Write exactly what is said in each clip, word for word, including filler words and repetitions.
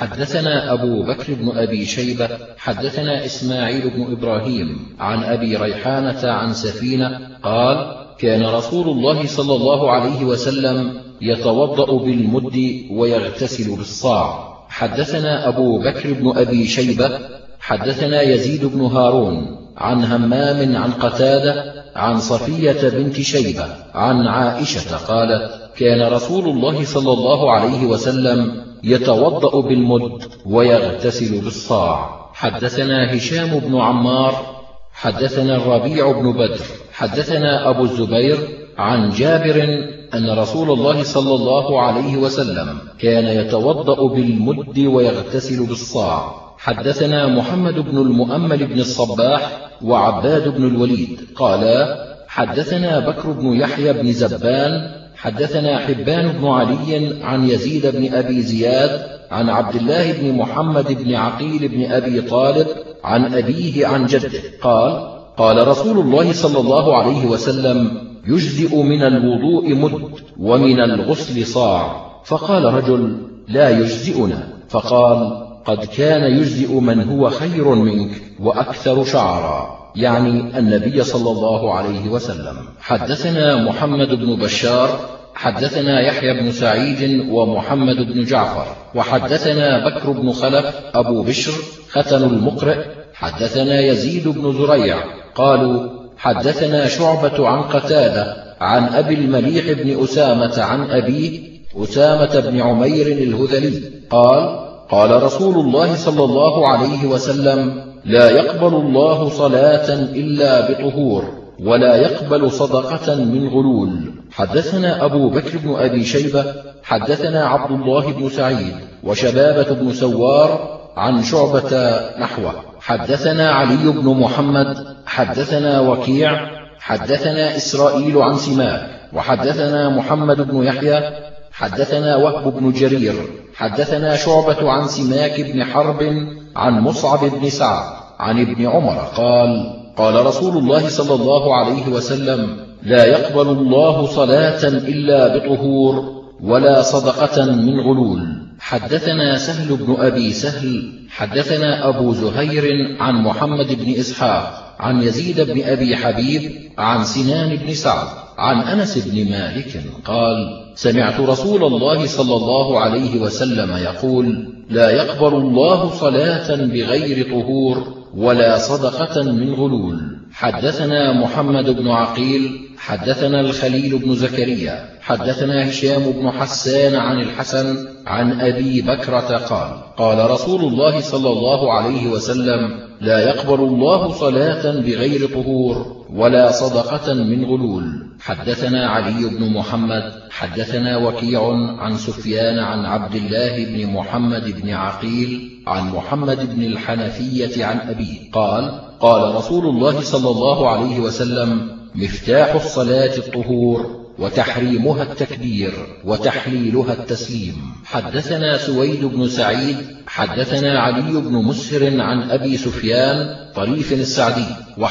حدثنا أبو بكر بن أبي شيبة حدثنا إسماعيل بن إبراهيم عن أبي ريحانة عن سفينة قال: كان رسول الله صلى الله عليه وسلم يتوضأ بالمد ويغتسل بالصاع. حدثنا أبو بكر بن أبي شيبة حدثنا يزيد بن هارون عن همام عن قتادة عن صفية بنت شيبة عن عائشة قالت: كان رسول الله صلى الله عليه وسلم يتوضأ بالمد ويغتسل بالصاع. حدثنا هشام بن عمار حدثنا الربيع بن بدر حدثنا أبو الزبير عن جابر أن رسول الله صلى الله عليه وسلم كان يتوضأ بالمد ويغتسل بالصاع. حدثنا محمد بن المؤمل بن الصباح وعباد بن الوليد قالا: حدثنا بكر بن يحيى بن زبان حدثنا حبان بن علي عن يزيد بن أبي زياد عن عبد الله بن محمد بن عقيل بن أبي طالب عن أبيه عن جده قال: قال رسول الله صلى الله عليه وسلم: يجزئ من الوضوء مد ومن الغسل صاع. فقال رجل: لا يجزئنا. فقال: قد كان يجزئ من هو خير منك وأكثر شعرا، يعني النبي صلى الله عليه وسلم. حدثنا محمد بن بشار حدثنا يحيى بن سعيد ومحمد بن جعفر وحدثنا بكر بن خلف أبو بشر ختن المقرئ حدثنا يزيد بن زريع قالوا: حدثنا شعبة عن قتادة عن أبي المليح بن أسامة عن أبيه أسامة بن عمير الهذلي قال: قال رسول الله صلى الله عليه وسلم: لا يقبل الله صلاة إلا بطهور ولا يقبل صدقة من غلول. حدثنا أبو بكر بن أبي شيبة حدثنا عبد الله بن سعيد وشبابة بن سوار عن شعبة نحوه. حدثنا علي بن محمد حدثنا وكيع حدثنا إسرائيل عن سماك وحدثنا محمد بن يحيى حدثنا وهب بن جرير حدثنا شعبة عن سماك بن حرب عن مصعب بن سعد عن ابن عمر قال: قال رسول الله صلى الله عليه وسلم: لا يقبل الله صلاة إلا بطهور ولا صدقة من غلول. حدثنا سهل بن أبي سهل حدثنا أبو زهير عن محمد بن إسحاق عن يزيد بن أبي حبيب عن سنان بن سعد عن أنس بن مالك قال: سمعت رسول الله صلى الله عليه وسلم يقول: لا يقبل الله صلاة بغير طهور ولا صدقة من غلول. حدثنا محمد بن عقيل حدثنا الخليل بن زكريا حدثنا هشام بن حسان عن الحسن عن أبي بكرة قال: قال رسول الله صلى الله عليه وسلم: لا يقبل الله صلاة بغير طهور ولا صدقة من غلول. حدثنا علي بن محمد حدثنا وكيع عن سفيان عن عبد الله بن محمد بن عقيل عن محمد بن الحنفية عن أبيه قال: قال رسول الله صلى الله عليه وسلم: مفتاح الصلاة الطهور وتحريمها التكبير وتحليلها التسليم. حدثنا سويد بن سعيد حدثنا علي بن مسهر عن أبي سفيان طريف السعدي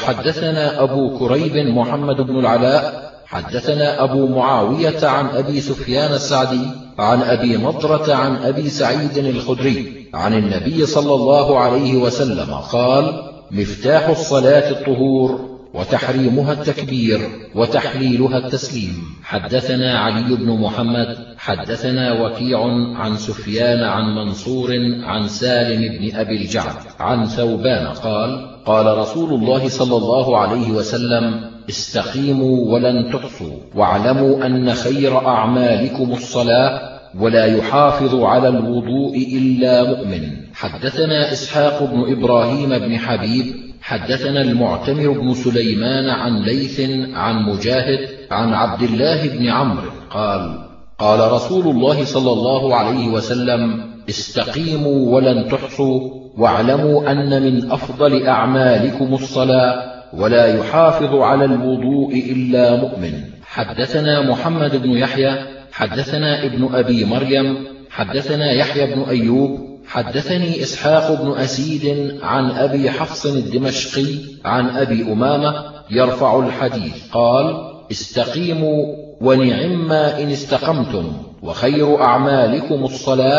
وحدثنا أبو كريب محمد بن العلاء حدثنا أبو معاوية عن أبي سفيان السعدي عن أبي نضرة عن أبي سعيد الخدري عن النبي صلى الله عليه وسلم قال: مفتاح الصلاة الطهور وتحريمها التكبير وتحليلها التسليم. حدثنا علي بن محمد حدثنا وكيع عن سفيان عن منصور عن سالم بن أبي الجعد عن ثوبان قال: قال رسول الله صلى الله عليه وسلم: استقيموا ولن تحصوا واعلموا أن خير أعمالكم الصلاة ولا يحافظ على الوضوء إلا مؤمن. حدثنا إسحاق بن إبراهيم بن حبيب حدثنا المعتمر بن سليمان عن ليث عن مجاهد عن عبد الله بن عمرو قال: قال رسول الله صلى الله عليه وسلم: استقيموا ولن تحصوا واعلموا أن من أفضل أعمالكم الصلاة ولا يحافظ على الوضوء إلا مؤمن. حدثنا محمد بن يحيى حدثنا ابن أبي مريم حدثنا يحيى بن أيوب حدثني إسحاق بن أسيد عن أبي حفص الدمشقي عن أبي أمامة يرفع الحديث قال: استقيموا ونعما إن استقمتم وخير أعمالكم الصلاة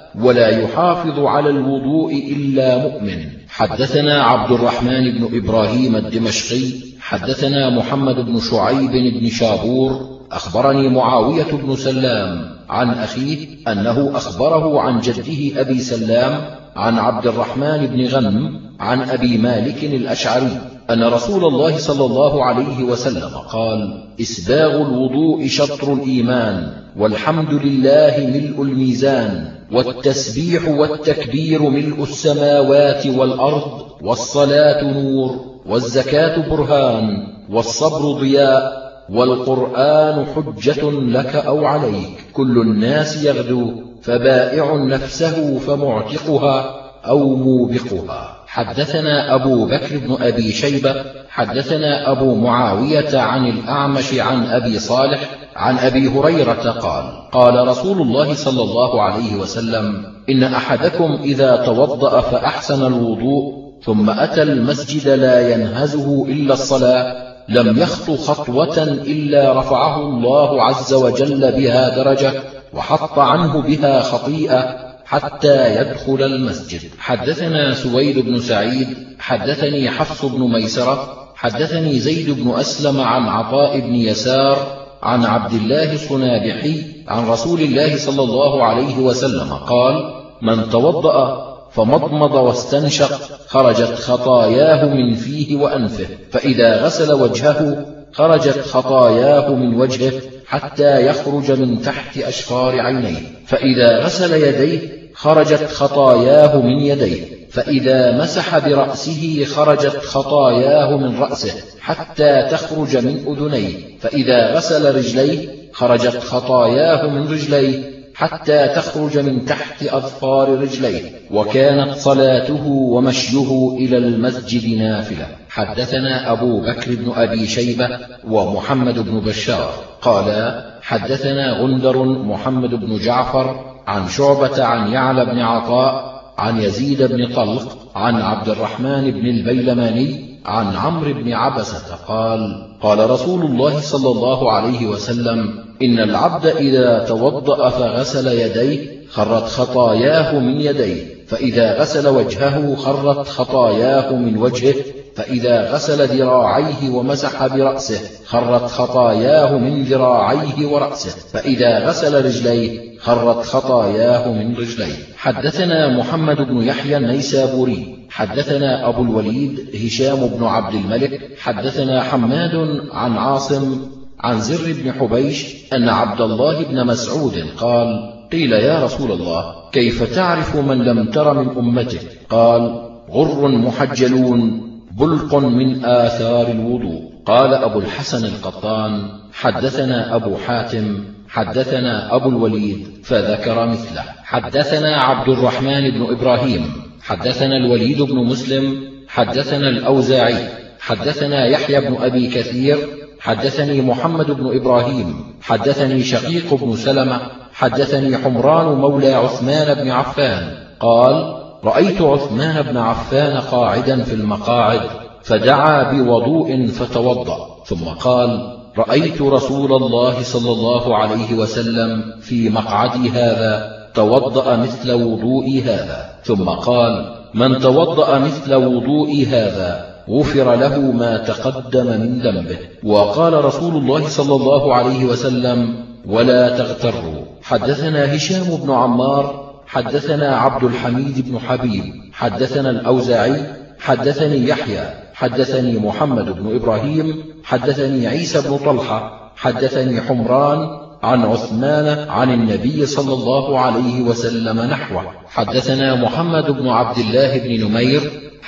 ولا يحافظ على الوضوء إلا مؤمن. حدثنا عبد الرحمن بن إبراهيم الدمشقي حدثنا محمد بن شعيب بن شابور أخبرني معاوية بن سلام عن أخيه أنه أخبره عن جده أبي سلام عن عبد الرحمن بن غنم عن أبي مالك الأشعري أن رسول الله صلى الله عليه وسلم قال: إسباغ الوضوء شطر الإيمان، والحمد لله ملء الميزان، والتسبيح والتكبير ملء السماوات والأرض، والصلاة نور، والزكاة برهان، والصبر ضياء، والقرآن حجة لك أو عليك. كل الناس يغدو، فبائع نفسه فمعتقها أو موبقها. حدثنا أبو بكر بن أبي شيبة حدثنا أبو معاوية عن الأعمش عن أبي صالح عن أبي هريرة قال: قال رسول الله صلى الله عليه وسلم: إن أحدكم إذا توضأ فأحسن الوضوء ثم أتى المسجد لا ينهزه إلا الصلاة لم يخط خطوة إلا رفعه الله عز وجل بها درجة وحط عنه بها خطيئة حتى يدخل المسجد. حدثنا سويد بن سعيد حدثني حفص بن ميسرة حدثني زيد بن أسلم عن عطاء بن يسار عن عبد الله الصنابحي عن رسول الله صلى الله عليه وسلم قال: من توضأ فمضمض واستنشق خرجت خطاياه من فيه وأنفه، فإذا غسل وجهه خرجت خطاياه من وجهه حتى يخرج من تحت أشفار عينيه، فإذا غسل يديه خرجت خطاياه من يديه، فإذا مسح برأسه خرجت خطاياه من رأسه حتى تخرج من أذنيه، فإذا غسل رجليه خرجت خطاياه من رجليه حتى تخرج من تحت أظفار رجليه، وكانت صلاته ومشيه إلى المسجد نافلة. حدثنا أبو بكر بن أبي شيبة ومحمد بن بشار قالا: حدثنا غندر محمد بن جعفر عن شعبة عن يعلى بن عطاء عن يزيد بن طلق عن عبد الرحمن بن البيلماني عن عمرو بن عبسة قال: قال رسول الله صلى الله عليه وسلم: إن العبد إذا توضأ فغسل يديه خرت خطاياه من يديه، فإذا غسل وجهه خرت خطاياه من وجهه، فإذا غسل ذراعيه ومسح برأسه خرت خطاياه من ذراعيه ورأسه، فإذا غسل رجليه خرت خطاياه من رجليه. حدثنا محمد بن يحيى النيسابوري حدثنا أبو الوليد هشام بن عبد الملك حدثنا حماد عن عاصم عن زر بن حبيش أن عبد الله بن مسعود قال: قيل يا رسول الله كيف تعرف من لم تر من أمتك؟ قال: غر محجلون بلق من آثار الوضوء. قال أبو الحسن القطان: حدثنا أبو حاتم حدثنا أبو الوليد فذكر مثله. حدثنا عبد الرحمن بن إبراهيم حدثنا الوليد بن مسلم حدثنا الأوزاعي حدثنا يحيى بن أبي كثير حدثني محمد بن إبراهيم حدثني شقيق بن سلمة حدثني حمران مولى عثمان بن عفان قال: رأيت عثمان بن عفان قاعدا في المقاعد فدعا بوضوء فتوضأ، ثم قال: رأيت رسول الله صلى الله عليه وسلم في مقعدي هذا توضأ مثل وضوئي هذا، ثم قال: من توضأ مثل وضوئي هذا غفر له ما تقدم من ذنبه. وقال رسول الله صلى الله عليه وسلم: ولا تغتروا. حدثنا هشام بن عمار حدثنا عبد الحميد بن حبيب حدثنا الأوزاعي حدثني يحيى حدثني محمد بن إبراهيم حدثني عيسى بن طلحة حدثني حمران عن عثمان عن النبي صلى الله عليه وسلم نحوه. حدثنا محمد بن عبد الله بن نمير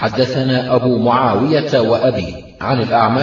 حدثنا أبو معاوية وأبي عن الأعمش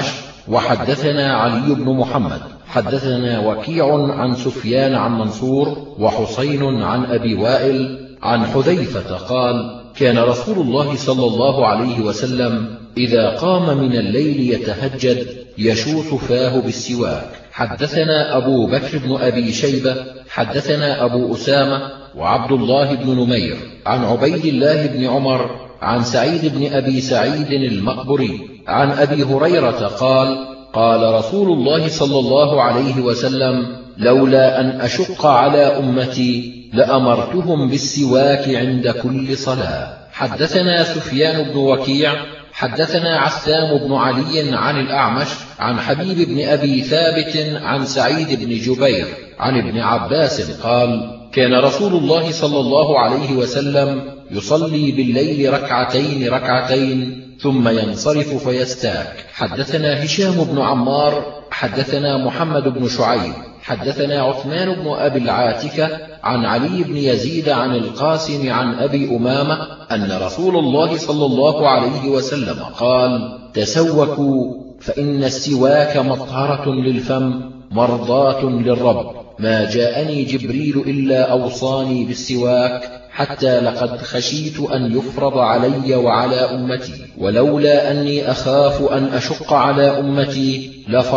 وحدثنا علي بن محمد حدثنا وكيع عن سفيان عن منصور وحسين عن أبي وائل عن حذيفة قال: كان رسول الله صلى الله عليه وسلم إذا قام من الليل يتهجد يشوط فاه بالسواك. حدثنا أبو بكر بن أبي شيبة حدثنا أبو أسامة وعبد الله بن نمير عن عبيد الله بن عمر عن سعيد بن أبي سعيد المقبري عن أبي هريرة قال: قال رسول الله صلى الله عليه وسلم: لولا أن أشق على أمتي لأمرتهم بالسواك عند كل صلاة. حدثنا سفيان بن وكيع حدثنا عثام بن علي عن الأعمش عن حبيب بن أبي ثابت عن سعيد بن جبير عن ابن عباس قال: كان رسول الله صلى الله عليه وسلم يصلي بالليل ركعتين ركعتين ثم ينصرف فيستاك. حدثنا هشام بن عمار حدثنا محمد بن شعيب حدثنا عثمان بن أبي العاتكة عن علي بن يزيد عن القاسم عن أبي أمامة أن رسول الله صلى الله عليه وسلم قال: تسوكوا فإن السواك مطهرة للفم مرضاة للرب. ما جاءني جبريل إلا أوصاني بالسواك حتى لقد خشيت أن يفرض علي وعلى أمتي، ولولا أني أخاف أن أشق على أمتي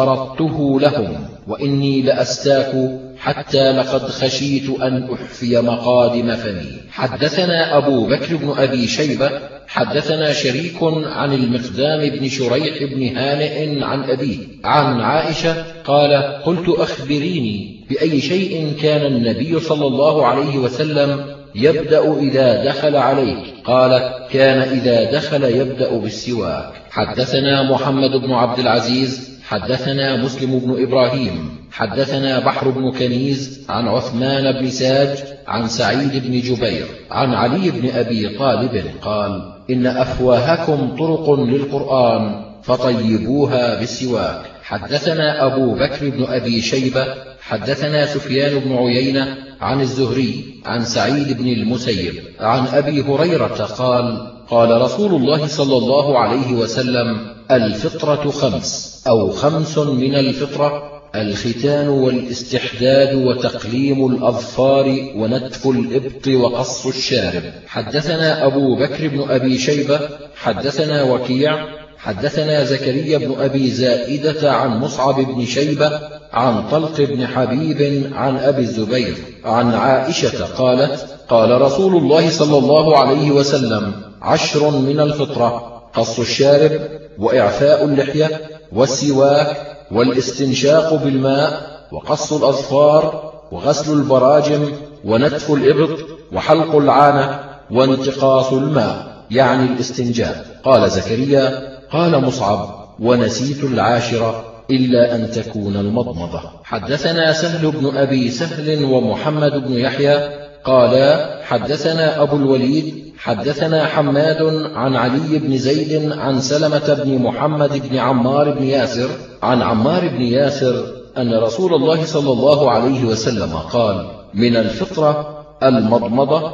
لفرضته لهم، وإني لأستاك حتى لقد خشيت أن أحفي مقادم فمي. حدثنا أبو بكر بن أبي شيبة حدثنا شريك عن المقدام بن شريح بن هانئ عن أبيه عن عائشة قال: قلت أخبريني بأي شيء كان النبي صلى الله عليه وسلم يبدأ إذا دخل عليك؟ قال: كان إذا دخل يبدأ بالسواك. حدثنا محمد بن عبد العزيز حدثنا مسلم بن إبراهيم حدثنا بحر بن كنيز عن عثمان بن ساج عن سعيد بن جبير عن علي بن أبي طالب قال: إن أفواهكم طرق للقرآن فطيبوها بالسواك. حدثنا أبو بكر بن أبي شيبة حدثنا سفيان بن عيينة عن الزهري عن سعيد بن المسيب عن أبي هريرة قال: قال رسول الله صلى الله عليه وسلم: الفطرة خمس أو خمس من الفطرة: الختان والاستحداد وتقليم الأظفار ونتف الإبط وقص الشارب. حدثنا أبو بكر بن أبي شيبة حدثنا وكيع حدثنا زكريا بن أبي زائدة عن مصعب بن شيبة عن طلق بن حبيب عن أبي الزبير عن عائشة قالت: قال رسول الله صلى الله عليه وسلم: عشر من الفطرة: قص الشارب وإعفاء اللحية والسواك والاستنشاق بالماء وقص الأظفار وغسل البراجم ونتف الإبط وحلق العانة وانتقاص الماء، يعني الاستنجاء. قال زكريا: قال مصعب: ونسيت العاشرة إلا أن تكون المضمضة. حدثنا سهل بن أبي سهل ومحمد بن يحيى قالا: حدثنا أبو الوليد حدثنا حماد عن علي بن زيد عن سلمة بن محمد بن عمار بن ياسر عن عمار بن ياسر أن رسول الله صلى الله عليه وسلم قال: من الفطرة المضمضة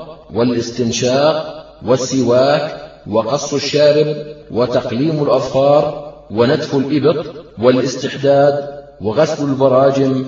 والاستنشاق والسواك وقص الشارب وتقليم الأظفار ونتف الإبط والاستحداد وغسل البراجم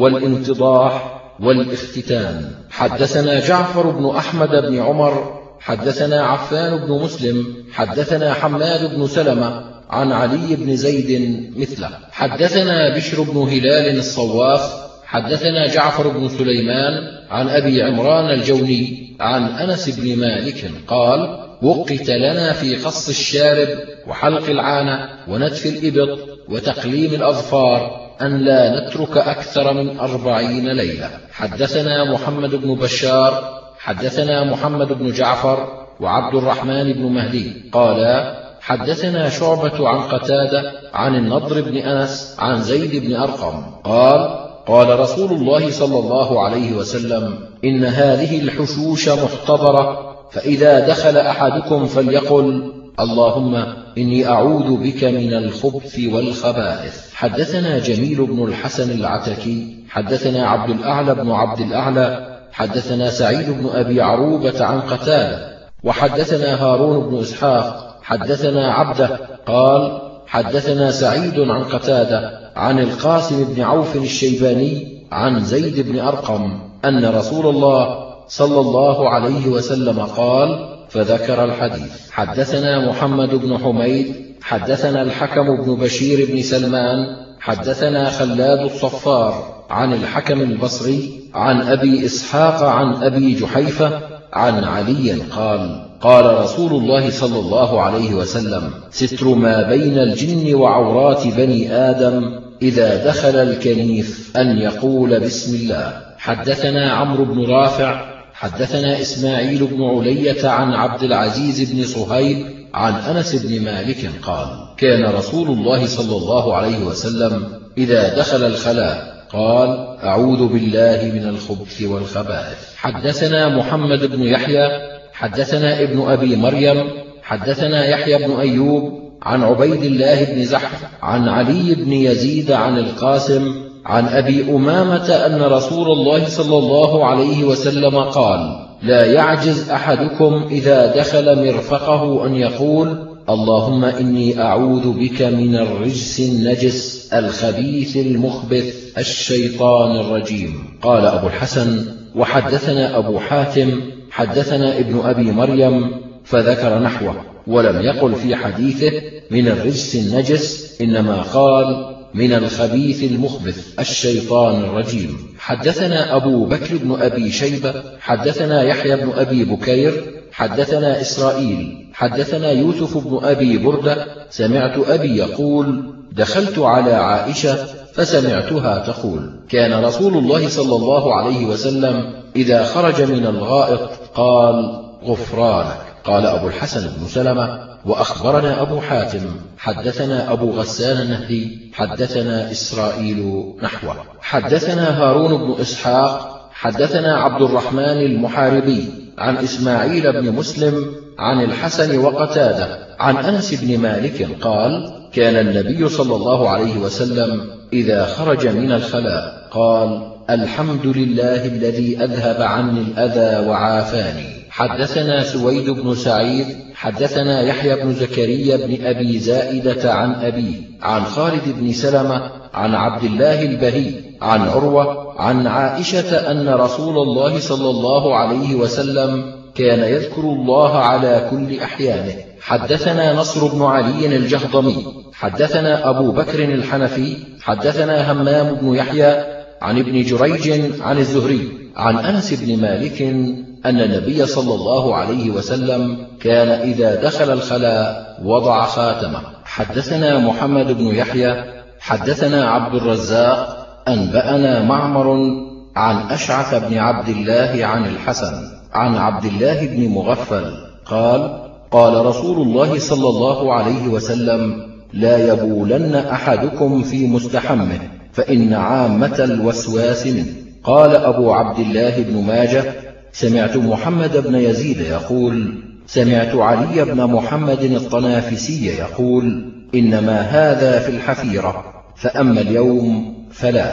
والانتضاح والاختتان. حدثنا جعفر بن أحمد بن عمر حدثنا عفان بن مسلم حدثنا حماد بن سلمة عن علي بن زيد مثله. حدثنا بشر بن هلال الصواف حدثنا جعفر بن سليمان عن أبي عمران الجوني عن أنس بن مالك قال: وقت لنا في قص الشارب وحلق العانة ونتف الإبط وتقليم الأظفار أن لا نترك أكثر من أربعين ليلة. حدثنا محمد بن بشار حدثنا محمد بن جعفر وعبد الرحمن بن مهدي قالا: حدثنا شعبة عن قتادة عن النضر بن أنس عن زيد بن أرقم قال: قال رسول الله صلى الله عليه وسلم: إن هذه الحشوش محتضرة، فإذا دخل أحدكم فليقل: اللهم إني أعوذ بك من الخبث والخبائث. حدثنا جميل بن الحسن العتكي حدثنا عبد الأعلى بن عبد الأعلى حدثنا سعيد بن أبي عروبة عن قتادة وحدثنا هارون بن إسحاق حدثنا عبده قال: حدثنا سعيد عن قتادة عن القاسم بن عوف الشيباني عن زيد بن أرقم أن رسول الله صلى الله عليه وسلم قال، فذكر الحديث. حدثنا محمد بن حميد حدثنا الحكم بن بشير بن سلمان حدثنا خلاد الصفار عن الحكم البصري عن أبي إسحاق عن أبي جحيفة عن علي قال: قال رسول الله صلى الله عليه وسلم: ستر ما بين الجن وعورات بني آدم إذا دخل الكنيف أن يقول بسم الله. حدثنا عمرو بن رافع حدثنا إسماعيل بن علية عن عبد العزيز بن صهيب عن أنس بن مالك قال كان رسول الله صلى الله عليه وسلم إذا دخل الخلاء قال أعوذ بالله من الخبث والخبائث. حدثنا محمد بن يحيى حدثنا ابن أبي مريم حدثنا يحيى بن أيوب عن عبيد الله بن زحف عن علي بن يزيد عن القاسم عن أبي أمامة أن رسول الله صلى الله عليه وسلم قال لا يعجز أحدكم إذا دخل مرفقه أن يقول اللهم إني أعوذ بك من الرجس النجس الخبيث المخبث الشيطان الرجيم. قال أبو الحسن وحدثنا أبو حاتم حدثنا ابن أبي مريم فذكر نحوه ولم يقل في حديثه من الرجس النجس، إنما قال من الخبيث المخبث الشيطان الرجيم. حدثنا أبو بكر بن أبي شيبة حدثنا يحيى بن أبي بكير حدثنا إسرائيل حدثنا يوسف بن أبي بردة سمعت أبي يقول دخلت على عائشة فسمعتها تقول كان رسول الله صلى الله عليه وسلم إذا خرج من الغائط قال غفرانك. قال أبو الحسن بن سلمة وأخبرنا أبو حاتم حدثنا أبو غسان النهدي حدثنا إسرائيل نحوه. حدثنا هارون بن إسحاق حدثنا عبد الرحمن المحاربي عن إسماعيل بن مسلم عن الحسن وقتادة عن أنس بن مالك قال كان النبي صلى الله عليه وسلم إذا خرج من الخلاء قال الحمد لله الذي أذهب عني الأذى وعافاني. حدثنا سويد بن سعيد حدثنا يحيى بن زكريا بن أبي زائدة عن أبيه عن خالد بن سلمة عن عبد الله البهي عن عروة عن عائشة أن رسول الله صلى الله عليه وسلم كان يذكر الله على كل أحيانه. حدثنا نصر بن علي الجهضمي حدثنا أبو بكر الحنفي حدثنا همام بن يحيى عن ابن جريج عن الزهري عن أنس بن مالك أن النبي صلى الله عليه وسلم كان إذا دخل الخلاء وضع خاتمه. حدثنا محمد بن يحيى حدثنا عبد الرزاق أنبأنا معمر عن أشعث بن عبد الله عن الحسن عن عبد الله بن مغفل قال قال رسول الله صلى الله عليه وسلم لا يبولن أحدكم في مستحمه فإن عامة الوسواس منه. قال أبو عبد الله بن ماجه سمعت محمد بن يزيد يقول سمعت علي بن محمد الطنافسي يقول إنما هذا في الحفيرة فأما اليوم فلا،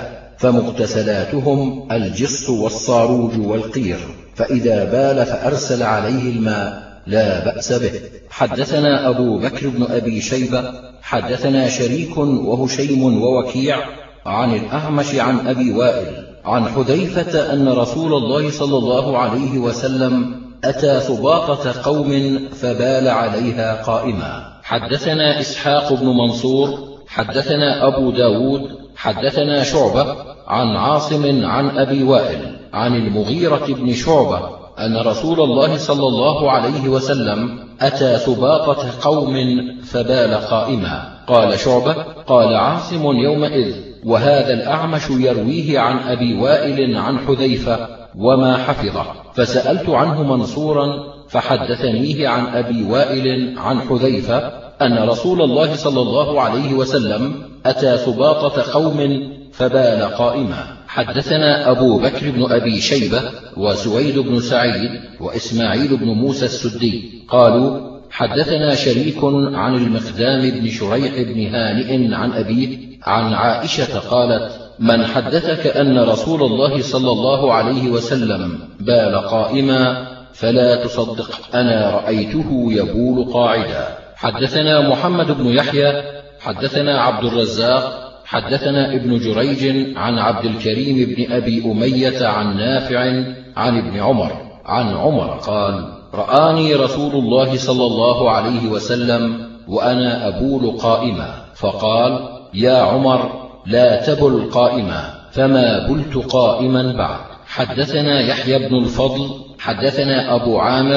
فمغتسلاتهم الجص والصاروج والقير، فإذا بال فأرسل عليه الماء لا بأس به. حدثنا أبو بكر بن أبي شيبة حدثنا شريك وهشيم ووكيع عن الأعمش عن أبي وائل عن حذيفة أن رسول الله صلى الله عليه وسلم أتى ثباطة قوم فبال عليها قائما. حدثنا إسحاق بن منصور حدثنا أبو داود حدثنا شعبة عن عاصم عن أبي وائل عن المغيرة بن شعبة أن رسول الله صلى الله عليه وسلم أتى ثباطة قوم فبال قائما. قال شعبة قال عاصم يومئذ وهذا الأعمش يرويه عن أبي وائل عن حذيفة وما حفظه، فسألت عنه منصورا فحدثنيه عن أبي وائل عن حذيفة أن رسول الله صلى الله عليه وسلم أتى ثباطة قوم فبال قائما. حدثنا أبو بكر بن أبي شيبة وسويد بن سعيد وإسماعيل بن موسى السدي قالوا حدثنا شريك عن المقدام بن شريح بن هانئ عن أبيه عن عائشة قالت من حدثك أن رسول الله صلى الله عليه وسلم بال قائما فلا تصدق، أنا رأيته يبول قاعدا. حدثنا محمد بن يحيى حدثنا عبد الرزاق حدثنا ابن جريج عن عبد الكريم بن أبي أمية عن نافع عن ابن عمر عن عمر قال رآني رسول الله صلى الله عليه وسلم وأنا أبول قائما فقال يا عمر لا تبل قائما، فما بلت قائما بعد. حدثنا يحيى بن الفضل حدثنا أبو عامر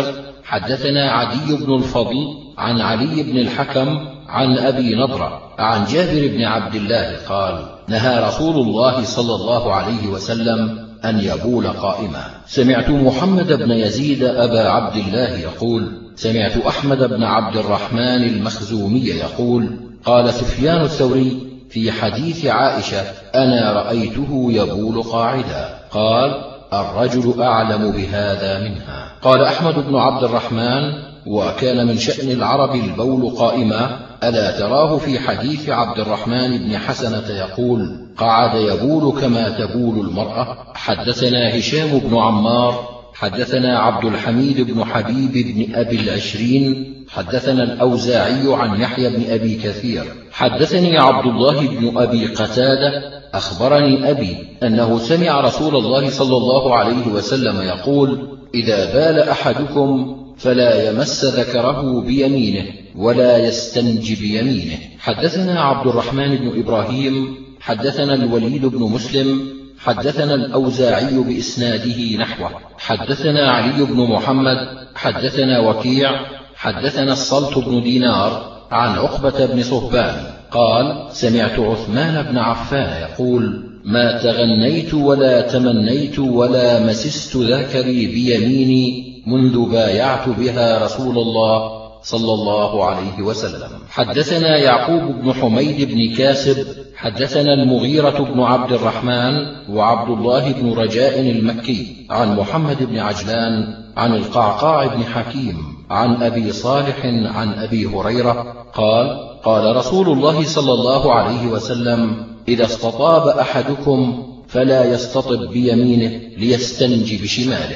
حدثنا عدي بن الفضل عن علي بن الحكم عن أبي نضرة عن جابر بن عبد الله قال: نهى رسول الله صلى الله عليه وسلم أن يبول قائما. سمعت محمد بن يزيد أبا عبد الله يقول: سمعت أحمد بن عبد الرحمن المخزومي يقول: قال سفيان الثوري في حديث عائشة: أنا رأيته يبول قاعدا. قال: الرجل أعلم بهذا منها. قال أحمد بن عبد الرحمن: وكان من شأن العرب البول قائما، ألا تراه في حديث عبد الرحمن بن حسنة يقول: قعد يبول كما تبول المرأة. حدثنا هشام بن عمار حدثنا عبد الحميد بن حبيب بن أبي العشرين حدثنا الأوزاعي عن يحيى بن أبي كثير حدثني عبد الله بن أبي قتادة أخبرني أبي أنه سمع رسول الله صلى الله عليه وسلم يقول: إذا بال أحدكم فلا يمس ذكره بيمينه ولا يستنج بيمينه. حدثنا عبد الرحمن بن إبراهيم حدثنا الوليد بن مسلم حدثنا الأوزاعي بإسناده نحوه. حدثنا علي بن محمد حدثنا وكيع حدثنا الصلت بن دينار عن عقبة بن صهبان قال: سمعت عثمان بن عفان يقول: ما تغنيت ولا تمنيت ولا مسست ذكري بيميني منذ بايعت بها رسول الله صلى الله عليه وسلم. حدثنا يعقوب بن حميد بن كاسب حدثنا المغيرة بن عبد الرحمن وعبد الله بن رجاء المكي عن محمد بن عجلان عن القعقاع بن حكيم عن أبي صالح عن أبي هريرة قال: قال رسول الله صلى الله عليه وسلم: إذا استطاب أحدكم فلا يستطب بيمينه ليستنجي بشماله.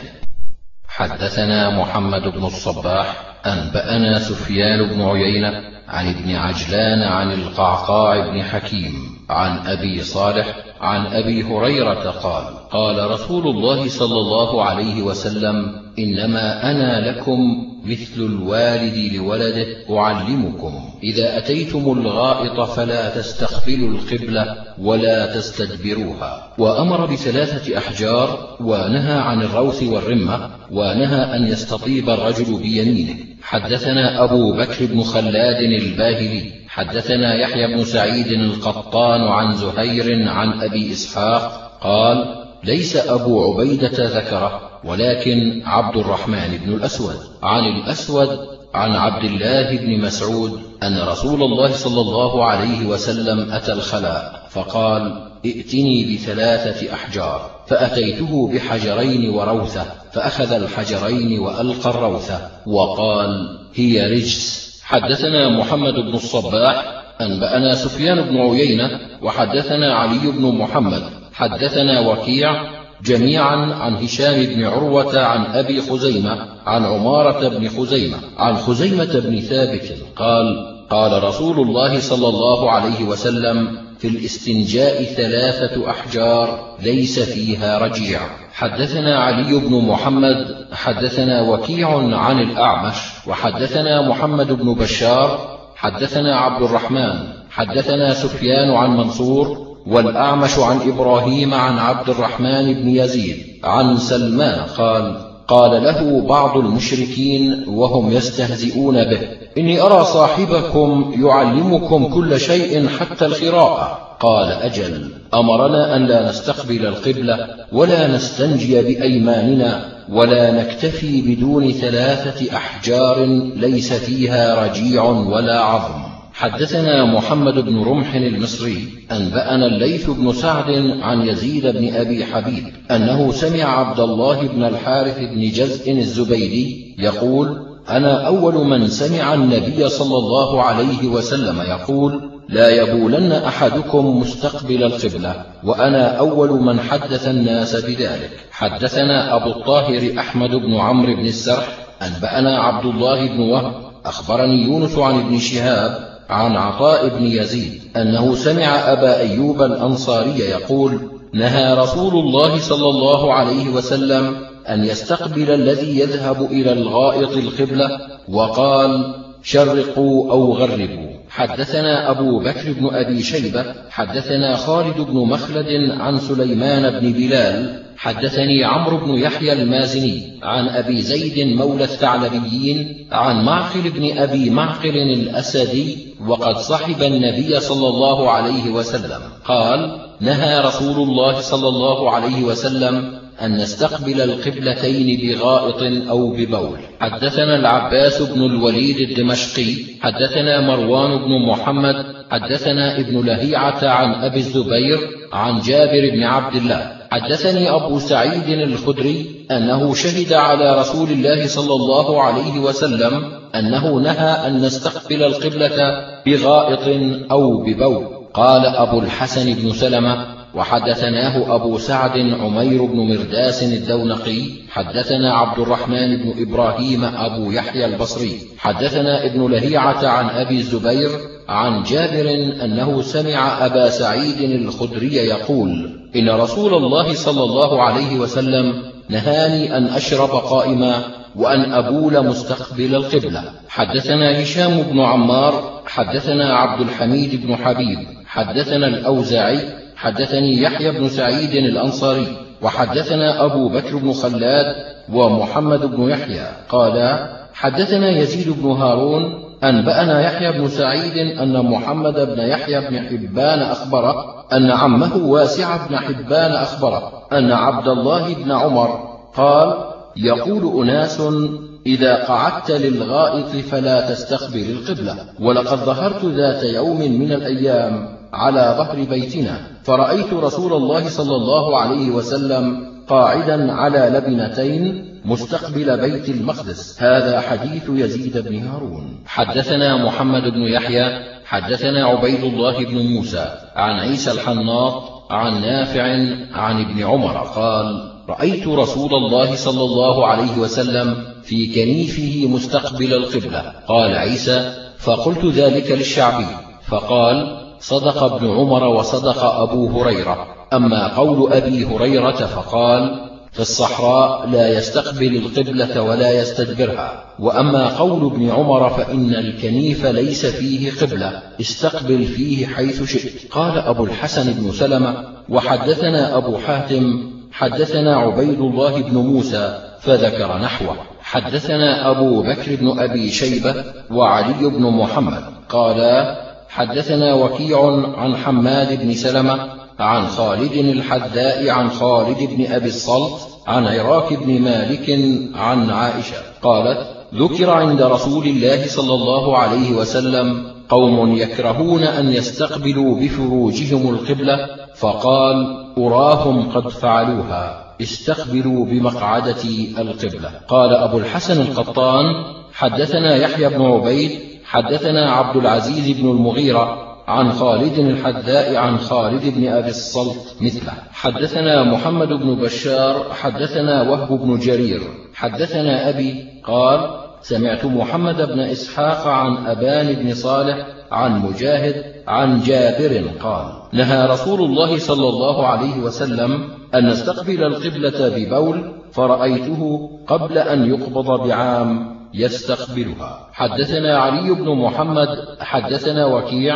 حدثنا محمد بن الصباح أنبأنا سفيان بن عيينة عن ابن عجلان عن القعقاع بن حكيم عن أبي صالح عن أبي هريرة قال: قال رسول الله صلى الله عليه وسلم: إنما أنا لكم مثل الوالد لولده أعلمكم: إذا أتيتم الغائط فلا تستقبلوا القبلة ولا تستدبروها. وأمر بثلاثة أحجار، ونهى عن الروث والرمة، ونهى أن يستطيب الرجل بيمينه. حدثنا أبو بكر بن خلاد الباهلي حدثنا يحيى بن سعيد القطان عن زهير عن أبي إسحاق قال: ليس أبو عبيدة ذكره، ولكن عبد الرحمن بن الأسود عن الأسود عن عبد الله بن مسعود أن رسول الله صلى الله عليه وسلم أتى الخلاء فقال: ائتني بثلاثة أحجار، فأتيته بحجرين وروثة، فأخذ الحجرين وألقى الروثة وقال: هي رجس. حدثنا محمد بن الصباح أنبأنا سفيان بن عيينة وحدثنا علي بن محمد حدثنا وكيع جميعا عن هشام بن عروة عن أبي خزيمة عن عمارة بن خزيمة عن خزيمة بن ثابت قال: قال رسول الله صلى الله عليه وسلم: في الاستنجاء ثلاثة أحجار ليس فيها رجيع. حدثنا علي بن محمد حدثنا وكيع عن الأعمش وحدثنا محمد بن بشار حدثنا عبد الرحمن حدثنا سفيان عن منصور والأعمش عن إبراهيم عن عبد الرحمن بن يزيد عن سلمان قال: قال له بعض المشركين وهم يستهزئون به: إني أرى صاحبكم يعلمكم كل شيء حتى الخراءة. قال: أجل، أمرنا أن لا نستقبل القبلة ولا نستنجي بأيماننا ولا نكتفي بدون ثلاثة أحجار ليس فيها رجيع ولا عظم. حدثنا محمد بن رمح المصري أنبأنا الليث بن سعد عن يزيد بن أبي حبيب أنه سمع عبد الله بن الحارث بن جزء الزبيدي يقول: أنا أول من سمع النبي صلى الله عليه وسلم يقول: لا يبولن أحدكم مستقبل القبلة، وأنا أول من حدث الناس بذلك. حدثنا أبو الطاهر أحمد بن عمرو بن السرح أنبأنا عبد الله بن وهب أخبرني يونس عن ابن شهاب عن عطاء بن يزيد أنه سمع أبا أيوب الأنصاري يقول: نهى رسول الله صلى الله عليه وسلم أن يستقبل الذي يذهب إلى الغائط القبلة، وقال: شرقوا أو غربوا. حدثنا أبو بكر بن أبي شيبة حدثنا خالد بن مخلد عن سليمان بن بلال حدثني عمرو بن يحيى المازني عن أبي زيد مولى الثعلبيين عن معقل بن أبي معقل الأسدي وقد صحب النبي صلى الله عليه وسلم قال: نهى رسول الله صلى الله عليه وسلم أن نستقبل القبلتين بغائط أو ببول. حدثنا العباس بن الوليد الدمشقي حدثنا مروان بن محمد حدثنا ابن لهيعة عن أبي الزبير عن جابر بن عبد الله حدثني أبو سعيد الخدري أنه شهد على رسول الله صلى الله عليه وسلم أنه نهى أن نستقبل القبلة بغائط أو ببول. قال أبو الحسن بن سلمة: وحدثناه أبو سعد عمير بن مرداس الدونقي حدثنا عبد الرحمن بن إبراهيم أبو يحيى البصري حدثنا ابن لهيعة عن أبي الزبير عن جابر أنه سمع أبا سعيد الخدري يقول: إن رسول الله صلى الله عليه وسلم نهاني أن أشرب قائما وأن أبول مستقبل القبلة. حدثنا هشام بن عمار حدثنا عبد الحميد بن حبيب حدثنا الأوزاعي حدثني يحيى بن سعيد الأنصاري وحدثنا أبو بكر بن خلاد ومحمد بن يحيى قال: حدثنا يزيد بن هارون أنبأنا يحيى بن سعيد أن محمد بن يحيى بن حبان أخبره أن عمه واسع بن حبان أخبره أن عبد الله بن عمر قال: يقول أناس: إذا قعدت للغائط فلا تستقبل القبلة. ولقد ظهرت ذات يوم من الأيام على ظهر بيتنا فرأيت رسول الله صلى الله عليه وسلم قاعدا على لبنتين مستقبل بيت المقدس. هذا حديث يزيد بن هارون. حدثنا محمد بن يحيى حدثنا عبيد الله بن موسى عن عيسى الحناط عن نافع عن ابن عمر قال: رأيت رسول الله صلى الله عليه وسلم في كنيفه مستقبل القبلة. قال عيسى: فقلت ذلك للشعبي فقال: صدق ابن عمر وصدق أبو هريرة. أما قول أبي هريرة فقال: في الصحراء لا يستقبل القبلة ولا يستدبرها. وأما قول ابن عمر فإن الكنيف ليس فيه قبلة، استقبل فيه حيث شئت. قال أبو الحسن بن سلمة: وحدثنا أبو حاتم حدثنا عبيد الله بن موسى فذكر نحوه. حدثنا أبو بكر بن أبي شيبة وعلي بن محمد قالا: حدثنا وكيع عن حماد بن سلمة عن خالد الحذاء عن خالد بن أبي الصلت عن عراك بن مالك عن عائشة قالت: ذكر عند رسول الله صلى الله عليه وسلم قوم يكرهون أن يستقبلوا بفروجهم القبلة، فقال: أراهم قد فعلوها، استقبلوا بمقعدة القبلة. قال أبو الحسن القطان: حدثنا يحيى بن عبيد حدثنا عبد العزيز بن المغيرة عن خالد الحذاء عن خالد بن أبي الصلت مثله. حدثنا محمد بن بشار حدثنا وهب بن جرير حدثنا أبي قال: سمعت محمد بن إسحاق عن أبان بن صالح عن مجاهد عن جابر قال: نهى رسول الله صلى الله عليه وسلم أن نستقبل القبلة ببول، فرأيته قبل أن يقبض بعام يستقبلها. حدثنا علي بن محمد حدثنا وكيع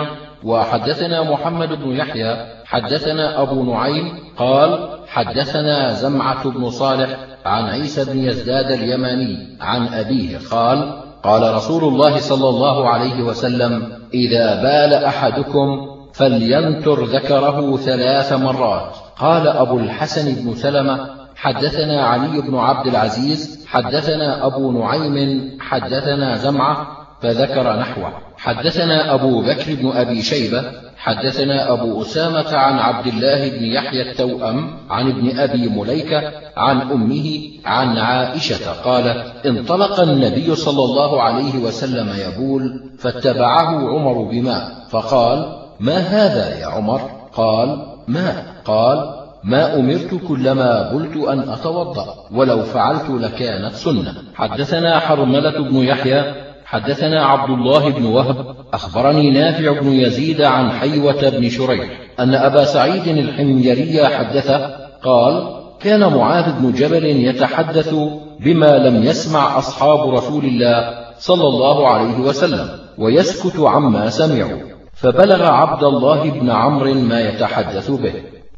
وحدثنا محمد بن يحيى حدثنا أبو نعيم قال: حدثنا زمعة بن صالح عن عيسى بن يزداد اليماني عن أبيه قال: قال رسول الله صلى الله عليه وسلم: إذا بال أحدكم فلينتر ذكره ثلاث مرات. قال أبو الحسن بن سلمة: حدثنا علي بن عبد العزيز حدثنا أبو نعيم حدثنا زمعة فذكر نحوه. حدثنا أبو بكر بن أبي شيبة حدثنا أبو أسامة عن عبد الله بن يحيى التوأم عن ابن أبي مليكة عن أمه عن عائشة قالت: انطلق النبي صلى الله عليه وسلم يبول، فاتبعه عمر بماء، فقال: ما هذا يا عمر؟ قال: ماء. قال: ما أمرت كلما بلت أن أتوضأ، ولو فعلت لكانت سنة. حدثنا حرملة بن يحيى حدثنا عبد الله بن وهب أخبرني نافع بن يزيد عن حيوة بن شريح أن أبا سعيد الحميري حدثه قال: كان معاذ بن جبل يتحدث بما لم يسمع أصحاب رسول الله صلى الله عليه وسلم ويسكت عما سمعوا. فبلغ عبد الله بن عمرو ما يتحدث به،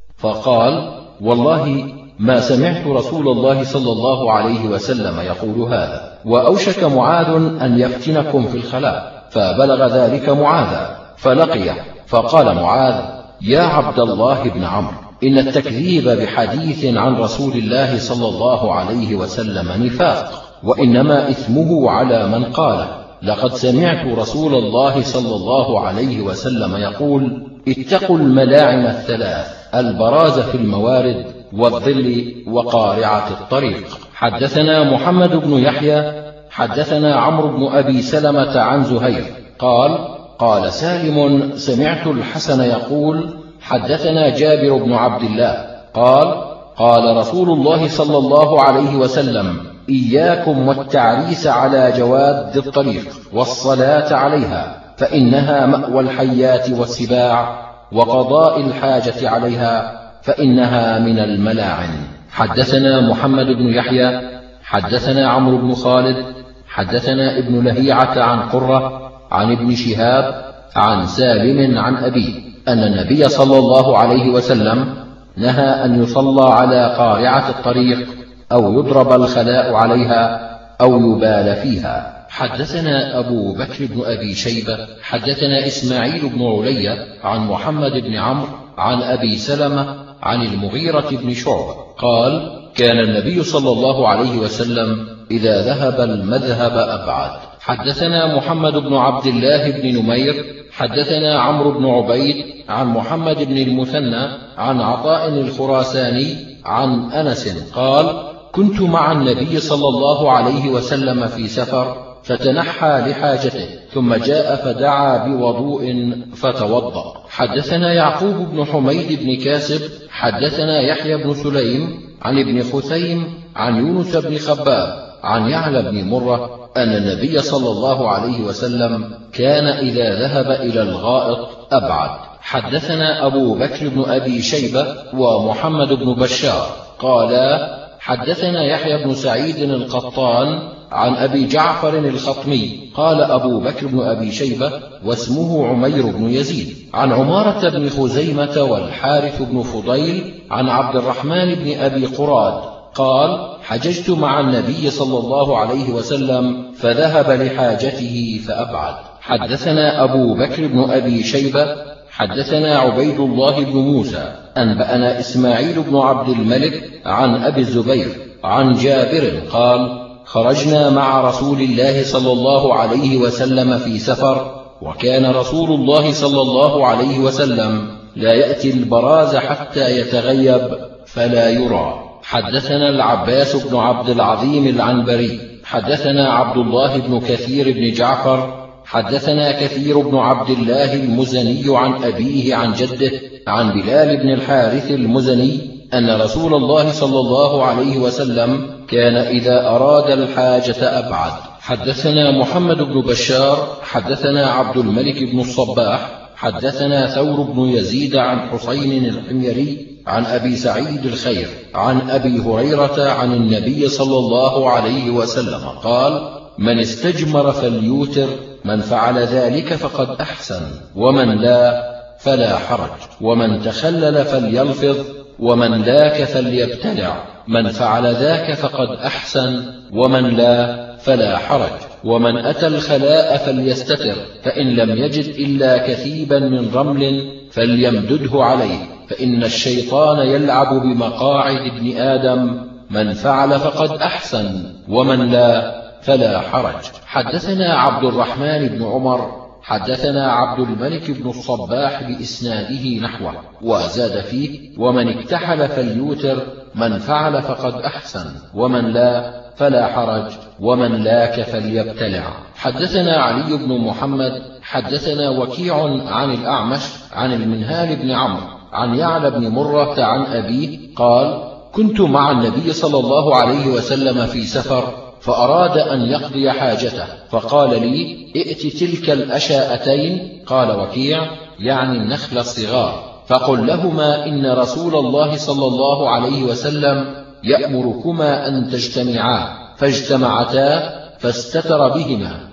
فقال: والله ما سمعت رسول الله صلى الله عليه وسلم يقول هذا، وأوشك معاذ أن يفتنكم في الخلاء. فبلغ ذلك معاذا فلقيه، فقال معاذ: يا عبد الله بن عمرو، إن التكذيب بحديث عن رسول الله صلى الله عليه وسلم نفاق، وإنما إثمه على من قاله. لقد سمعت رسول الله صلى الله عليه وسلم يقول: اتقوا الملاعن الثلاث، البراز في الموارد، والظل، وقارعة الطريق. حدثنا محمد بن يحيى حدثنا عمرو بن أبي سلمة عن زهير قال: قال سالم: سمعت الحسن يقول: حدثنا جابر بن عبد الله قال: قال رسول الله صلى الله عليه وسلم: إياكم والتعريس على جواد الطريق، والصلاة عليها، فإنها مأوى الحيات والسباع، وقضاء الحاجة عليها، فإنها من الملاعن. حدثنا محمد بن يحيى حدثنا عمرو بن خالد حدثنا ابن لهيعة عن قرة عن ابن شهاب عن سالم عن أبيه أن النبي صلى الله عليه وسلم نهى أن يصلى على قارعة الطريق، أو يضرب الخلاء عليها، أو يبال فيها. حدثنا أبو بكر بن أبي شيبة حدثنا إسماعيل بن علي عن محمد بن عمرو عن أبي سلمة عن المغيرة بن شعبة قال: كان النبي صلى الله عليه وسلم إذا ذهب المذهب أبعد. حدثنا محمد بن عبد الله بن نمير حدثنا عمرو بن عبيد عن محمد بن المثنى عن عطاء الخراساني عن أنس قال: كنت مع النبي صلى الله عليه وسلم في سفر، فتنحى لحاجته، ثم جاء فدعا بوضوء فتوضأ. حدثنا يعقوب بن حميد بن كاسب حدثنا يحيى بن سليم عن ابن خثيم عن يونس بن خباب عن يعلى بن مرة أن النبي صلى الله عليه وسلم كان إذا ذهب إلى الغائط أبعد. حدثنا أبو بكر بن أبي شيبة ومحمد بن بشار قالا: حدثنا يحيى بن سعيد القطان عن أبي جعفر الخطمي قال أبو بكر بن أبي شيبة واسمه عمير بن يزيد عن عمارة بن خزيمة والحارث بن فضيل عن عبد الرحمن بن أبي قراد قال: حججت مع النبي صلى الله عليه وسلم فذهب لحاجته فأبعد. حدثنا أبو بكر بن أبي شيبة حدثنا عبيد الله بن موسى أنبأنا إسماعيل بن عبد الملك عن أبي الزبير عن جابر قال: خرجنا مع رسول الله صلى الله عليه وسلم في سفر، وكان رسول الله صلى الله عليه وسلم لا يأتي البراز حتى يتغيب فلا يرى. حدثنا العباس بن عبد العظيم العنبري حدثنا عبد الله بن كثير بن جعفر حدثنا كثير بن عبد الله المزني عن أبيه عن جده عن بلال بن الحارث المزني أن رسول الله صلى الله عليه وسلم كان إذا أراد الحاجة أبعد. حدثنا محمد بن بشار حدثنا عبد الملك بن الصباح حدثنا ثور بن يزيد عن حسين الحميري عن أبي سعيد الخير عن أبي هريرة عن النبي صلى الله عليه وسلم قال: من استجمر فليوتر، من فعل ذلك فقد أحسن، ومن لا فلا حرج، ومن تخلل فليلفظ، ومن لاك فليبتلع، من فعل ذاك فقد أحسن، ومن لا فلا حرج، ومن أتى الخلاء فليستتر، فإن لم يجد إلا كثيبا من رمل فليمدده عليه، فإن الشيطان يلعب بمقاعد ابن آدم، من فعل فقد أحسن، ومن لا فلا حرج. حدثنا عبد الرحمن بن عمر حدثنا عبد الملك بن الصباح بإسناده نحوه، وزاد فيه: ومن اكتحل فليوتر، من فعل فقد أحسن، ومن لا فلا حرج، ومن لاك فليبتلع. حدثنا علي بن محمد حدثنا وكيع عن الأعمش عن المنهال بن عمرو عن يعلى بن مرة عن أبيه قال: كنت مع النبي صلى الله عليه وسلم في سفر، فأراد أن يقضي حاجته، فقال لي: ائت تلك الأشاءتين، قال وكيع يعني النخل الصغار، فقل لهما إن رسول الله صلى الله عليه وسلم يأمركما أن تجتمعا، فاجتمعتا فاستتر بهما،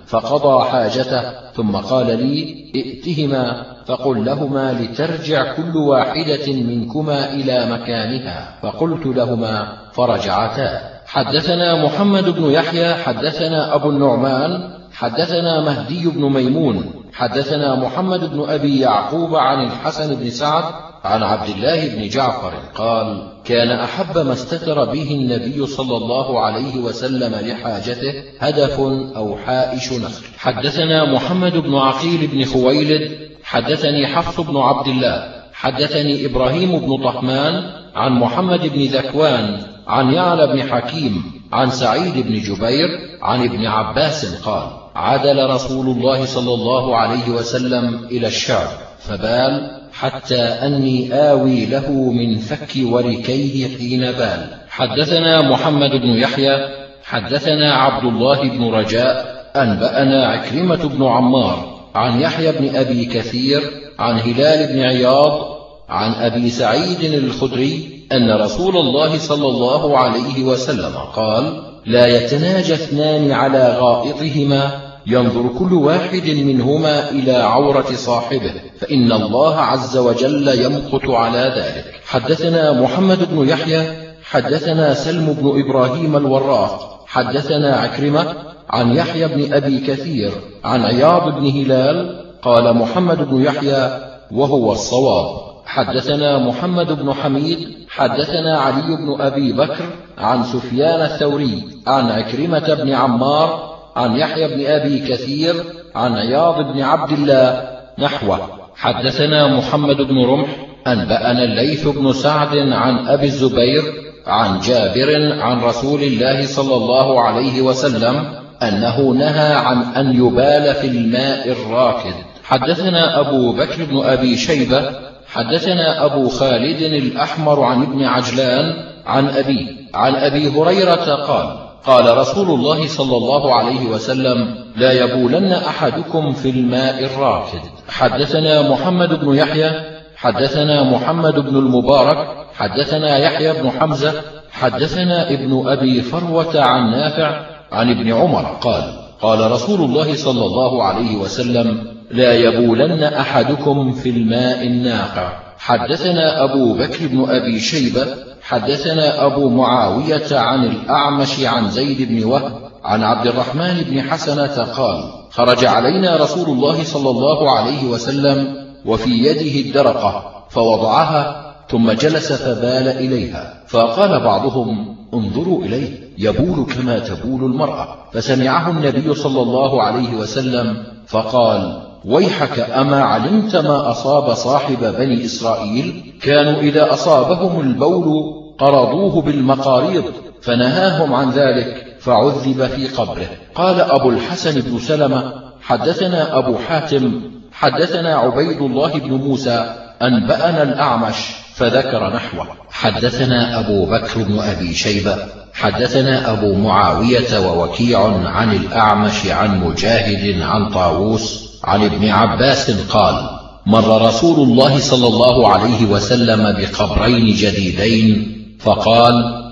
فقضى حاجته ثم قال لي: ائتهما فقل لهما لترجع كل واحدة منكما إلى مكانها. فقلت لهما فرجعتا. حدثنا محمد بن يحيى حدثنا أبو النعمان حدثنا مهدي بن ميمون حدثنا محمد بن أبي يعقوب عن الحسن بن سعد عن عبد الله بن جعفر قال: كان أحب ما استتر به النبي صلى الله عليه وسلم لحاجته هدف أو حائش نخل. حدثنا محمد بن عقيل بن خويلد حدثني حفص بن عبد الله حدثني إبراهيم بن طهمان عن محمد بن ذكوان عن يعلى بن حكيم عن سعيد بن جبير عن ابن عباس قال: عدل رسول الله صلى الله عليه وسلم إلى الشعب فبال حتى أني آوي له من فك وركيه حين بال. حدثنا محمد بن يحيى حدثنا عبد الله بن رجاء أنبأنا عكرمة بن عمار عن يحيى بن أبي كثير عن هلال بن عياض عن أبي سعيد الخدري أن رسول الله صلى الله عليه وسلم قال: لا يتناجى اثنان على غائطهما ينظر كل واحد منهما إلى عورة صاحبه فإن الله عز وجل يمقت على ذلك. حدثنا محمد بن يحيى حدثنا سلم بن إبراهيم الوراق حدثنا عكرمة عن يحيى بن أبي كثير عن عياض بن هلال قال محمد بن يحيى وهو الصواب. حدثنا محمد بن حميد حدثنا علي بن أبي بكر عن سفيان الثوري عن عكرمة بن عمار عن يحيى بن أبي كثير عن عياض بن عبد الله نحوه. حدثنا محمد بن رمح أنبأنا الليث بن سعد عن أبي الزبير عن جابر عن رسول الله صلى الله عليه وسلم أنه نهى عن أن يبال في الماء الراكد. حدثنا أبو بكر بن أبي شيبة حدثنا أبو خالد الأحمر عن ابن عجلان عن أبي عن أبي هريرة قال: قال رسول الله صلى الله عليه وسلم: لا يبولن أحدكم في الماء الراكد. حدثنا محمد بن يحيى حدثنا محمد بن المبارك حدثنا يحيى بن حمزة حدثنا ابن أبي فروة عن نافع عن ابن عمر قال: قال رسول الله صلى الله عليه وسلم: لا يبولن أحدكم في الماء الناقع. حدثنا أبو بكر بن أبي شيبة حدثنا أبو معاوية عن الأعمش عن زيد بن وهب عن عبد الرحمن بن حسنة قال: خرج علينا رسول الله صلى الله عليه وسلم وفي يده الدرقة فوضعها ثم جلس فبال إليها، فقال بعضهم: انظروا إليه يبول كما تبول المرأة. فسمعه النبي صلى الله عليه وسلم فقال: ويحك أما علمت ما أصاب صاحب بني إسرائيل؟ كانوا إذا أصابهم البول قرضوه بالمقاريض فنهاهم عن ذلك فعذب في قبره. قال أبو الحسن بن سلمة: حدثنا أبو حاتم حدثنا عبيد الله بن موسى أنبأنا الأعمش فذكر نحوه. حدثنا أبو بكر بن أبي شيبة حدثنا أبو معاوية ووكيع عن الأعمش عن مجاهد عن طاووس عن ابن عباس قال: مر رسول الله صلى الله عليه وسلم بقبرين جديدين فقال: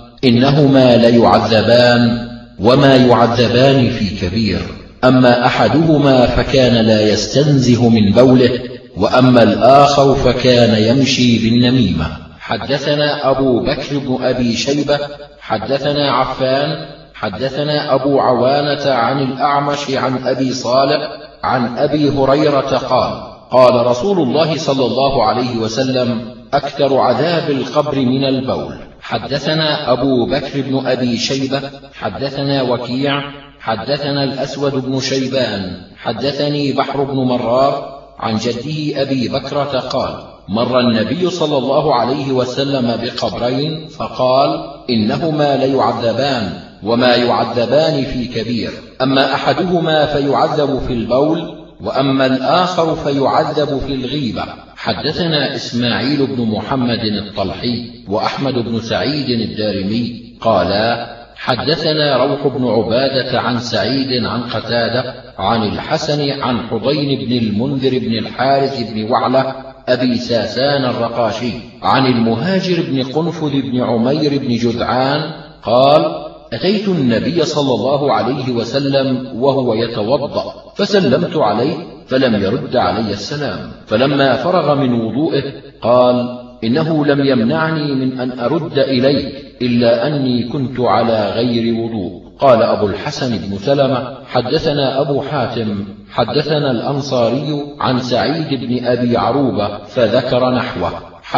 إنهما ليعذبان وما يعذبان في كبير، أما أحدهما فكان لا يستنزه من بوله، وأما الآخر فكان يمشي بالنميمة. حدثنا أبو بكر بن أبي شيبة حدثنا عفان حدثنا أبو عوانة عن الأعمش عن أبي صالح عن أبي هريرة قال: قال رسول الله صلى الله عليه وسلم: أكثر عذاب القبر من البول. حدثنا أبو بكر بن أبي شيبة حدثنا وكيع حدثنا الأسود بن شيبان حدثني بحر بن مرار عن جده أبي بكرة قال: مر النبي صلى الله عليه وسلم بقبرين فقال: إنهما ليعذبان وما يعذبان في كبير، أما أحدهما فيعذب في البول، وأما الآخر فيعذب في الغيبة. حدثنا إسماعيل بن محمد الطلحي وأحمد بن سعيد الدارمي قالا: حدثنا روح بن عبادة عن سعيد عن قتادة عن الحسن عن حضين بن المنذر بن الحارث بن وعلة أبي ساسان الرقاشي عن المهاجر بن قنفذ بن عمير بن جذعان قال: أتيت النبي صلى الله عليه وسلم وهو يتوضأ فسلمت عليه فلم يرد علي السلام، فلما فرغ من وضوئه قال: إنه لم يمنعني من أن أرد إليك إلا أني كنت على غير وضوء. قال أبو الحسن بن سلمة: حدثنا أبو حاتم حدثنا الأنصاري عن سعيد بن أبي عروبة فذكر نحوه.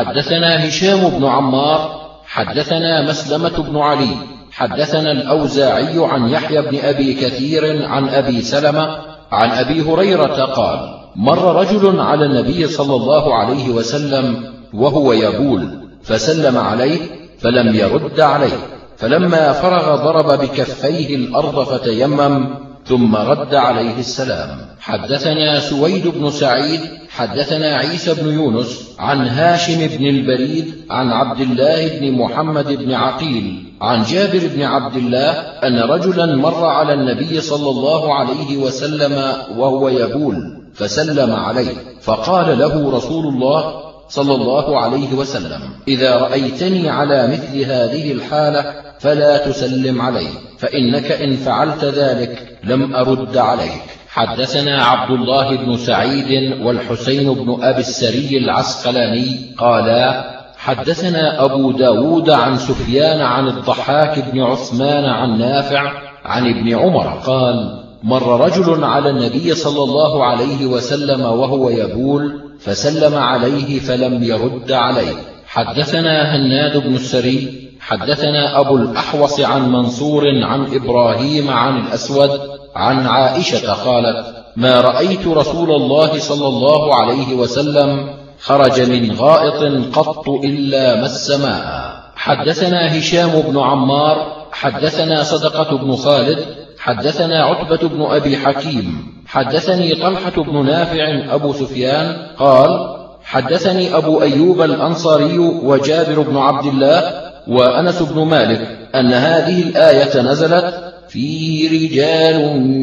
حدثنا هشام بن عمار حدثنا مسلمة بن علي حدثنا الأوزاعي عن يحيى بن أبي كثير عن أبي سلمة عن أبي هريرة قال: مر رجل على النبي صلى الله عليه وسلم وهو يبول فسلم عليه فلم يرد عليه، فلما فرغ ضرب بكفيه الأرض فتيمم ثم رد عليه السلام. حدثنا سويد بن سعيد حدثنا عيسى بن يونس عن هاشم بن البريد عن عبد الله بن محمد بن عقيل عن جابر بن عبد الله أن رجلا مر على النبي صلى الله عليه وسلم وهو يبول فسلم عليه، فقال له رسول الله صلى الله عليه وسلم: إذا رأيتني على مثل هذه الحالة فلا تسلم علي، فإنك إن فعلت ذلك لم أرد عليك. حدثنا عبد الله بن سعيد والحسين بن أبي السري العسقلاني قالا: حدثنا أبو داود عن سفيان عن الضحاك بن عثمان عن نافع عن ابن عمر قال: مر رجل على النبي صلى الله عليه وسلم وهو يبول فسلم عليه فلم يرد عليه. حدثنا هناد بن السري حدثنا أبو الأحوص عن منصور عن إبراهيم عن الأسود عن عائشة قالت: ما رأيت رسول الله صلى الله عليه وسلم خرج من غائط قط إلا مس ماء. حدثنا هشام بن عمار حدثنا صدقة بن خالد حدثنا عتبة بن أبي حكيم حدثني طلحة بن نافع أبو سفيان قال: حدثني أبو أيوب الأنصاري وجابر بن عبد الله وأنس بن مالك أن هذه الآية نزلت: فيه رجال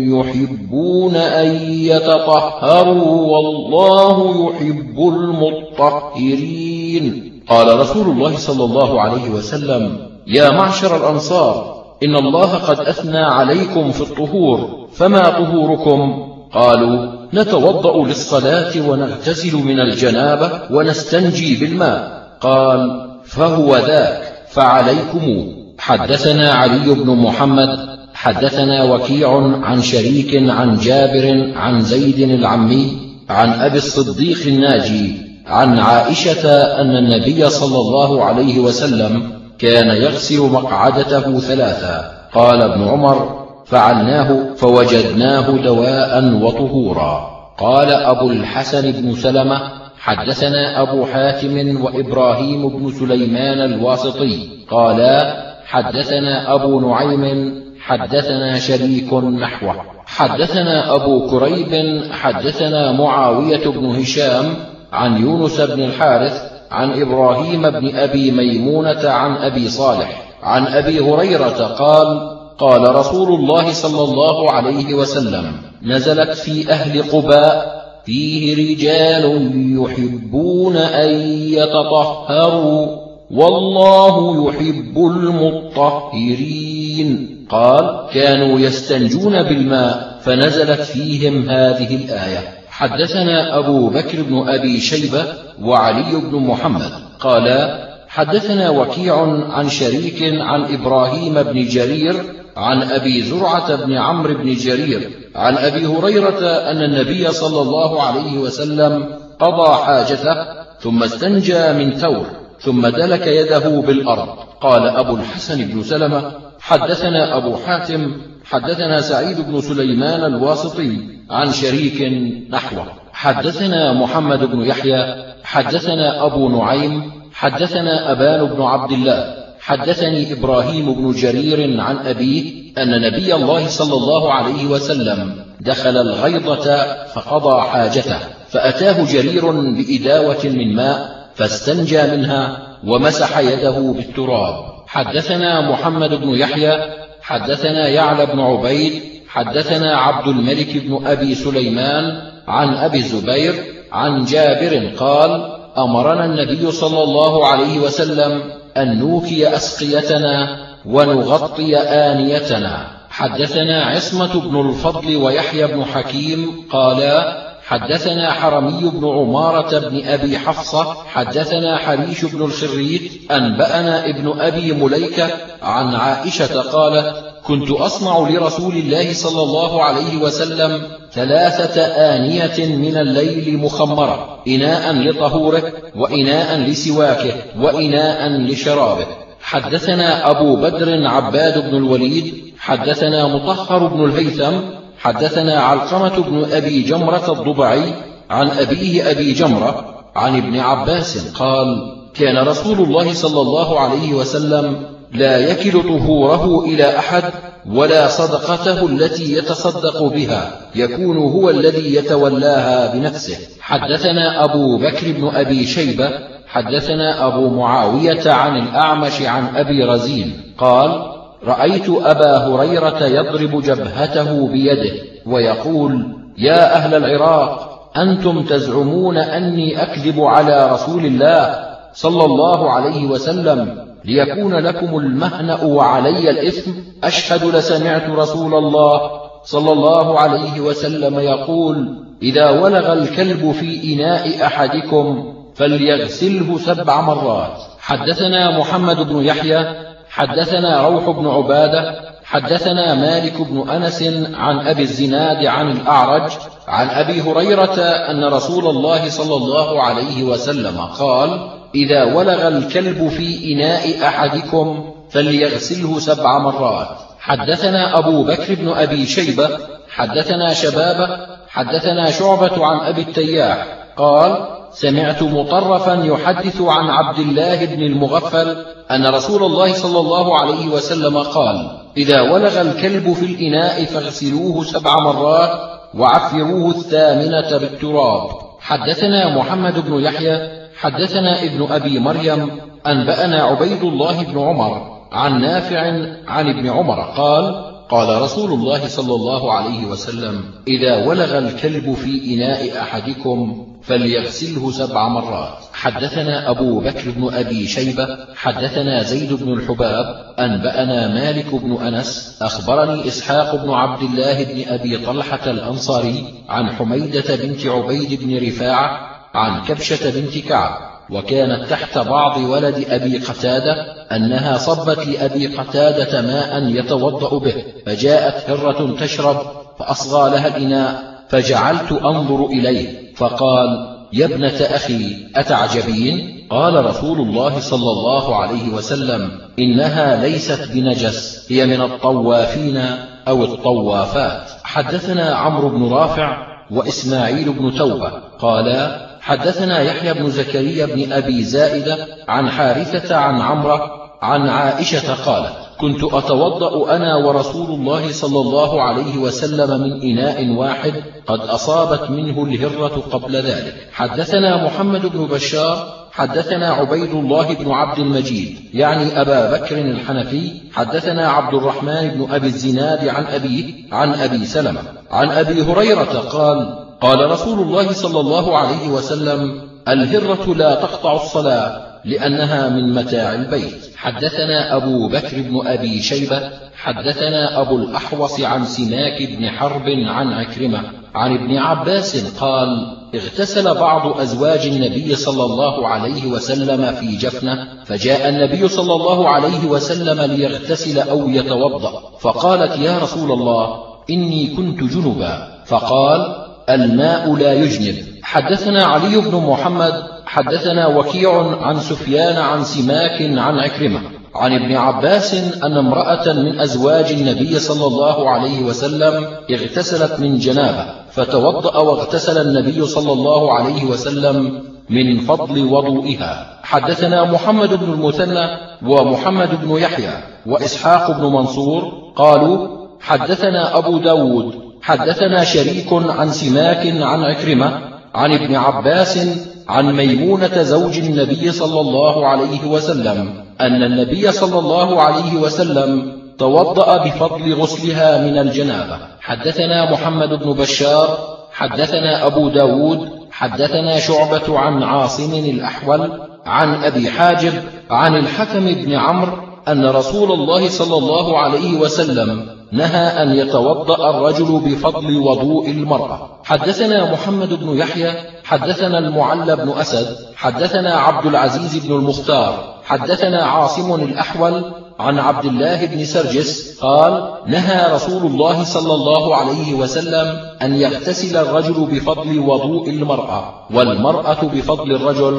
يحبون أن يتطهروا والله يحب المطهرين. قال رسول الله صلى الله عليه وسلم: يا معشر الأنصار، إن الله قد أثنى عليكم في الطهور، فما طهوركم؟ قالوا: نتوضأ للصلاة ونغتسل من الجنابة ونستنجي بالماء. قال: فهو ذاك، فعليكم. حدثنا علي بن محمد حدثنا وكيع عن شريك عن جابر عن زيد العمي عن أبي الصديق الناجي عن عائشة أن النبي صلى الله عليه وسلم كان يغسل مقعدته ثلاثا. قال ابن عمر: فعلناه فوجدناه دواء وطهورا. قال أبو الحسن بن سلمة: حدثنا أبو حاتم وإبراهيم بن سليمان الواسطي قالا: حدثنا أبو نعيم حدثنا شريك نحوه. حدثنا أبو كريب حدثنا معاوية بن هشام عن يونس بن الحارث عن إبراهيم بن أبي ميمونة عن أبي صالح عن أبي هريرة قال: قال رسول الله صلى الله عليه وسلم: نزلت في أهل قباء: فيه رجال يحبون أن يتطهروا والله يحب المطهرين. قال: كانوا يستنجون بالماء فنزلت فيهم هذه الآية. حدثنا أبو بكر بن أبي شيبة وعلي بن محمد قالا: حدثنا وكيع عن شريك عن إبراهيم بن جرير عن أبي زرعة بن عمرو بن جرير عن أبي هريرة أن النبي صلى الله عليه وسلم قضى حاجته ثم استنجى من ثور ثم دلك يده بالأرض. قال أبو الحسن بن سلمة: حدثنا أبو حاتم حدثنا سعيد بن سليمان الواسطي عن شريك نحوه. حدثنا محمد بن يحيى حدثنا أبو نعيم حدثنا أبان بن عبد الله حدثني إبراهيم بن جرير عن أبيه أن نبي الله صلى الله عليه وسلم دخل الغيضة فقضى حاجته، فأتاه جرير بإداوة من ماء فاستنجى منها ومسح يده بالتراب. حدثنا محمد بن يحيى حدثنا يعلى بن عبيد حدثنا عبد الملك بن أبي سليمان عن أبي الزبير عن جابر قال: أمرنا النبي صلى الله عليه وسلم أن نوكي أسقيتنا ونغطي آنيتنا. حدثنا عصمة بن الفضل ويحيى بن حكيم قالا حدثنا حرمي بن عمارة بن أبي حفصة حدثنا حريش بن الخريت أنبأنا ابن أبي مليكة عن عائشة قالت كنت أصنع لرسول الله صلى الله عليه وسلم ثلاثة آنية من الليل مخمرة، إناء لطهوره وإناء لسواكه وإناء لشرابه. حدثنا أبو بدر عباد بن الوليد حدثنا مطهر بن الهيثم حدثنا علقمة بن أبي جمرة الضبعي عن أبيه أبي جمرة عن ابن عباس قال كان رسول الله صلى الله عليه وسلم لا يكل طهوره إلى أحد ولا صدقته التي يتصدق بها، يكون هو الذي يتولاها بنفسه. حدثنا أبو بكر بن أبي شيبة حدثنا أبو معاوية عن الأعمش عن أبي رزين قال رأيت أبا هريرة يضرب جبهته بيده ويقول يا أهل العراق أنتم تزعمون أني أكذب على رسول الله صلى الله عليه وسلم ليكون لكم المهنأ وعلي الإثم؟ أشهد لسمعت رسول الله صلى الله عليه وسلم يقول إذا ولغ الكلب في إناء أحدكم فليغسله سبع مرات. حدثنا محمد بن يحيى حدثنا روح بن عبادة حدثنا مالك بن أنس عن أبي الزناد عن الأعرج عن أبي هريرة أن رسول الله صلى الله عليه وسلم قال إذا ولغ الكلب في إناء أحدكم فليغسله سبع مرات. حدثنا أبو بكر بن أبي شيبة حدثنا شبابة حدثنا شعبة عن أبي التياح قال سمعت مطرفا يحدث عن عبد الله بن المغفل أن رسول الله صلى الله عليه وسلم قال إذا ولغ الكلب في الإناء فاغسلوه سبع مرات وعفروه الثامنة بالتراب. حدثنا محمد بن يحيى حدثنا ابن أبي مريم أنبأنا عبيد الله بن عمر عن نافع عن ابن عمر قال قال رسول الله صلى الله عليه وسلم إذا ولغ الكلب في إناء أحدكم فليغسله سبع مرات. حدثنا أبو بكر بن أبي شيبة حدثنا زيد بن الحباب أنبأنا مالك بن أنس أخبرني إسحاق بن عبد الله بن أبي طلحة الأنصاري عن حميدة بنت عبيد بن رفاعة عن كبشة بنت كعب وكانت تحت بعض ولد أبي قتادة أنها صبت لأبي قتادة ماء يتوضأ به فجاءت هرة تشرب فأصغى لها الإناء فجعلت أنظر إليه فقال يا ابنة أخي أتعجبين؟ قال رسول الله صلى الله عليه وسلم إنها ليست بنجس هي من الطوافين أو الطوافات. حدثنا عمرو بن رافع وإسماعيل بن توبة قالا حدثنا يحيى بن زكريا بن أبي زائدة عن حارثة عن عمرة عن عائشة قالت كنت أتوضأ أنا ورسول الله صلى الله عليه وسلم من إناء واحد قد أصابت منه الهرة قبل ذلك. حدثنا محمد بن بشار حدثنا عبيد الله بن عبد المجيد يعني أبا بكر الحنفي حدثنا عبد الرحمن بن أبي الزناد عن أبيه عن أبي سلمة عن أبي هريرة قال قال رسول الله صلى الله عليه وسلم الهرة لا تقطع الصلاة لأنها من متاع البيت. حدثنا أبو بكر بن أبي شيبة حدثنا أبو الأحوص عن سماك بن حرب عن عكرمة عن ابن عباس قال اغتسل بعض أزواج النبي صلى الله عليه وسلم في جفنة فجاء النبي صلى الله عليه وسلم ليغتسل أو يتوضأ فقالت يا رسول الله إني كنت جنبا فقال الماء لا يجنب. حدثنا علي بن محمد حدثنا وكيع عن سفيان عن سماك عن عكرمة عن ابن عباس أن امرأة من أزواج النبي صلى الله عليه وسلم اغتسلت من جنابة فتوضأ واغتسل النبي صلى الله عليه وسلم من فضل وضوئها. حدثنا محمد بن المثنى ومحمد بن يحيى وإسحاق بن منصور قالوا حدثنا أبو داود حدثنا شريك عن سماك عن عكرمة عن ابن عباس عن ميمونة زوج النبي صلى الله عليه وسلم أن النبي صلى الله عليه وسلم توضأ بفضل غسلها من الجنابة. حدثنا محمد بن بشار حدثنا أبو داود حدثنا شعبة عن عاصم الأحول عن أبي حاجب عن الحكم بن عمرو أن رسول الله صلى الله عليه وسلم نهى أن يتوضأ الرجل بفضل وضوء المرأة. حدثنا محمد بن يحيى حدثنا المعلى بن أسد حدثنا عبد العزيز بن المختار حدثنا عاصم الأحول عن عبد الله بن سرجس قال نهى رسول الله صلى الله عليه وسلم أن يغتسل الرجل بفضل وضوء المرأة والمرأة بفضل الرجل،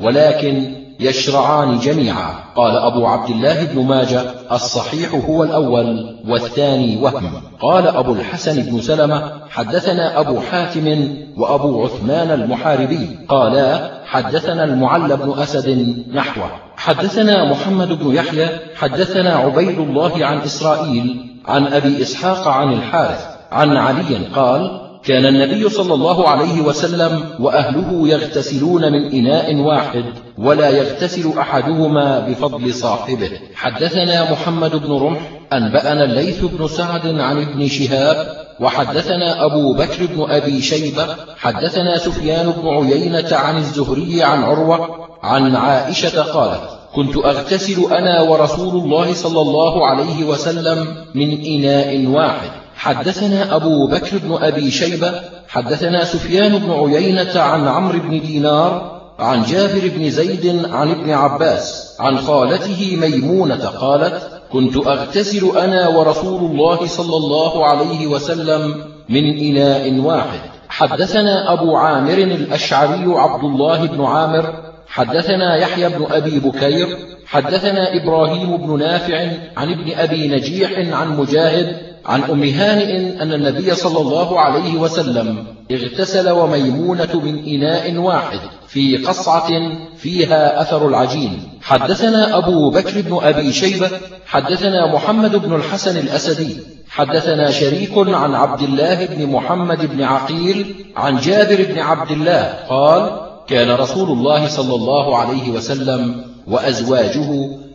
ولكن يشرعان جميعا. قال أبو عبد الله بن ماجه الصحيح هو الأول والثاني وهم. قال أبو الحسن بن سلمة حدثنا أبو حاتم وأبو عثمان المحاربي قالا حدثنا المعلى بن أسد نحوه. حدثنا محمد بن يحيى حدثنا عبيد الله عن إسرائيل عن أبي إسحاق عن الحارث عن علي قال كان النبي صلى الله عليه وسلم وأهله يغتسلون من إناء واحد ولا يغتسل أحدهما بفضل صاحبه. حدثنا محمد بن رمح أنبأنا الليث بن سعد عن ابن شهاب وحدثنا أبو بكر بن أبي شيبة حدثنا سفيان بن عيينة عن الزهري عن عروة عن عائشة قالت كنت أغتسل أنا ورسول الله صلى الله عليه وسلم من إناء واحد. حدثنا أبو بكر بن أبي شيبة حدثنا سفيان بن عيينة عن عمرو بن دينار عن جابر بن زيد عن ابن عباس عن خالته ميمونة قالت كنت أغتسل أنا ورسول الله صلى الله عليه وسلم من إناء واحد. حدثنا أبو عامر الأشعري عبد الله بن عامر حدثنا يحيى بن أبي بكير حدثنا إبراهيم بن نافع عن ابن أبي نجيح عن مجاهد عن أم هانئ أن النبي صلى الله عليه وسلم اغتسل وميمونة من إناء واحد في قصعة فيها أثر العجين. حدثنا أبو بكر بن أبي شيبة حدثنا محمد بن الحسن الأسدي حدثنا شريك عن عبد الله بن محمد بن عقيل عن جابر بن عبد الله قال كان رسول الله صلى الله عليه وسلم وأزواجه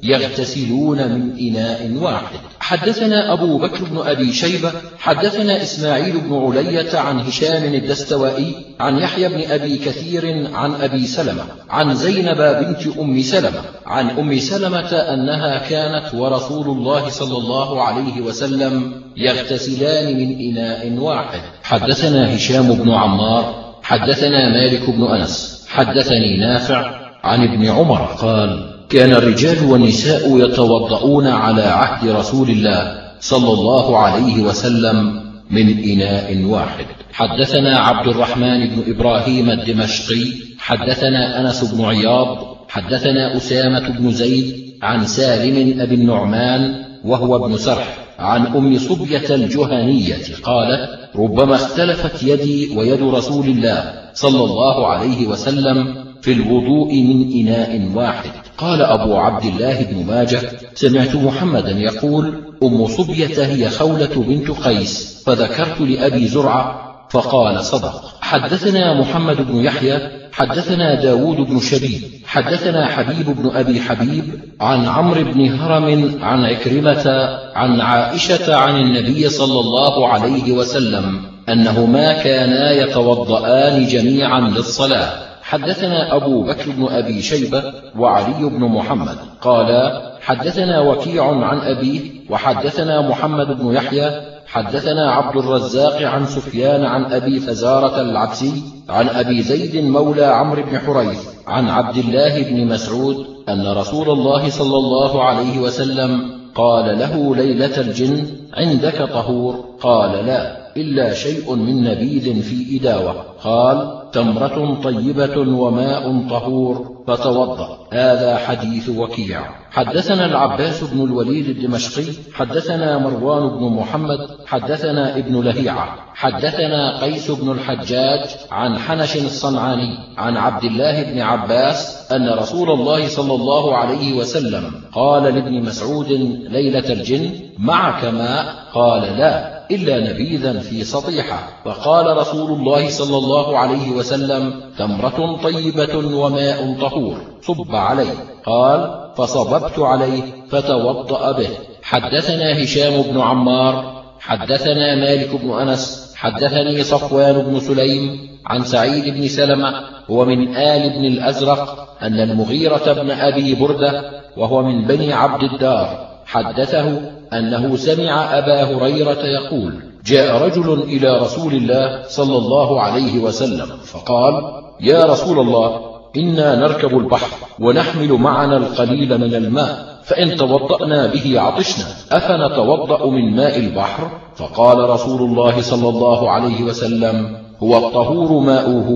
يغتسلون من إناء واحد. حدثنا أبو بكر بن أبي شيبة حدثنا إسماعيل بن علية عن هشام الدستوائي عن يحيى بن أبي كثير عن أبي سلمة عن زينب بنت أم سلمة عن أم سلمة أنها كانت ورسول الله صلى الله عليه وسلم يغتسلان من إناء واحد. حدثنا هشام بن عمار حدثنا مالك بن أنس حدثني نافع عن ابن عمر قال كان الرجال والنساء يتوضؤون على عهد رسول الله صلى الله عليه وسلم من إناء واحد. حدثنا عبد الرحمن بن إبراهيم الدمشقي حدثنا أنس بن عياض حدثنا أسامة بن زيد عن سالم أبي النعمان وهو ابن سرح عن أم صبية الجهنية قالت ربما اختلفت يدي ويد رسول الله صلى الله عليه وسلم في الوضوء من إناء واحد. قال أبو عبد الله بن ماجه سمعت محمدا يقول أم صبية هي خولة بنت قيس فذكرت لأبي زرعة فقال صدق. حدثنا محمد بن يحيى حدثنا داود بن شبيب حدثنا حبيب بن أبي حبيب عن عمرو بن هرم عن عكرمة عن عائشة عن النبي صلى الله عليه وسلم أنهما كانا يتوضآن جميعا للصلاة. حدثنا أبو بكر بن أبي شيبة وعلي بن محمد قالا حدثنا وكيع عن أبيه وحدثنا محمد بن يحيى حدثنا عبد الرزاق عن سفيان عن أبي فزارة العبسي عن أبي زيد مولى عمرو بن حريث عن عبد الله بن مسعود أن رسول الله صلى الله عليه وسلم قال له ليلة الجن عندك طهور؟ قال لا إلا شيء من نبيذ في إداوة. قال تمرة طيبة وماء طهور فتوضأ. هذا حديث وكيع. حدثنا العباس بن الوليد الدمشقي حدثنا مروان بن محمد حدثنا ابن لهيعة حدثنا قيس بن الحجاج عن حنش الصنعاني عن عبد الله بن عباس أن رسول الله صلى الله عليه وسلم قال لابن مسعود ليلة الجن معك ماء؟ قال لا إلا نبيذا في سطيحة. فقال رسول الله صلى الله عليه وسلم تمرة طيبة وماء طهور صب عليه. قال فصببت عليه فتوضأ به. حدثنا هشام بن عمار حدثنا مالك بن أنس حدثني صفوان بن سليم عن سعيد بن سلمة هو من آل بن الأزرق أن المغيرة بن أبي بردة وهو من بني عبد الدار حدثه أنه سمع أبا هريرة يقول: جاء رجل إلى رسول الله صلى الله عليه وسلم فقال: يا رسول الله، إنا نركب البحر ونحمل معنا القليل من الماء، فإن توضأنا به عطشنا، أفنتوضأ من ماء البحر؟ فقال رسول الله صلى الله عليه وسلم: هو الطهور ماؤه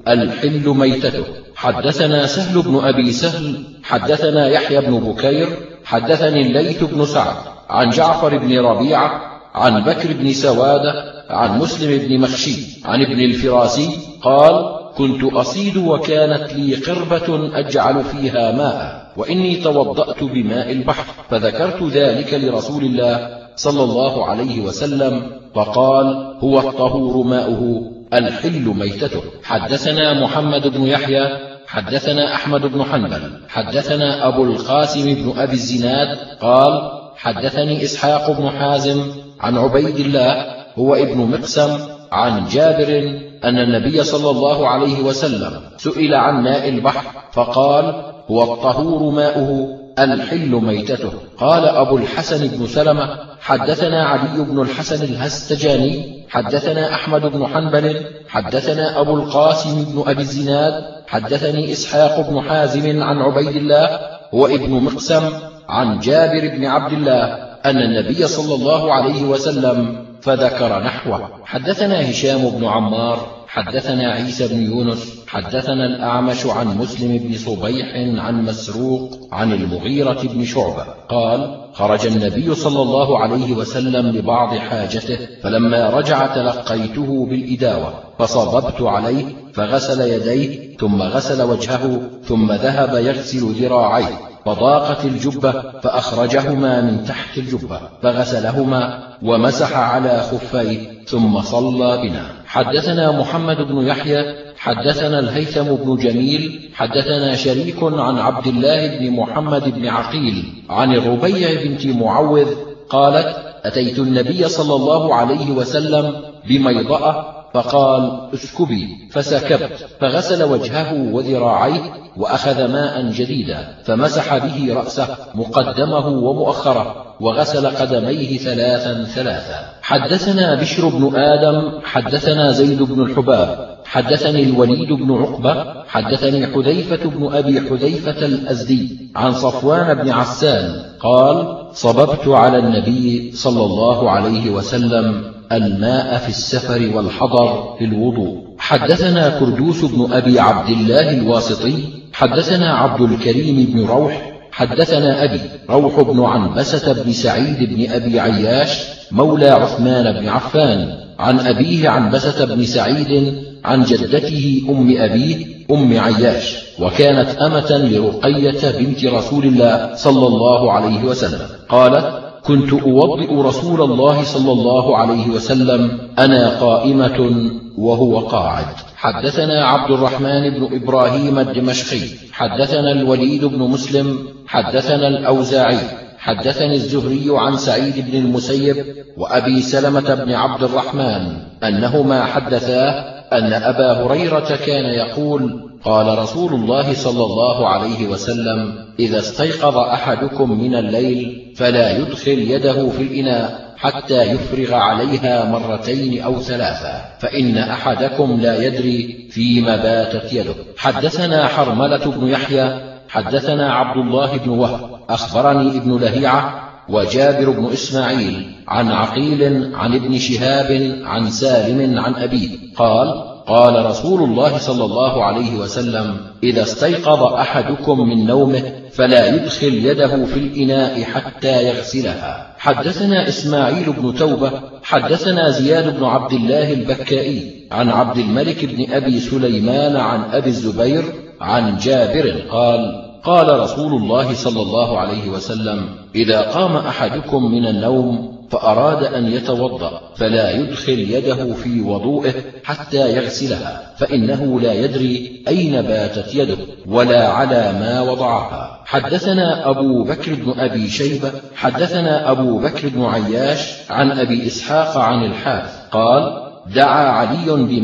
الحل ميتته. حدثنا سهل بن أبي سهل حدثنا يحيى بن بكير حدثني الليث بن سعد عن جعفر بن ربيعة عن بكر بن سوادة عن مسلم بن مخشي عن ابن الفراسي قال: كنت أصيد وكانت لي قربة أجعل فيها ماء، وإني توضأت بماء البحر، فذكرت ذلك لرسول الله صلى الله عليه وسلم فقال: هو الطهور ماؤه الحل ميتته. حدثنا محمد بن يحيى حدثنا أحمد بن حنبل حدثنا أبو القاسم بن أبي الزناد قال: حدثني إسحاق بن حازم عن عبيد الله هو ابن مقسم عن جابر أن النبي صلى الله عليه وسلم سئل عن ماء البحر فقال: هو الطهور ماؤه الحل ميتته. قال أبو الحسن بن سلمة: حدثنا علي بن الحسن الهستجاني حدثنا أحمد بن حنبل حدثنا أبو القاسم بن أبي الزناد حدثني إسحاق بن حازم عن عبيد الله هو ابن مقسم عن جابر بن عبد الله أن النبي صلى الله عليه وسلم فذكر نحوه. حدثنا هشام بن عمار حدثنا عيسى بن يونس حدثنا الأعمش عن مسلم بن صبيح عن مسروق عن المغيرة بن شعبة قال: خرج النبي صلى الله عليه وسلم لبعض حاجته، فلما رجع تلقيته بالإداوة فصببت عليه فغسل يديه ثم غسل وجهه ثم ذهب يغسل ذراعيه، فضاقت الجبة فأخرجهما من تحت الجبة فغسلهما ومسح على خفيه ثم صلى بنا. حدثنا محمد بن يحيى حدثنا الهيثم بن جميل حدثنا شريك عن عبد الله بن محمد بن عقيل عن الربيع بنت معوذ قالت: أتيت النبي صلى الله عليه وسلم بميضأة فقال: اسكبي، فسكبت فغسل وجهه وذراعيه وأخذ ماء جديدا فمسح به رأسه مقدمه ومؤخره وغسل قدميه ثلاثا ثلاثا. حدثنا بشر بن آدم حدثنا زيد بن الحباب حدثني الوليد بن عقبة حدثني حذيفة بن أبي حذيفة الأزدي عن صفوان بن عسان قال: صببت على النبي صلى الله عليه وسلم الماء في السفر والحضر في الوضوء. حدثنا كردوس بن أبي عبد الله الواسطي حدثنا عبد الكريم بن روح حدثنا أبي روح بن عنبسة بن سعيد بن أبي عياش مولى عثمان بن عفان عن أبيه عنبسة بن سعيد عن جدته أم أبيه أم عياش، وكانت أمة لرقية بنت رسول الله صلى الله عليه وسلم قالت: كنت أوضئ رسول الله صلى الله عليه وسلم أنا قائمة وهو قاعد. حدثنا عبد الرحمن بن إبراهيم الدمشقي حدثنا الوليد بن مسلم حدثنا الأوزاعي حدثني الزهري عن سعيد بن المسيب وأبي سلمة بن عبد الرحمن أنهما حدثاه أن أبا هريرة كان يقول: قال رسول الله صلى الله عليه وسلم: إذا استيقظ أحدكم من الليل فلا يدخل يده في الإناء حتى يفرغ عليها مرتين أو ثلاثا، فإن أحدكم لا يدري فيما باتت يده. حدثنا حرملة بن يحيى حدثنا عبد الله بن وهب أخبرني ابن لهيعة وجابر بن إسماعيل عن عقيل عن ابن شهاب عن سالم عن أبيه قال: قال رسول الله صلى الله عليه وسلم: إذا استيقظ أحدكم من نومه فلا يدخل يده في الإناء حتى يغسلها. حدثنا إسماعيل بن توبة حدثنا زياد بن عبد الله البكائي عن عبد الملك بن أبي سليمان عن أبي الزبير عن جابر قال: قال رسول الله صلى الله عليه وسلم: إذا قام أحدكم من النوم فأراد أن يتوضأ فلا يدخل يده في وضوئه حتى يغسلها، فإنه لا يدري أين باتت يده ولا على ما وضعها. حدثنا أبو بكر بن أبي شيبة حدثنا أبو بكر بن عياش عن أبي إسحاق عن الحارث قال: دعا علي بماء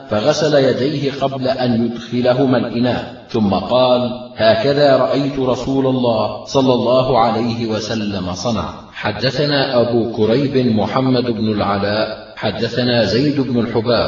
فغسل يديه قبل أن يدخلهما الإناء، ثم قال: هكذا رأيت رسول الله صلى الله عليه وسلم صنع. حدثنا أبو كريب محمد بن العلاء حدثنا زيد بن الحباب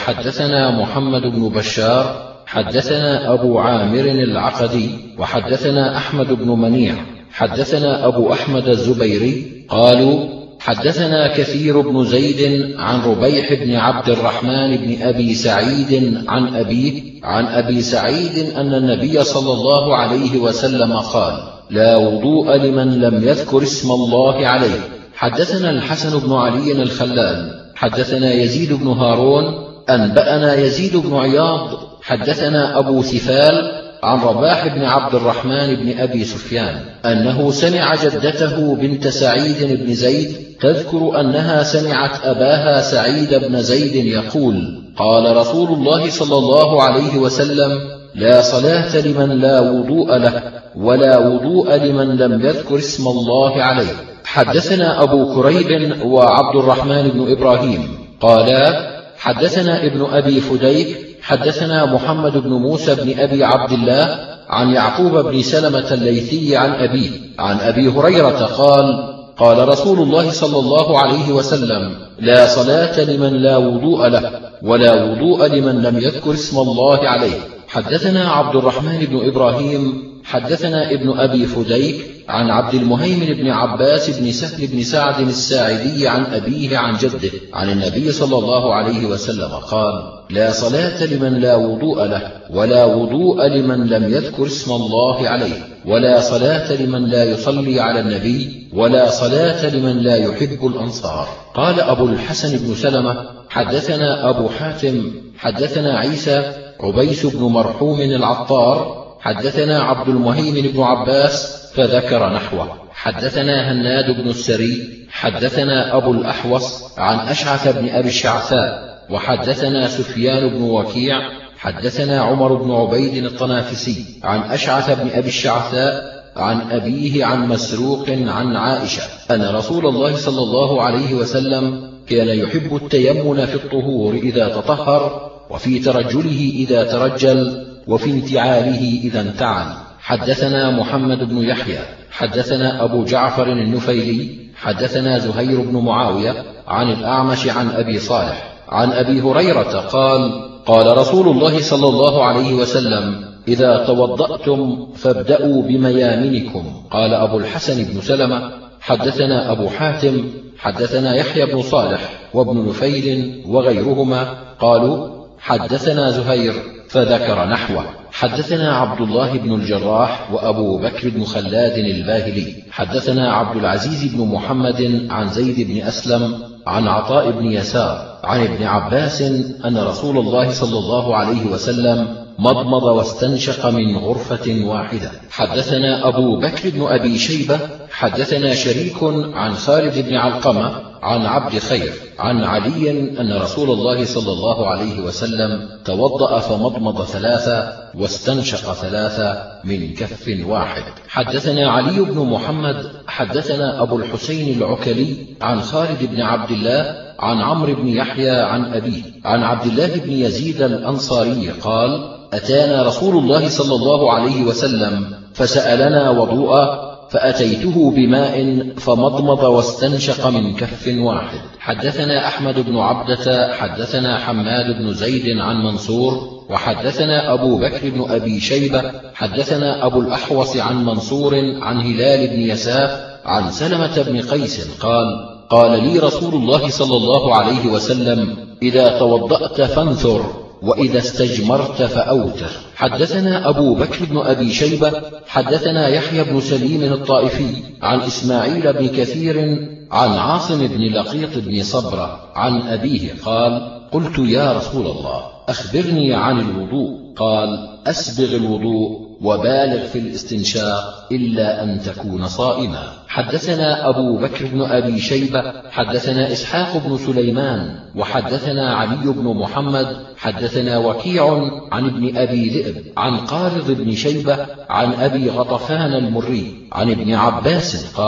وحدثنا محمد بن بشار حدثنا أبو عامر العقدي وحدثنا أحمد بن منيع حدثنا أبو أحمد الزبيري قالوا: حدثنا كثير بن زيد عن ربيح بن عبد الرحمن بن أبي سعيد عن أبيه عن أبي سعيد أن النبي صلى الله عليه وسلم قال: لا وضوء لمن لم يذكر اسم الله عليه. حدثنا الحسن بن علي الخلال حدثنا يزيد بن هارون أنبأنا يزيد بن عياض حدثنا أبو ثفال عن رباح بن عبد الرحمن بن أبي سفيان أنه سمع جدته بنت سعيد بن زيد تذكر أنها سمعت أباها سعيد بن زيد يقول: قال رسول الله صلى الله عليه وسلم: لا صلاة لمن لا وضوء له، ولا وضوء لمن لم يذكر اسم الله عليه. حدثنا أبو كريب وعبد الرحمن بن إبراهيم قالا: حدثنا ابن أبي فديك حدثنا محمد بن موسى بن أبي عبد الله عن يعقوب بن سلمة الليثي عن أبيه عن أبي هريرة قال: قال رسول الله صلى الله عليه وسلم: لا صلاة لمن لا وضوء له، ولا وضوء لمن لم يذكر اسم الله عليه. حدثنا عبد الرحمن بن إبراهيم حدثنا ابن أبي فديك عن عبد المهيمن بن عباس بن سهل بن سعد الساعدي عن أبيه عن جده عن النبي صلى الله عليه وسلم قال: لا صلاة لمن لا وضوء له، ولا وضوء لمن لم يذكر اسم الله عليه، ولا صلاة لمن لا يصلي على النبي، ولا صلاة لمن لا يحب الأنصار. قال أبو الحسن بن سلمة: حدثنا أبو حاتم حدثنا عيسى عبيس بن مرحوم العطار حدثنا عبد المهيمن بن عباس فذكر نحوه. حدثنا هناد بن السري حدثنا أبو الأحوص عن أشعث بن أبي الشعثاء وحدثنا سفيان بن وكيع حدثنا عمر بن عبيد الطنافسي عن أشعث بن أبي الشعثاء عن أبيه عن مسروق عن عائشة أن رسول الله صلى الله عليه وسلم كان يحب التيمن في الطهور إذا تطهر، وفي ترجله إذا ترجل، وفي انتعاله إذا انتعل. حدثنا محمد بن يحيى حدثنا أبو جعفر النفيلي حدثنا زهير بن معاوية عن الأعمش عن أبي صالح عن أبي هريرة قال: قال رسول الله صلى الله عليه وسلم: إذا توضأتم فابدأوا بميامنكم. قال أبو الحسن بن سلمة: حدثنا أبو حاتم حدثنا يحيى بن صالح وابن نفيل وغيرهما قالوا: حدثنا زهير فذكر نحوه. حدثنا عبد الله بن الجراح وأبو بكر بن خلاد الباهلي حدثنا عبد العزيز بن محمد عن زيد بن أسلم عن عطاء بن يسار عن ابن عباس أن رسول الله صلى الله عليه وسلم مضمض واستنشق من غرفة واحدة. حدثنا أبو بكر بن أبي شيبة حدثنا شريك عن خالد بن علقمة عن عبد خير عن علي أن رسول الله صلى الله عليه وسلم توضأ فمضمض ثلاثة واستنشق ثلاثة من كف واحد. حدثنا علي بن محمد حدثنا أبو الحسين العكلي عن خالد بن عبد الله عن عمرو بن يحيى عن أبيه عن عبد الله بن يزيد الأنصاري قال: أتانا رسول الله صلى الله عليه وسلم فسألنا وضوءا فأتيته بماء فمضمض واستنشق من كف واحد. حدثنا أحمد بن عبدة حدثنا حماد بن زيد عن منصور وحدثنا أبو بكر بن أبي شيبة حدثنا أبو الأحوص عن منصور عن هلال بن يساف عن سلمة بن قيس قال: قال لي رسول الله صلى الله عليه وسلم: إذا توضأت فانثر، وإذا استجمرت فأوتر. حدثنا أبو بكر بن أبي شيبة حدثنا يحيى بن سليم الطائفي عن إسماعيل بن كثير عن عاصم بن لقيط بن صبرة عن أبيه قال: قلت يا رسول الله أخبرني عن الوضوء. قال: أسبغ الوضوء وبالغ في الاستنشاق إلا أن تكون صائما. حدثنا أبو بكر بن أبي شيبة حدثنا إسحاق بن سليمان وحدثنا علي بن محمد حدثنا وكيع عن ابن أبي ذئب عن قارض بن شيبة عن أبي غطفان المري عن ابن عباس قال: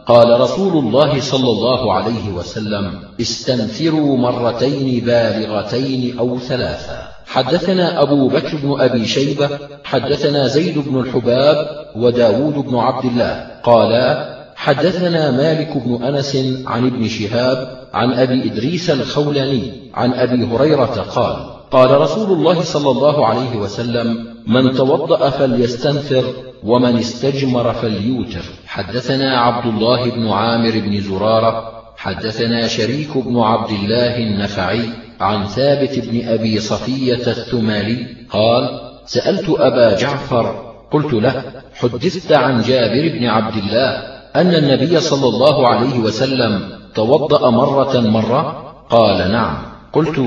قال رسول الله صلى الله عليه وسلم: استنثروا مرتين بالغتين أو ثلاثا. حدثنا أبو بكر بن أبي شيبة حدثنا زيد بن الحباب وداود بن عبد الله قالا: حدثنا مالك بن أنس عن ابن شهاب عن أبي إدريس الخولاني عن أبي هريرة قال: قال رسول الله صلى الله عليه وسلم: من توضأ فليستنثر ومن استجمر فليوتر. حدثنا عبد الله بن عامر بن زرارة حدثنا شريك بن عبد الله النفعي عن ثابت بن أبي صفية الثمالي قال: سألت أبا جعفر قلت له: حدثت عن جابر بن عبد الله أن النبي صلى الله عليه وسلم توضأ مرة مرة؟ قال: نعم. قلت: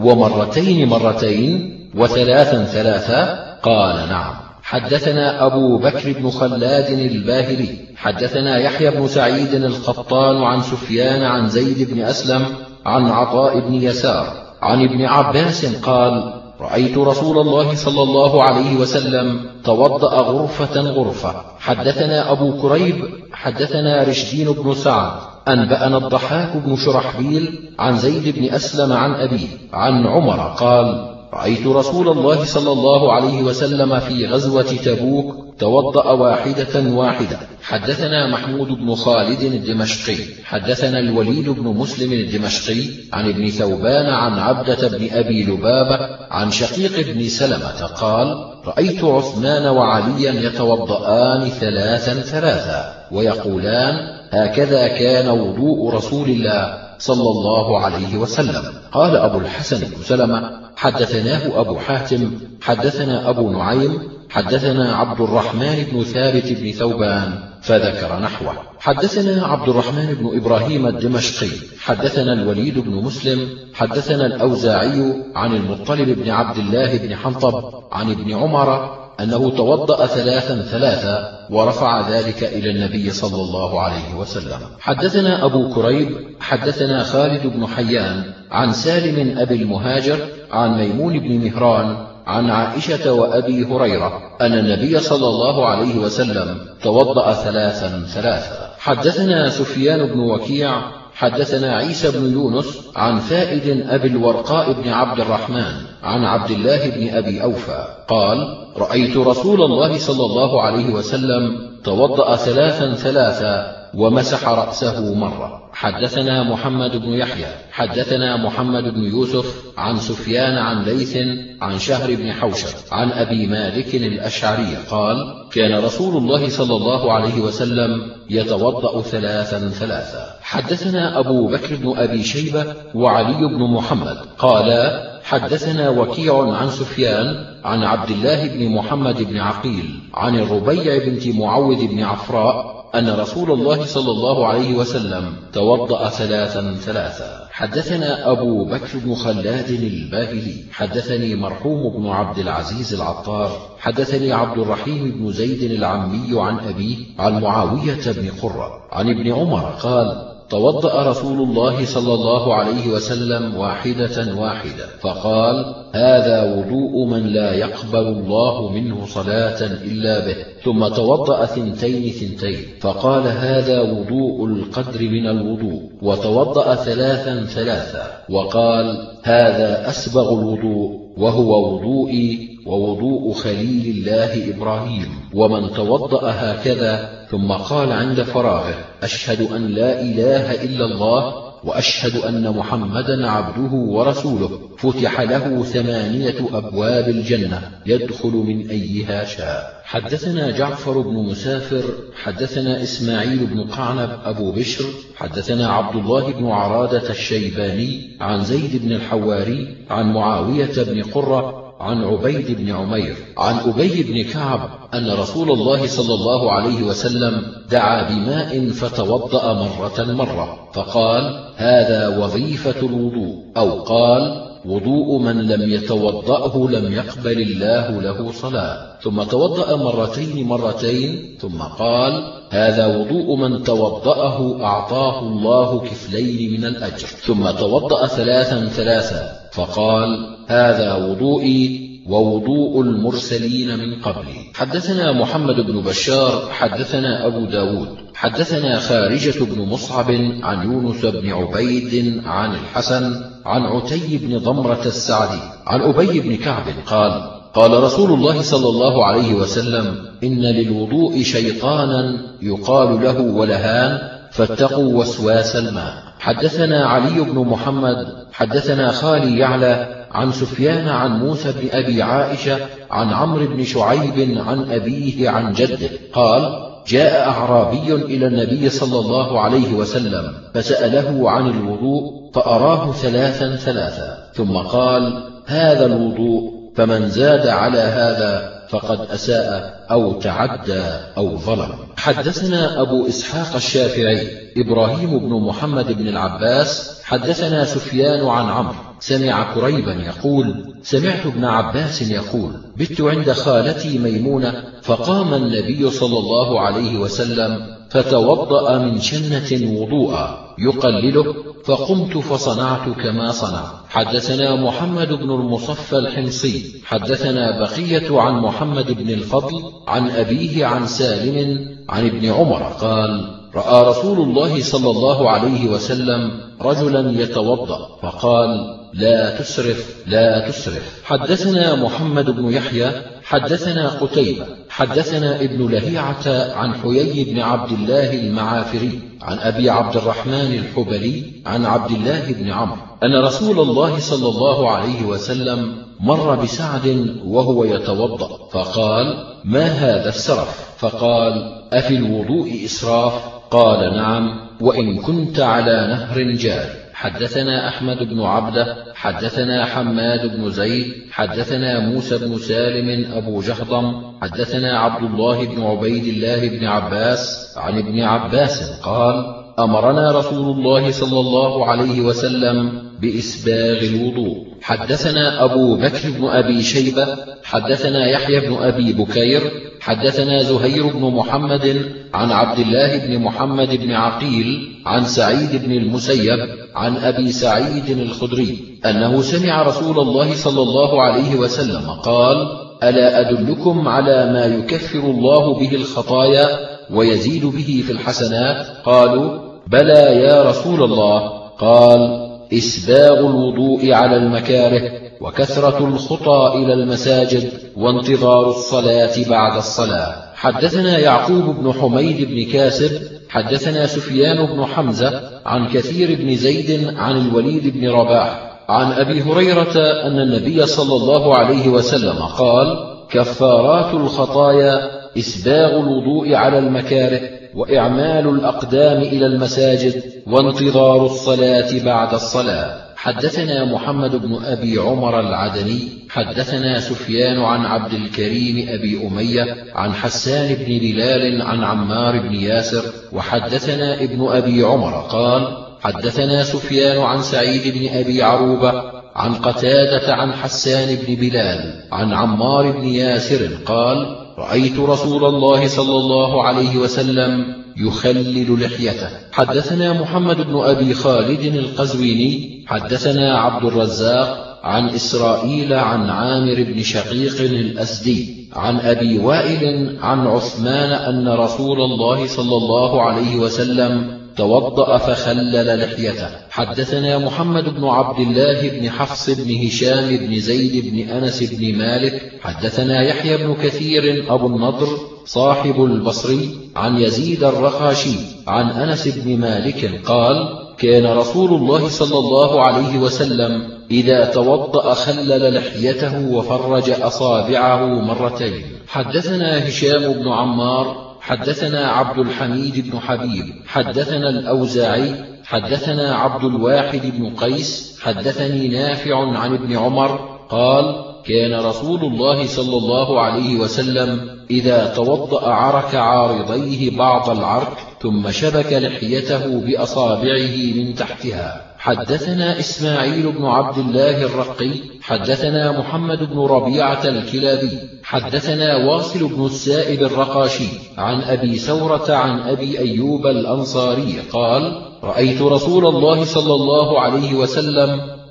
ومرتين مرتين وثلاثا ثلاثا؟ قال: نعم. حدثنا أبو بكر بن خلاد الباهلي حدثنا يحيى بن سعيد القطان عن سفيان عن زيد بن أسلم عن عطاء بن يسار عن ابن عباس قال: رأيت رسول الله صلى الله عليه وسلم توضأ غرفة غرفة. حدثنا أبو كريب حدثنا رشدين بن سعد أنبأنا الضحاك بن شرحبيل عن زيد بن أسلم عن أبيه عن عمر قال: رأيت رسول الله صلى الله عليه وسلم في غزوة تبوك توضأ واحدة واحدة. حدثنا محمود بن خالد الدمشقي حدثنا الوليد بن مسلم الدمشقي عن ابن ثوبان عن عبدة بن أبي لبابة عن شقيق بن سلمة قال: رأيت عثمان وعليا يتوضآن ثلاثا ثلاثا ويقولان: هكذا كان وضوء رسول الله صلى الله عليه وسلم. قال أبو الحسن بن سلمة: حدثناه أبو حاتم حدثنا أبو نعيم حدثنا عبد الرحمن بن ثابت بن ثوبان فذكر نحوه. حدثنا عبد الرحمن بن إبراهيم الدمشقي حدثنا الوليد بن مسلم حدثنا الأوزاعي عن المطلب بن عبد الله بن حنطب عن ابن عمر أنه توضأ ثلاثا ثلاثا ورفع ذلك إلى النبي صلى الله عليه وسلم. حدثنا أبو كريب حدثنا خالد بن حيان عن سالم أبي المهاجر عن ميمون بن مهران عن عائشة وأبي هريرة أن النبي صلى الله عليه وسلم توضأ ثلاثا ثلاثا. حدثنا سفيان بن وكيع حدثنا عيسى بن يونس عن فائد أبي الورقاء بن عبد الرحمن عن عبد الله بن أبي أوفى قال: رأيت رسول الله صلى الله عليه وسلم توضأ ثلاثا ثلاثا ومسح رأسه مرة. حدثنا محمد بن يحيى حدثنا محمد بن يوسف عن سفيان عن ليث عن شهر بن حوشب عن أبي مالك الأشعري قال: كان رسول الله صلى الله عليه وسلم يتوضأ ثلاثا ثلاثا. حدثنا أبو بكر بن أبي شيبة وعلي بن محمد قالا: حدثنا وكيع عن سفيان عن عبد الله بن محمد بن عقيل عن الربيع بنت معوذ بن عفراء أن رسول الله صلى الله عليه وسلم توضأ ثلاثا ثلاثا. حدثنا أبو بكر بن خلاد الباهلي حدثني مرحوم بن عبد العزيز العطار حدثني عبد الرحيم بن زيد العمي عن أبيه عن معاوية بن قرة عن ابن عمر قال: توضأ رسول الله صلى الله عليه وسلم واحدة واحدة فقال: هذا وضوء من لا يقبل الله منه صلاة إلا به. ثم توضأ ثنتين ثنتين فقال: هذا وضوء القدر من الوضوء. وتوضأ ثلاثا ثلاثا وقال: هذا أسبغ الوضوء وهو وضوئي ووضوء خليل الله إبراهيم. ومن توضأ هكذا ثم قال عند فراغه: أشهد أن لا إله إلا الله وأشهد أن محمدا عبده ورسوله، فتح له ثمانية أبواب الجنة يدخل من أيها شاء. حدثنا جعفر بن مسافر حدثنا إسماعيل بن قعنب أبو بشر حدثنا عبد الله بن عرادة الشيباني عن زيد بن الحواري عن معاوية بن قرة عن عبيد بن عمير عن أبي بن كعب أن رسول الله صلى الله عليه وسلم دعا بماء فتوضأ مرة مرة فقال: هذا وظيفة الوضوء، أو قال: وضوء من لم يتوضأه لم يقبل الله له صلاة. ثم توضأ مرتين مرتين ثم قال: هذا وضوء من توضأه أعطاه الله كفلين من الأجر. ثم توضأ ثلاثا ثلاثا فقال: هذا وضوئي ووضوء المرسلين من قبلي. حدثنا محمد بن بشار حدثنا أبو داود حدثنا خارجة بن مصعب عن يونس بن عبيد عن الحسن عن عتي بن ضمرة السعدي عن أبي بن كعب قال قال رسول الله صلى الله عليه وسلم إن للوضوء شيطانا يقال له ولهان فاتقوا وسواس الماء. حدثنا علي بن محمد حدثنا خالي يعلى عن سفيان عن موسى بن أبي عائشة عن عمرو بن شعيب عن أبيه عن جده قال جاء أعرابي إلى النبي صلى الله عليه وسلم فسأله عن الوضوء فأراه ثلاثا ثلاثا ثم قال هذا الوضوء فمن زاد على هذا فقد أساء أو تعدى أو ظلم. حدثنا أبو إسحاق الشافعي إبراهيم بن محمد بن العباس حدثنا سفيان عن عمرو سمع كريبا يقول سمعت ابن عباس يقول بت عند خالتي ميمونة فقام النبي صلى الله عليه وسلم فتوضأ من شنة وضوءا يقلله فقمت فصنعت كما صنع. حدثنا محمد بن المصفى الحمصي حدثنا بقية عن محمد بن الفضل عن أبيه عن سالم عن ابن عمر قال رأى رسول الله صلى الله عليه وسلم رجلا يتوضأ فقال لا تسرف لا تسرف. حدثنا محمد بن يحيى حدثنا قتيبة حدثنا ابن لهيعة عن حيي بن عبد الله المعافري عن أبي عبد الرحمن الحبلي عن عبد الله بن عمرو أن رسول الله صلى الله عليه وسلم مر بسعد وهو يتوضأ فقال ما هذا السرف؟ فقال أفي الوضوء إسراف؟ قال نعم وإن كنت على نهر جاري. حدثنا أحمد بن عبده حدثنا حماد بن زيد حدثنا موسى بن سالم أبو جهضم حدثنا عبد الله بن عبيد الله بن عباس عن ابن عباس قال أمرنا رسول الله صلى الله عليه وسلم بإسباغ الوضوء. حدثنا أبو بكر بن أبي شيبة حدثنا يحيى بن أبي بكير حدثنا زهير بن محمد عن عبد الله بن محمد بن عقيل عن سعيد بن المسيب عن أبي سعيد الخدري أنه سمع رسول الله صلى الله عليه وسلم قال ألا أدلكم على ما يكفر الله به الخطايا ويزيد به في الحسنات؟ قالوا بلى يا رسول الله. قال إسباغ الوضوء على المكاره وكثرة الخطى إلى المساجد وانتظار الصلاة بعد الصلاة. حدثنا يعقوب بن حميد بن كاسب حدثنا سفيان بن حمزة عن كثير بن زيد عن الوليد بن رباح عن أبي هريرة أن النبي صلى الله عليه وسلم قال كفارات الخطايا إسباغ الوضوء على المكاره وإعمال الأقدام إلى المساجد وانتظار الصلاة بعد الصلاة. حدثنا محمد بن أبي عمر العدني حدثنا سفيان عن عبد الكريم أبي أمية عن حسان بن بلال عن عمار بن ياسر وحدثنا ابن أبي عمر قال حدثنا سفيان عن سعيد بن أبي عروبة عن قتادة عن حسان بن بلال عن عمار بن ياسر قال رأيت رسول الله صلى الله عليه وسلم يخلل لحيته. حدثنا محمد بن أبي خالد القزويني حدثنا عبد الرزاق عن إسرائيل عن عامر بن شقيق الأسدي عن أبي وائل عن عثمان أن رسول الله صلى الله عليه وسلم توضأ فخلل لحيته. حدثنا محمد بن عبد الله بن حفص بن هشام بن زيد بن أنس بن مالك حدثنا يحيى بن كثير أبو النضر صاحب البصري عن يزيد الرقاشي عن أنس بن مالك قال كان رسول الله صلى الله عليه وسلم إذا توضأ خلل لحيته وفرج أصابعه مرتين. حدثنا هشام بن عمار حدثنا عبد الحميد بن حبيب حدثنا الأوزاعي حدثنا عبد الواحد بن قيس حدثني نافع عن ابن عمر قال كان رسول الله صلى الله عليه وسلم إذا توضأ عرك عارضيه بعض العرك ثم شبك لحيته بأصابعه من تحتها. حدثنا إسماعيل بن عبد الله الرقي حدثنا محمد بن ربيعة الكلابي حدثنا واصل بن السائب الرقاشي عن أبي ثورة عن أبي أيوب الأنصاري قال رأيت رسول الله صلى الله عليه وسلم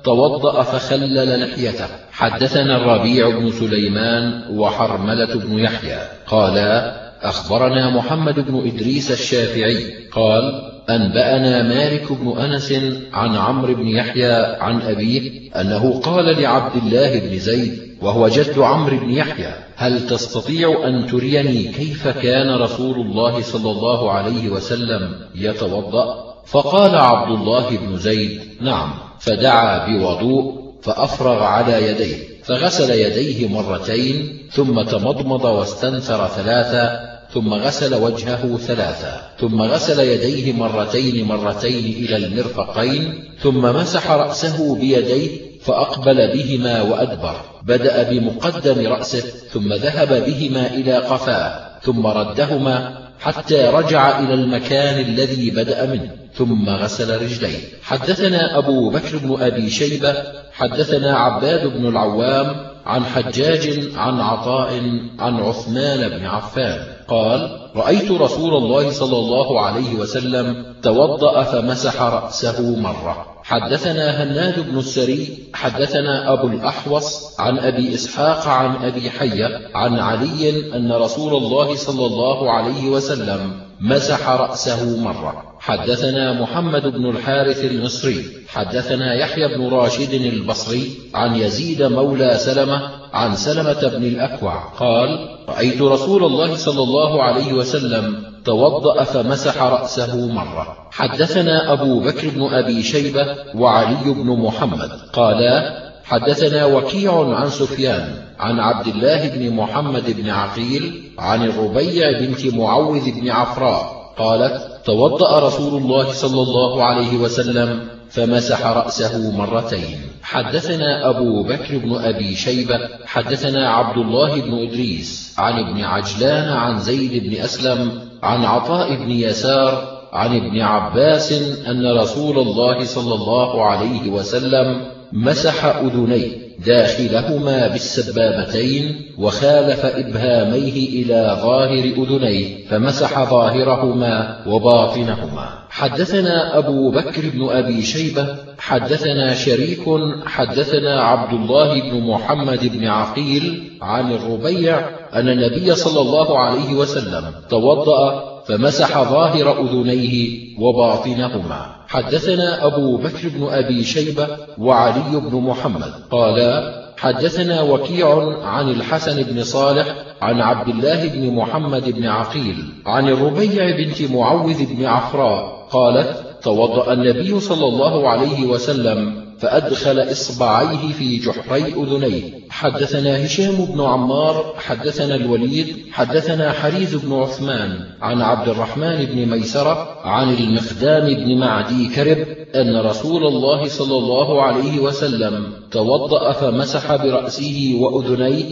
توضأ فخلل لحيته. حدثنا الربيع بن سليمان وحرملة بن يحيى قالا أخبرنا محمد بن إدريس الشافعي قال أنبأنا مالك بن أنس عن عمرو بن يحيى عن أبيه أنه قال لعبد الله بن زيد وهو جد عمرو بن يحيى هل تستطيع أن تريني كيف كان رسول الله صلى الله عليه وسلم يتوضأ؟ فقال عبد الله بن زيد نعم، فدعا بوضوء فأفرغ على يديه فغسل يديه مرتين ثم تمضمض واستنثر ثلاثا ثم غسل وجهه ثلاثا ثم غسل يديه مرتين مرتين إلى المرفقين ثم مسح رأسه بيديه فأقبل بهما وأدبر، بدأ بمقدم رأسه ثم ذهب بهما إلى قفاه ثم ردهما حتى رجع إلى المكان الذي بدأ منه ثم غسل رجليه. حدثنا أبو بكر بن أبي شيبة حدثنا عباد بن العوام عن حجاج عن عطاء عن عثمان بن عفان قال رأيت رسول الله صلى الله عليه وسلم توضأ فمسح رأسه مرة. حدثنا هناد بن السري حدثنا أبو الأحوص عن أبي إسحاق عن أبي حية عن علي أن رسول الله صلى الله عليه وسلم مسح رأسه مرة. حدثنا محمد بن الحارث المصري حدثنا يحيى بن راشد البصري عن يزيد مولى سلمة عن سلمة بن الأكوع قال رأيت رسول الله صلى الله عليه وسلم توضأ فمسح رأسه مرة. حدثنا أبو بكر بن أبي شيبة وعلي بن محمد قالا حدثنا وكيع عن سفيان عن عبد الله بن محمد بن عقيل عن الربيع بنت معوذ بن عفراء قالت توضأ رسول الله صلى الله عليه وسلم فمسح رأسه مرتين. حدثنا أبو بكر بن أبي شيبة حدثنا عبد الله بن إدريس عن ابن عجلان عن زيد بن أسلم عن عطاء بن يسار عن ابن عباس أن رسول الله صلى الله عليه وسلم مسح أذنيه داخلهما بالسبابتين وخالف إبهاميه إلى ظاهر أذنيه فمسح ظاهرهما وباطنهما. حدثنا أبو بكر بن أبي شيبة حدثنا شريك حدثنا عبد الله بن محمد بن عقيل عن الربيع أن النبي صلى الله عليه وسلم توضأ فمسح ظاهر أذنيه وباطنهما. حدثنا أبو بكر بن أبي شيبة وعلي بن محمد قالا حدثنا وكيع عن الحسن بن صالح عن عبد الله بن محمد بن عقيل عن الربيع بنت معوذ بن عفراء قالت توضأ النبي صلى الله عليه وسلم فأدخل إصبعيه في جحري أذنيه. حدثنا هشام بن عمار حدثنا الوليد حدثنا حريث بن عثمان عن عبد الرحمن بن ميسرة عن المخدام بن معدي كرب أن رسول الله صلى الله عليه وسلم توضأ فمسح برأسه وأذنيه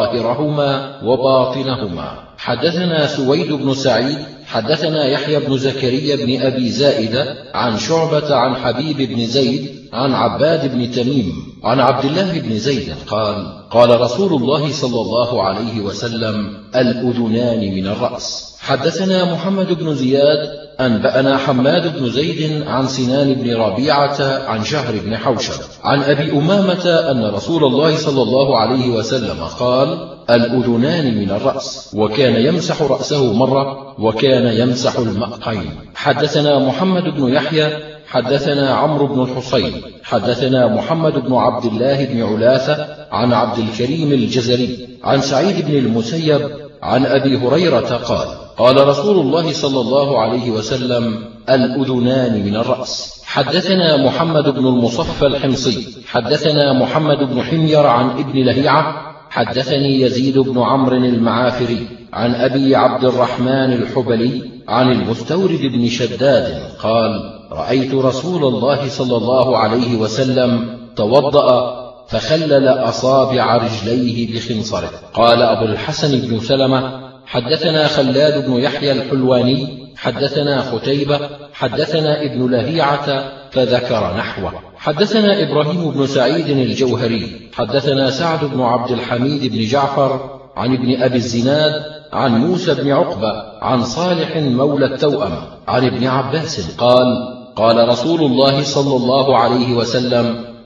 ظاهرهما وباطنهما. حدثنا سويد بن سعيد حدثنا يحيى بن زكريا بن أبي زائدة عن شعبة عن حبيب بن زيد عن عباد بن تميم عن عبد الله بن زيد قال قال رسول الله صلى الله عليه وسلم الأذنان من الرأس. حدثنا محمد بن زياد أنبأنا حماد بن زيد عن سنان بن ربيعة عن شهر بن حوشب عن أبي أمامة أن رسول الله صلى الله عليه وسلم قال الأذنان من الرأس وكان يمسح رأسه مرة وكان يمسح المأقين. حدثنا محمد بن يحيى حدثنا عمرو بن الحصين حدثنا محمد بن عبد الله بن علاثة عن عبد الكريم الجزري عن سعيد بن المسيب عن أبي هريرة قال قال رسول الله صلى الله عليه وسلم الأذنان من الرأس. حدثنا محمد بن المصفى الحمصي حدثنا محمد بن حمير عن ابن لهيعة حدثني يزيد بن عمرو المعافري عن أبي عبد الرحمن الحبلي عن المستورد بن شداد قال رأيت رسول الله صلى الله عليه وسلم توضأ فخلل أصابع رجليه بخنصره. قال أبو الحسن بن سلمة حدثنا خلاد بن يحيى الحلواني حدثنا ختيبة حدثنا ابن لهيعة فذكر نحوه. حدثنا إبراهيم بن سعيد الجوهري حدثنا سعد بن عبد الحميد بن جعفر عن ابن أبي الزناد عن موسى بن عقبة عن صالح مولى التوأم عن ابن عباس قال قال رسول الله صلى الله عليه وسلم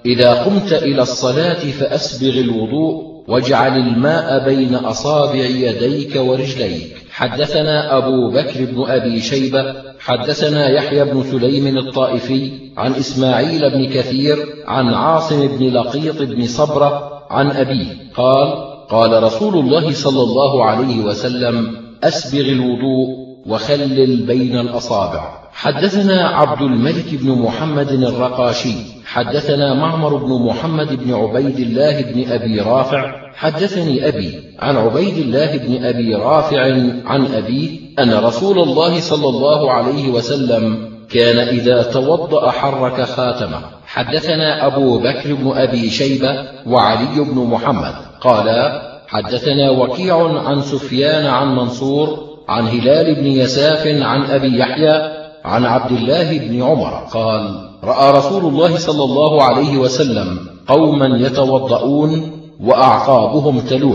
إذا قمت إلى الصلاة فأسبغ الوضوء واجعل الماء بين أصابع يديك ورجليك. حدثنا أبو بكر بن أبي شيبة حدثنا يحيى بن سليم الطائفي عن إسماعيل بن كثير عن عاصم بن لقيط بن صبرة عن أبيه قال قال رسول الله صلى الله عليه وسلم أسبغ الوضوء وخلل بين الأصابع. حدثنا عبد الملك بن محمد الرقاشي حدثنا معمر بن محمد بن عبيد الله بن أبي رافع حدثني أبي عن عبيد الله بن أبي رافع عن أبيه أن رسول الله صلى الله عليه وسلم كان إذا توضأ حرك خاتمه. حدثنا أبو بكر بن أبي شيبة وعلي بن محمد قالا حدثنا وكيع عن سفيان عن منصور عن هلال بن يساف عن أبي يحيى عن عبد الله بن عمر قال رأى رسول الله صلى الله عليه وسلم قوما يتوضؤون وأعقابهم تلوح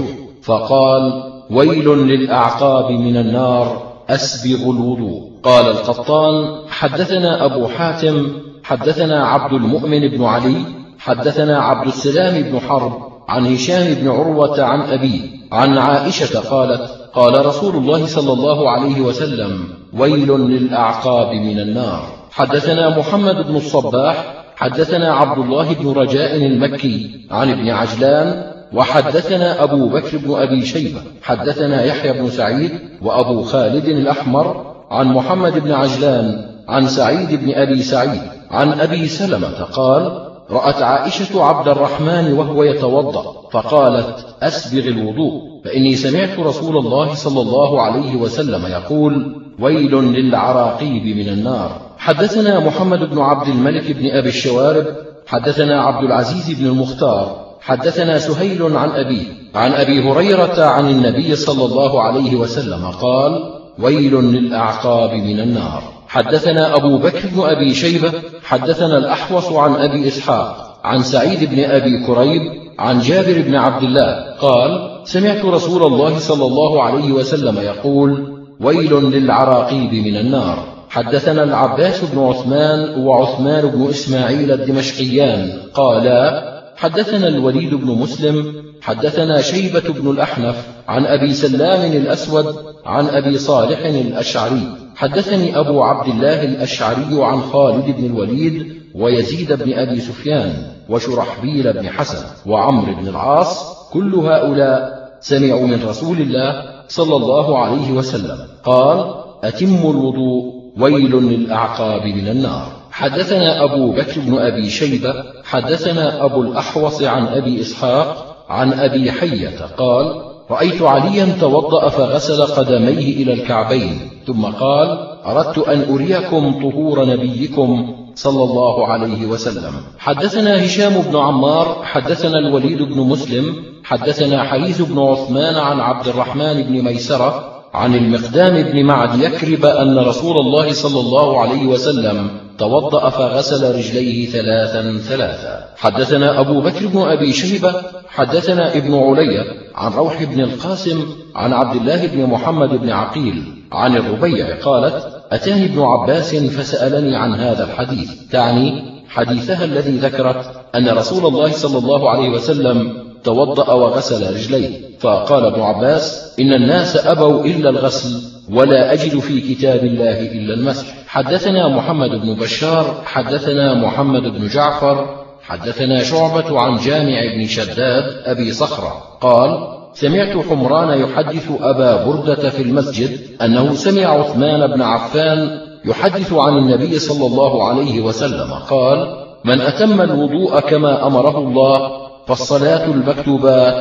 فقال ويل للأعقاب من النار أسبغ الوضوء. قال القطان حدثنا أبو حاتم حدثنا عبد المؤمن بن علي حدثنا عبد السلام بن حرب عن هشام بن عروة عن أبيه عن عائشة قالت قال رسول الله صلى الله عليه وسلم ويل للأعقاب من النار. حدثنا محمد بن الصباح حدثنا عبد الله بن رجاء المكي عن ابن عجلان وحدثنا أبو بكر بن أبي شيبة حدثنا يحيى بن سعيد وأبو خالد الأحمر عن محمد بن عجلان عن سعيد بن أبي سعيد عن أبي سلمة قال رأت عائشة عبد الرحمن وهو يتوضأ فقالت أسبغ الوضوء فإني سمعت رسول الله صلى الله عليه وسلم يقول ويل للعراقيب من النار. حدثنا محمد بن عبد الملك بن أبي الشوارب حدثنا عبد العزيز بن المختار حدثنا سهيل عن أبيه عن أبي هريرة عن النبي صلى الله عليه وسلم قال ويل للأعقاب من النار. حدثنا أبو بكر بن أبي شيبة حدثنا الأحوص عن أبي إسحاق عن سعيد بن أبي كريب عن جابر بن عبد الله قال سمعت رسول الله صلى الله عليه وسلم يقول ويل للعراقيب من النار. حدثنا العباس بن عثمان وعثمان بن إسماعيل الدمشقيان قالا حدثنا الوليد بن مسلم حدثنا شيبة بن الأحنف عن أبي سلام الأسود عن أبي صالح الأشعري حدثني أبو عبد الله الأشعري عن خالد بن الوليد ويزيد بن أبي سفيان وشرحبيل بن حسن وعمرو بن العاص كل هؤلاء سمعوا من رسول الله صلى الله عليه وسلم قال أتموا الوضوء ويل للأعقاب من النار. حدثنا أبو بكر بن أبي شيبة حدثنا أبو الأحوص عن أبي إسحاق عن أبي حية قال رأيت عليا توضأ فغسل قدميه إلى الكعبين ثم قال أردت أن أريكم طهور نبيكم صلى الله عليه وسلم. حدثنا هشام بن عمار حدثنا الوليد بن مسلم حدثنا حريث بن عثمان عن عبد الرحمن بن ميسرة عن المقدام بن معد يكرب أن رسول الله صلى الله عليه وسلم توضأ فغسل رجليه ثلاثا ثلاثا. حدثنا أبو بكر بن أبي شيبة حدثنا ابن علي عن روح بن القاسم عن عبد الله بن محمد بن عقيل عن الربيع قالت أتاني ابن عباس فسألني عن هذا الحديث تعني حديثها الذي ذكرت أن رسول الله صلى الله عليه وسلم توضأ وغسل رجليه فقال ابن عباس إن الناس أبوا إلا الغسل ولا أجد في كتاب الله إلا المسح. حدثنا محمد بن بشار حدثنا محمد بن جعفر حدثنا شعبة عن جامع بن شداد أبي صخرة قال سمعت حمران يحدث أبا بردة في المسجد أنه سمع عثمان بن عفان يحدث عن النبي صلى الله عليه وسلم قال من أتم الوضوء كما أمره الله فالصلاة المكتوبات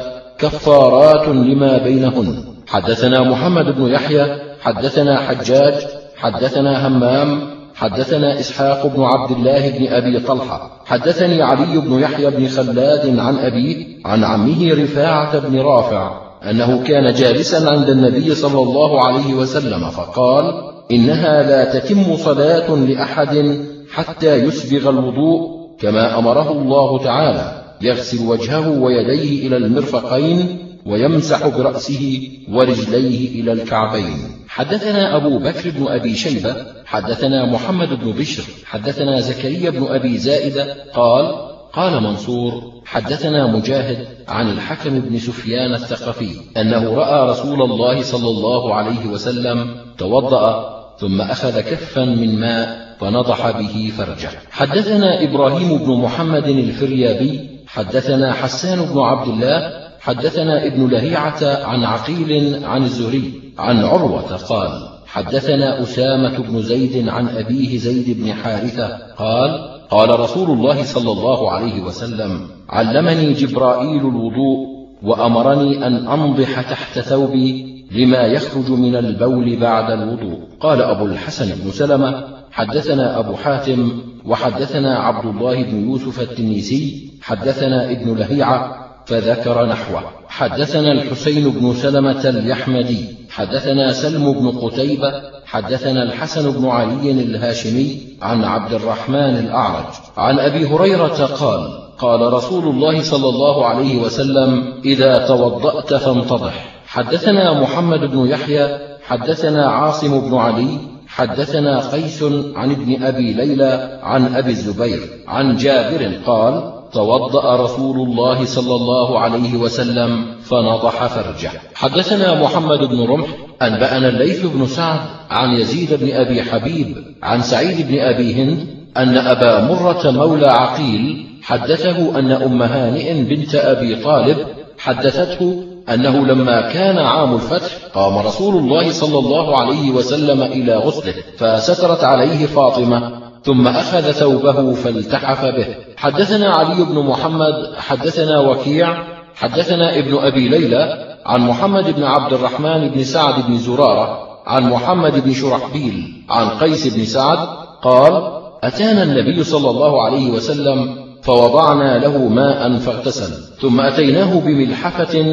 كفارات لما بينهن. حدثنا محمد بن يحيى حدثنا حجاج حدثنا همام حدثنا إسحاق بن عبد الله بن أبي طلحة حدثني علي بن يحيى بن خلاد عن أبيه عن عمه رفاعة بن رافع أنه كان جالسا عند النبي صلى الله عليه وسلم فقال إنها لا تتم صلاة لأحد حتى يسبغ الوضوء كما أمره الله تعالى يغسل وجهه ويديه إلى المرفقين ويمسح برأسه ورجليه إلى الكعبين. حدثنا أبو بكر بن أبي شيبة حدثنا محمد بن بشر حدثنا زكريا بن أبي زائدة قال قال منصور حدثنا مجاهد عن الحكم بن سفيان الثقفي أنه رأى رسول الله صلى الله عليه وسلم توضأ ثم أخذ كفا من ماء فنضح به فرجه. حدثنا إبراهيم بن محمد الفريابي حدثنا حسان بن عبد الله حدثنا ابن لهيعة عن عقيل عن الزهري عن عروة قال حدثنا أسامة بن زيد عن أبيه زيد بن حارثة قال قال رسول الله صلى الله عليه وسلم علمني جبرائيل الوضوء وأمرني أن أنضح تحت ثوبي لما يخرج من البول بعد الوضوء. قال أبو الحسن بن سلمة حدثنا أبو حاتم وحدثنا عبد الله بن يوسف التنيسي حدثنا ابن لهيعة فذكر نحوه. حدثنا الحسين بن سلمة اليحمدي حدثنا سلم بن قتيبة حدثنا الحسن بن علي الهاشمي عن عبد الرحمن الأعرج عن أبي هريرة قال قال رسول الله صلى الله عليه وسلم إذا توضأت فانتضح. حدثنا محمد بن يحيى حدثنا عاصم بن علي حدثنا قيس عن ابن أبي ليلى عن أبي الزبير عن جابر قال توضأ رسول الله صلى الله عليه وسلم فنضح فرجه. حدثنا محمد بن رمح أنبأنا الليث بن سعد عن يزيد بن أبي حبيب عن سعيد بن أبي هند أن أبا مرة مولى عقيل حدثه أن أم هانئ بنت أبي طالب حدثته أنه لما كان عام الفتح قام رسول الله صلى الله عليه وسلم إلى غسله فسترت عليه فاطمة ثم أخذ ثوبه فالتحف به. حدثنا علي بن محمد حدثنا وكيع حدثنا ابن أبي ليلى عن محمد بن عبد الرحمن بن سعد بن زرارة عن محمد بن شرحبيل عن قيس بن سعد قال أتانا النبي صلى الله عليه وسلم فوضعنا له ماء فاغتسل ثم أتيناه بملحفة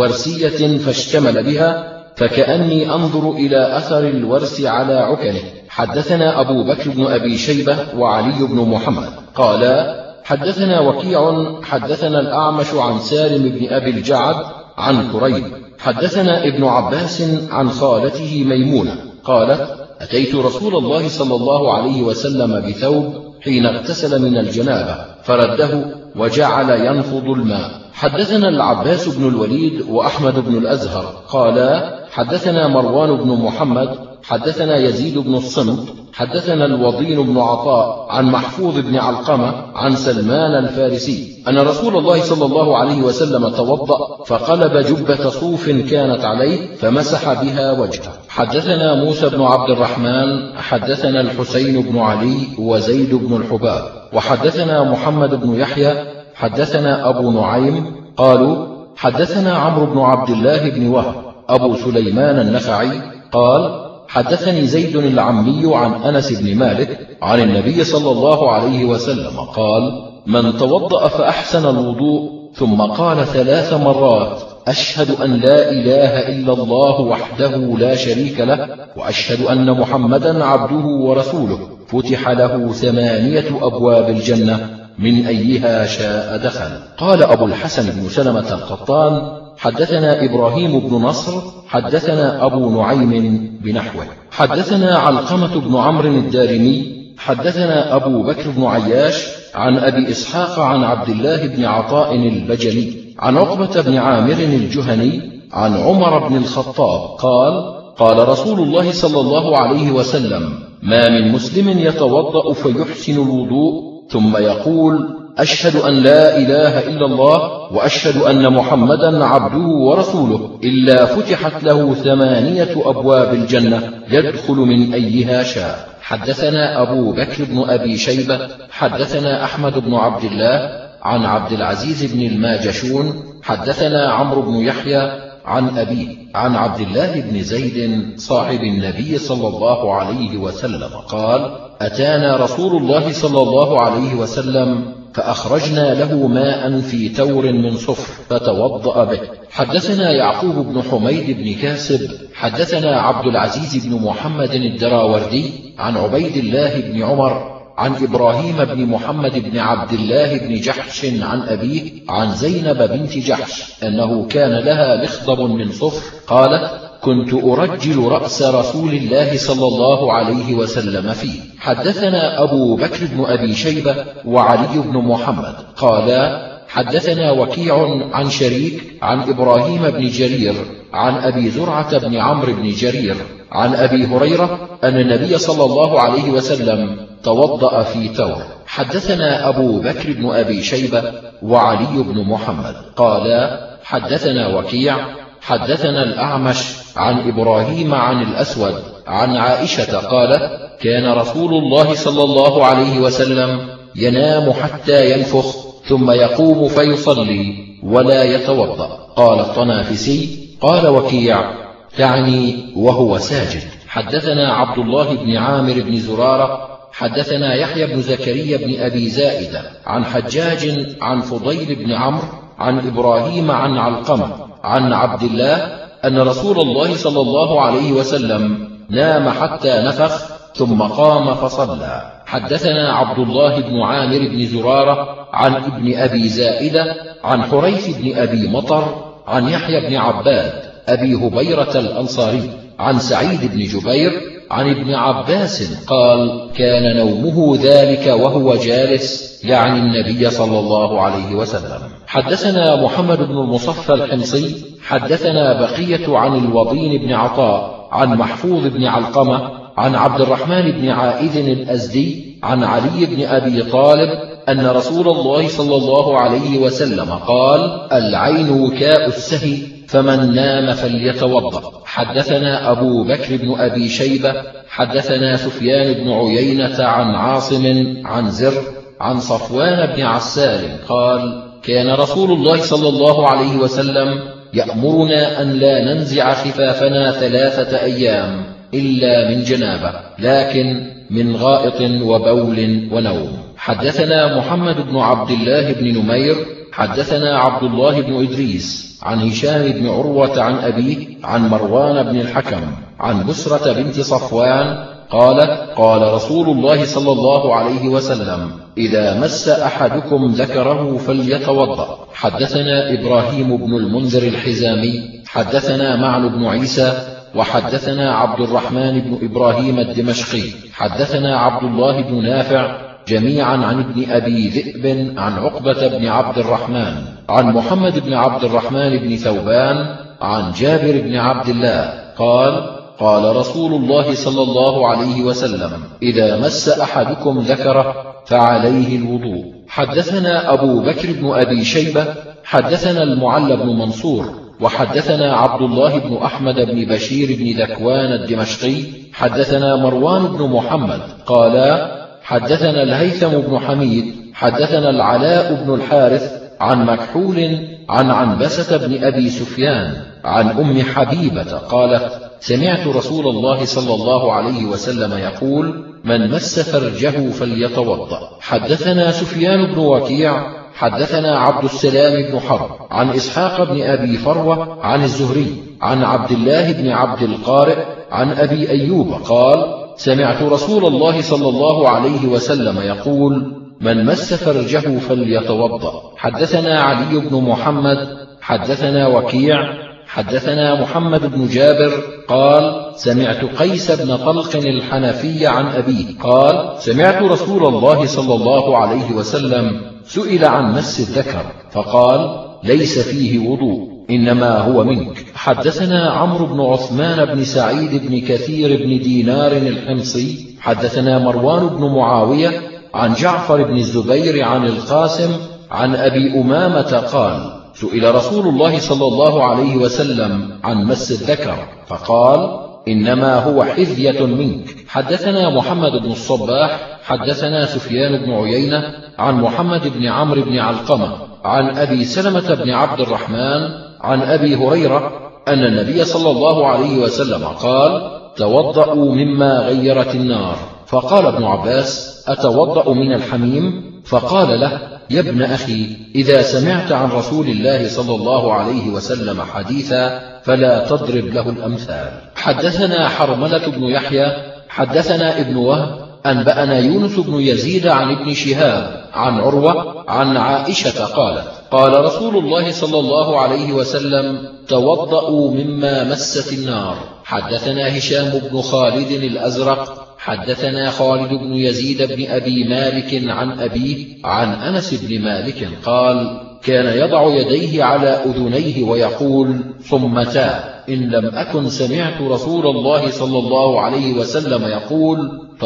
ورسية فاشتمل بها فكأني أنظر إلى أثر الورس على عكنه. حدثنا أبو بكر بن أبي شيبة وعلي بن محمد قالا حدثنا وكيع حدثنا الأعمش عن سالم بن أبي الجعد عن كريب حدثنا ابن عباس عن خالته ميمونة قالت أتيت رسول الله صلى الله عليه وسلم بثوب حين اغتسل من الجنابة فرده وجعل ينفض الماء. حدثنا العباس بن الوليد وأحمد بن الأزهر قالا حدثنا مروان بن محمد حدثنا يزيد بن الصمت حدثنا الوضين بن عطاء عن محفوظ بن علقمة عن سلمان الفارسي أن رسول الله صلى الله عليه وسلم توضأ فقلب جبة صوف كانت عليه فمسح بها وجهه. حدثنا موسى بن عبد الرحمن حدثنا الحسين بن علي وزيد بن الحباب وحدثنا محمد بن يحيى حدثنا أبو نعيم قالوا حدثنا عمرو بن عبد الله بن وهب أبو سليمان النخعي قال حدثني زيد العمي عن أنس بن مالك عن النبي صلى الله عليه وسلم قال من توضأ فأحسن الوضوء ثم قال ثلاث مرات أشهد أن لا إله إلا الله وحده لا شريك له وأشهد أن محمدا عبده ورسوله فتح له ثمانية أبواب الجنة من أيها شاء دخل. قال أبو الحسن بن سلمة القطان حدثنا إبراهيم بن نصر حدثنا أبو نعيم بنحوه. حدثنا علقمة بن عمرو الدارمي حدثنا أبو بكر بن عياش عن أبي إسحاق عن عبد الله بن عطاء البجلي عن عقبة بن عامر الجهني عن عمر بن الخطاب قال قال رسول الله صلى الله عليه وسلم ما من مسلم يتوضأ فيحسن الوضوء ثم يقول أشهد أن لا إله إلا الله وأشهد أن محمدا عبده ورسوله إلا فتحت له ثمانية أبواب الجنة يدخل من أيها شاء. حدثنا أبو بكر بن أبي شيبة حدثنا أحمد بن عبد الله عن عبد العزيز بن الماجشون حدثنا عمرو بن يحيى عن أبيه عن عبد الله بن زيد صاحب النبي صلى الله عليه وسلم قال أتانا رسول الله صلى الله عليه وسلم فأخرجنا له ماء في تور من صفر فتوضأ به. حدثنا يعقوب بن حميد بن كاسب حدثنا عبد العزيز بن محمد الدراوردي عن عبيد الله بن عمر عن إبراهيم بن محمد بن عبد الله بن جحش عن أبيه عن زينب بنت جحش أنه كان لها مخضب من صفر قالت كنت أرجل رأس رسول الله صلى الله عليه وسلم فيه. حدثنا أبو بكر بن أبي شيبة وعلي بن محمد قالا حدثنا وكيع عن شريك عن إبراهيم بن جرير عن أبي زرعة بن عمرو بن جرير عن أبي هريرة أن النبي صلى الله عليه وسلم توضأ في تور. حدثنا أبو بكر بن أبي شيبة وعلي بن محمد قالا حدثنا وكيع حدثنا الأعمش عن إبراهيم عن الأسود عن عائشة قالت كان رسول الله صلى الله عليه وسلم ينام حتى ينفخ ثم يقوم فيصلي ولا يتوضأ. قال الطنافسي قال وكيع تعني وهو ساجد. حدثنا عبد الله بن عامر بن زرارة حدثنا يحيى بن زكريا بن أبي زائدة عن حجاج عن فضيل بن عمرو عن إبراهيم عن علقمة عن عبد الله أن رسول الله صلى الله عليه وسلم نام حتى نفخ ثم قام فصلى. حدثنا عبد الله بن عامر بن زرارة عن ابن أبي زائدة عن حريث بن أبي مطر عن يحيى بن عباد أبي هبيرة الأنصاري عن سعيد بن جبير عن ابن عباس قال كان نومه ذلك وهو جالس يعني النبي صلى الله عليه وسلم. حدثنا محمد بن المصفى الحمصي حدثنا بقية عن الوضين بن عطاء عن محفوظ بن علقمة عن عبد الرحمن بن عائذ الأزدي عن علي بن أبي طالب أن رسول الله صلى الله عليه وسلم قال العين وكاء السهي فمن نام فليتوضأ. حدثنا أبو بكر بن أبي شيبة حدثنا سفيان بن عيينة عن عاصم عن زر عن صفوان بن عسال قال كان رسول الله صلى الله عليه وسلم يأمرنا أن لا ننزع خفافنا ثلاثة أيام إلا من جنابة لكن من غائط وبول ونوم. حدثنا محمد بن عبد الله بن نمير حدثنا عبد الله بن إدريس عن هشام بن عروة عن أبيه عن مروان بن الحكم عن بسرة بنت صفوان قالت قال رسول الله صلى الله عليه وسلم إذا مس أحدكم ذكره فليتوضأ. حدثنا إبراهيم بن المنذر الحزامي حدثنا معن بن عيسى وحدثنا عبد الرحمن بن إبراهيم الدمشقي حدثنا عبد الله بن نافع جميعا عن ابن أبي ذئب عن عقبة بن عبد الرحمن عن محمد بن عبد الرحمن بن ثوبان عن جابر بن عبد الله قال قال رسول الله صلى الله عليه وسلم إذا مس أحدكم ذكره فعليه الوضوء. حدثنا أبو بكر بن أبي شيبة حدثنا المعلى بن منصور وحدثنا عبد الله بن أحمد بن بشير بن ذكوان الدمشقي حدثنا مروان بن محمد قالا حدثنا الهيثم بن حميد حدثنا العلاء بن الحارث عن مكحول عن عنبسة بن أبي سفيان عن أم حبيبة قالت سمعت رسول الله صلى الله عليه وسلم يقول من مس فرجه فليتوضأ. حدثنا سفيان بن وكيع حدثنا عبد السلام بن حرب عن إسحاق بن أبي فروة عن الزهري عن عبد الله بن عبد القارئ عن أبي أيوب قال سمعت رسول الله صلى الله عليه وسلم يقول من مس فرجه فليتوضأ. حدثنا علي بن محمد حدثنا وكيع حدثنا محمد بن جابر قال سمعت قيس بن طلق الحنفي عن أبيه قال سمعت رسول الله صلى الله عليه وسلم سئل عن مس الذكر فقال ليس فيه وضوء إنما هو منك. حدثنا عمرو بن عثمان بن سعيد بن كثير بن دينار الحمصي حدثنا مروان بن معاوية عن جعفر بن الزبير عن القاسم عن أبي أمامة قال سئل رسول الله صلى الله عليه وسلم عن مس الذكر فقال إنما هو حذية منك. حدثنا محمد بن الصباح حدثنا سفيان بن عيينة عن محمد بن عمرو بن علقمة عن أبي سلمة بن عبد الرحمن عن أبي هريرة أن النبي صلى الله عليه وسلم قال توضأوا مما غيرت النار. فقال ابن عباس أتوضأ من الحميم؟ فقال له يا ابن أخي إذا سمعت عن رسول الله صلى الله عليه وسلم حديثا فلا تضرب له الأمثال. حدثنا حرملة بن يحيى حدثنا ابن وهب أنبأنا يونس بن يزيد عن ابن شهاب عن عروة عن عائشة قالت قال رسول الله صلى الله عليه وسلم: توضؤوا مما مست النار. حدثنا هشام بن خالد الأزرق حدثنا خالد بن يزيد بن أبي مالك عن أبيه عن أنس بن مالك قال: كان يضع يديه على أذنيه ويقول: صمتا، إن لم أكن سمعت رسول الله صلى الله عليه وسلم يقول: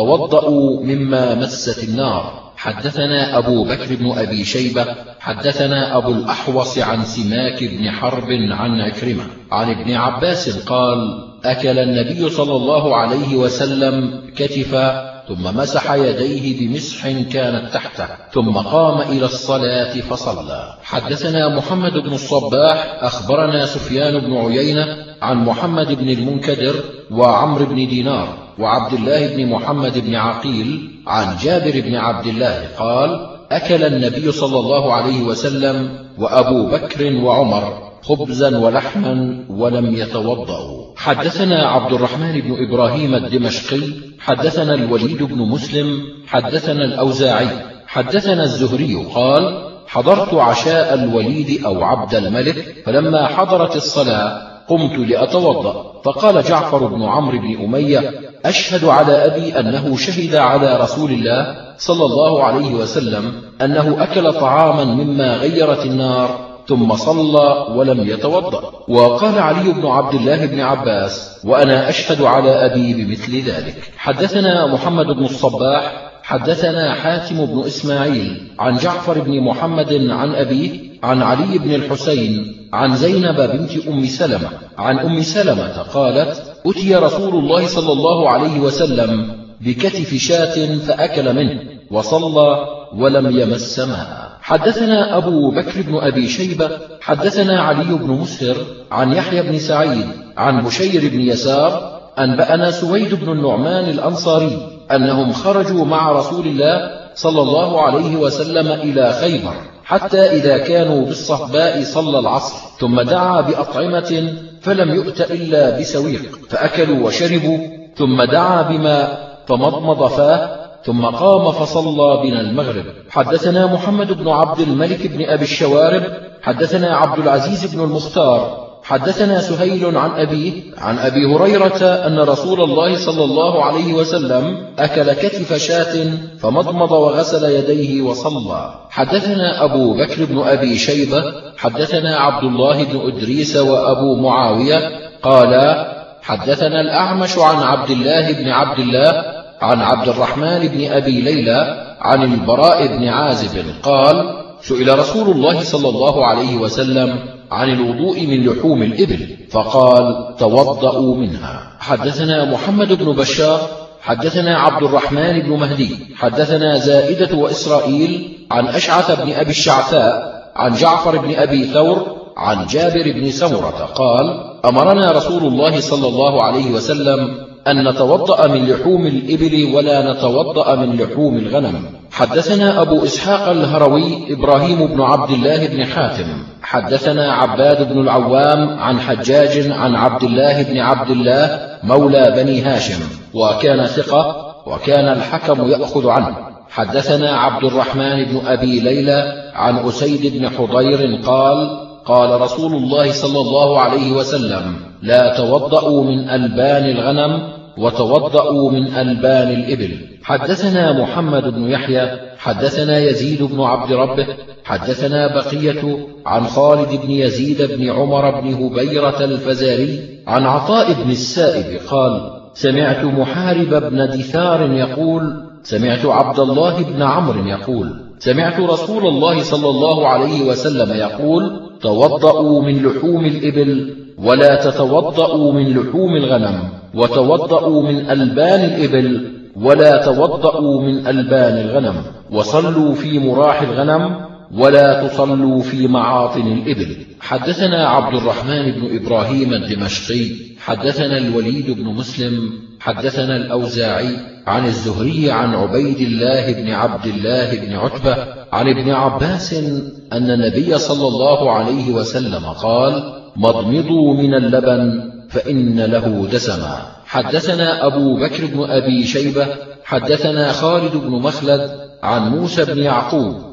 توضؤوا مما مست النار. حدثنا أبو بكر بن أبي شيبة حدثنا أبو الأحوص عن سماك بن حرب عن عكرمة عن ابن عباس قال: أكل النبي صلى الله عليه وسلم كتفا ثم مسح يديه بمسح كانت تحته ثم قام إلى الصلاة فصلى. حدثنا محمد بن الصباح أخبرنا سفيان بن عيينة عن محمد بن المنكدر وعمر بن دينار وعبد الله بن محمد بن عقيل عن جابر بن عبد الله قال: أكل النبي صلى الله عليه وسلم وأبو بكر وعمر خبزا ولحما ولم يتوضأوا. حدثنا عبد الرحمن بن إبراهيم الدمشقي حدثنا الوليد بن مسلم حدثنا الأوزاعي حدثنا الزهري قال: حضرت عشاء الوليد أو عبد الملك، فلما حضرت الصلاة قمت لأتوضأ، فقال جعفر بن عمرو بن أمية: أشهد على أبي أنه شهد على رسول الله صلى الله عليه وسلم أنه أكل طعاما مما غيرت النار ثم صلى ولم يتوضأ. وقال علي بن عبد الله بن عباس: وأنا أشهد على أبي بمثل ذلك. حدثنا محمد بن الصباح حدثنا حاتم بن إسماعيل عن جعفر بن محمد عن أبيه عن علي بن الحسين عن زينب بنت أم سلمة عن أم سلمة قالت: أتي رسول الله صلى الله عليه وسلم بكتف شاة فأكل منه وصلى ولم يمس ماء. حدثنا أبو بكر بن أبي شيبة حدثنا علي بن مسهر عن يحيى بن سعيد عن بشير بن يسار أنبأنا سويد بن النعمان الأنصاري أنهم خرجوا مع رسول الله صلى الله عليه وسلم إلى خيبر، حتى إذا كانوا بالصهباء صلى العصر، ثم دعا بأطعمة فلم يؤت إلا بسويق، فأكلوا وشربوا، ثم دعا بماء فمضمض فاه، ثم قام فصلى بنا المغرب. حدثنا محمد بن عبد الملك بن أبي الشوارب حدثنا عبد العزيز بن المختار حدثنا سهيل عن أبيه عن أبي هريرة أن رسول الله صلى الله عليه وسلم أكل كتف شاة فمضمض وغسل يديه وصلى. حدثنا أبو بكر بن أبي شيبة حدثنا عبد الله بن إدريس وأبو معاوية قالا: حدثنا الأعمش عن عبد الله بن عبد الله عن عبد الرحمن بن أبي ليلى عن البراء بن عازب قال: سئل رسول الله صلى الله عليه وسلم عن الوضوء من لحوم الإبل فقال: توضؤوا منها. حدثنا محمد بن بشار حدثنا عبد الرحمن بن مهدي حدثنا زائدة وإسرائيل عن أشعث بن أبي الشعثاء عن جعفر بن أبي ثور عن جابر بن سمرة قال: أمرنا رسول الله صلى الله عليه وسلم أن نتوضأ من لحوم الإبل ولا نتوضأ من لحوم الغنم. حدثنا أبو إسحاق الهروي إبراهيم بن عبد الله بن حاتم حدثنا عباد بن العوام عن حجاج عن عبد الله بن عبد الله مولى بني هاشم، وكان ثقة، وكان الحكم يأخذ عنه. حدثنا عبد الرحمن بن أبي ليلى عن أسيد بن حضير قال: قال رسول الله صلى الله عليه وسلم: لا توضؤوا من ألبان الغنم وتوضؤوا من ألبان الإبل. حدثنا محمد بن يحيى حدثنا يزيد بن عبد ربه حدثنا بقية عن خالد بن يزيد بن عمر بن هبيرة الفزاري عن عطاء بن السائب قال: سمعت محارب بن دثار يقول: سمعت عبد الله بن عمرو يقول: سمعت رسول الله صلى الله عليه وسلم يقول: توضؤوا من لحوم الإبل ولا تتوضؤوا من لحوم الغنم، وتوضؤوا من ألبان الإبل ولا توضؤوا من ألبان الغنم، وصلوا في مراح الغنم ولا تصلوا في معاطن الإبل. حدثنا عبد الرحمن بن إبراهيم الدمشقي حدثنا الوليد بن مسلم حدثنا الأوزاعي عن الزهري عن عبيد الله بن عبد الله بن عتبة عن ابن عباس أن النبي صلى الله عليه وسلم قال: مضمضوا من اللبن فإن له دسما. حدثنا أبو بكر بن أبي شيبة حدثنا خالد بن مخلد عن موسى بن يعقوب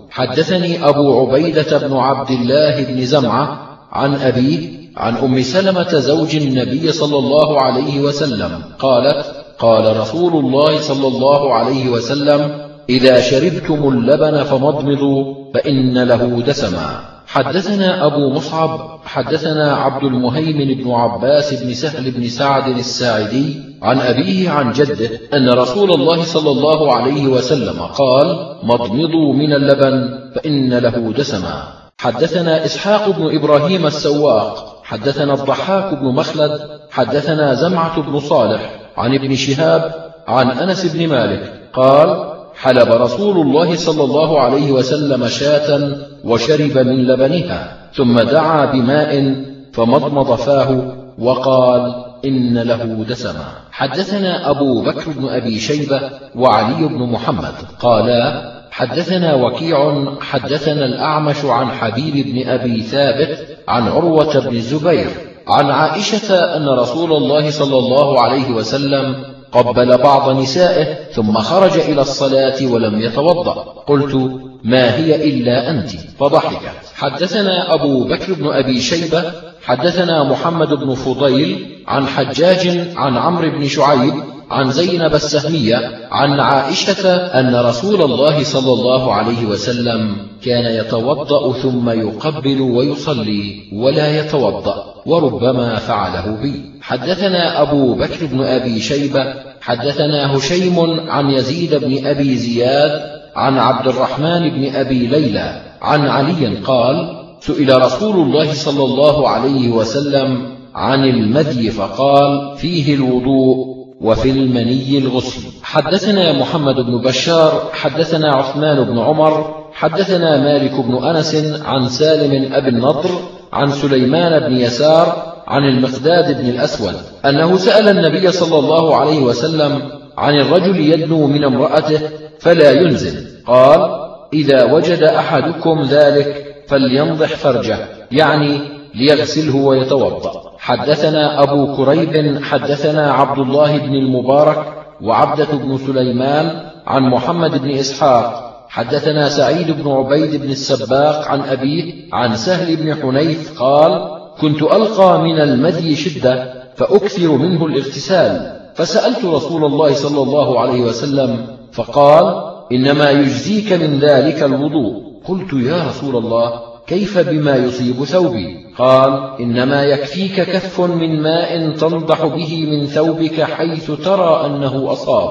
حدثني أبو عبيدة بن عبد الله بن زمعة عن أبيه عن أم سلمة زوج النبي صلى الله عليه وسلم قالت: قال رسول الله صلى الله عليه وسلم: إذا شربتم اللبن فمضمضوا فإن له دسما. حدثنا أبو مصعب حدثنا عبد المهيمن بن عباس بن سهل بن سعد الساعدي عن أبيه عن جده أن رسول الله صلى الله عليه وسلم قال: مضمضوا من اللبن فإن له دسما. حدثنا إسحاق بن إبراهيم السواق حدثنا الضحاك بن مخلد حدثنا زمعة بن صالح عن ابن شهاب عن أنس بن مالك قال: حلب رسول الله صلى الله عليه وسلم شاة وشرب من لبنها، ثم دعا بماء فمضمض فاه وقال: إن له دسما. حدثنا أبو بكر بن أبي شيبة وعلي بن محمد قالا: حدثنا وكيع حدثنا الأعمش عن حبيب بن أبي ثابت عن عروة بن الزبير عن عائشة أن رسول الله صلى الله عليه وسلم قبل بعض نسائه ثم خرج إلى الصلاة ولم يتوضأ. قلت: ما هي إلا أنت؟ فضحكت. حدثنا أبو بكر بن أبي شيبة حدثنا محمد بن فضيل عن حجاج عن عمرو بن شعيب عن زينب السهمية عن عائشة أن رسول الله صلى الله عليه وسلم كان يتوضأ ثم يقبل ويصلي ولا يتوضأ، وربما فعله بي. حدثنا أبو بكر بن أبي شيبة حدثنا هشيم عن يزيد بن أبي زياد عن عبد الرحمن بن أبي ليلى عن علي قال: سئل رسول الله صلى الله عليه وسلم عن المدي فقال: فيه الوضوء وفي المني الغسل. حدثنا محمد بن بشار حدثنا عثمان بن عمر حدثنا مالك بن أنس عن سالم أبي النضر عن سليمان بن يسار عن المقداد بن الأسود أنه سأل النبي صلى الله عليه وسلم عن الرجل يدنو من امرأته فلا ينزل، قال: إذا وجد أحدكم ذلك فلينضح فرجه، يعني ليغسله ويتوضأ. حدثنا أبو كريب حدثنا عبد الله بن المبارك وعبدة بن سليمان عن محمد بن إسحاق حدثنا سعيد بن عبيد بن السباق عن أبيه عن سهل بن حنيف قال: كنت ألقى من المدي شدة فأكثر منه الاغتسال، فسألت رسول الله صلى الله عليه وسلم فقال: إنما يجزيك من ذلك الوضوء. قلت: يا رسول الله، كيف بما يصيب ثوبي؟ قال: إنما يكفيك كف من ماء تنضح به من ثوبك حيث ترى أنه أصاب.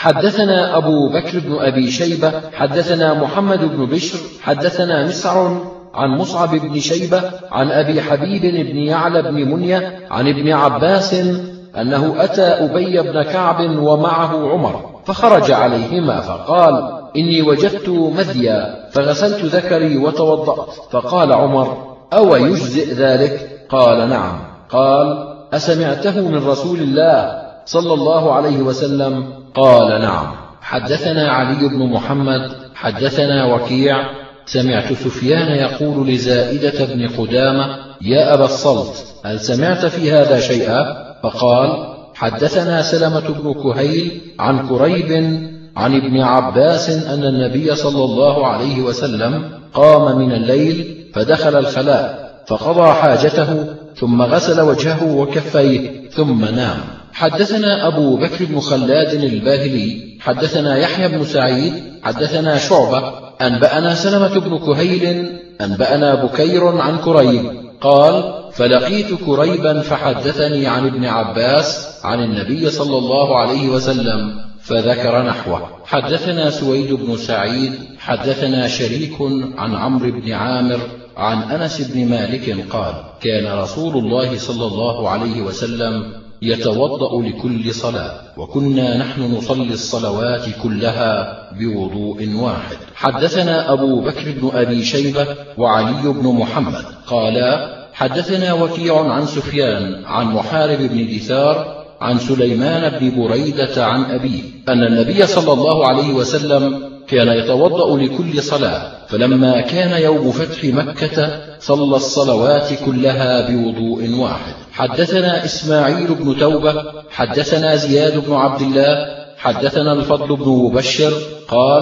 حدثنا أبو بكر بن أبي شيبة حدثنا محمد بن بشر حدثنا مسعر عن مصعب بن شيبة عن أبي حبيب بن يعلى بن منية عن ابن عباس أنه أتى أبي بن كعب ومعه عمر فخرج عليهما فقال: إني وجدت مذيا فغسلت ذكري وتوضأت. فقال عمر: أو يجزئ ذلك؟ قال: نعم. قال: أسمعته من رسول الله صلى الله عليه وسلم؟ قال: نعم. حدثنا علي بن محمد حدثنا وكيع سمعت سفيان يقول لزائدة بن قدامة: يا أبا الصلت، هل سمعت في هذا شيئا؟ فقال: حدثنا سلمة بن كهيل عن كريب عن ابن عباس أن النبي صلى الله عليه وسلم قام من الليل فدخل الخلاء فقضى حاجته ثم غسل وجهه وكفيه ثم نام. حدثنا أبو بكر بن خلاد الباهلي حدثنا يحيى بن سعيد حدثنا شعبة أنبأنا سلمة بن كهيل أنبأنا بكير عن كريب قال: فلقيت كريبا فحدثني عن ابن عباس عن النبي صلى الله عليه وسلم فذكر نحوه. حدثنا سويد بن سعيد حدثنا شريك عن عمرو بن عامر عن أنس بن مالك قال: كان رسول الله صلى الله عليه وسلم يتوضأ لكل صلاة، وكنا نحن نصلي الصلوات كلها بوضوء واحد. حدثنا أبو بكر بن أبي شيبة وعلي بن محمد قالا: حدثنا وكيع عن سفيان عن محارب بن دثار عن سليمان بن بريدة عن أبيه أن النبي صلى الله عليه وسلم كان يتوضأ لكل صلاة، فلما كان يوم فتح مكة صلى الصلوات كلها بوضوء واحد. حدثنا إسماعيل بن توبة حدثنا زياد بن عبد الله حدثنا الفضل بن مبشر قال: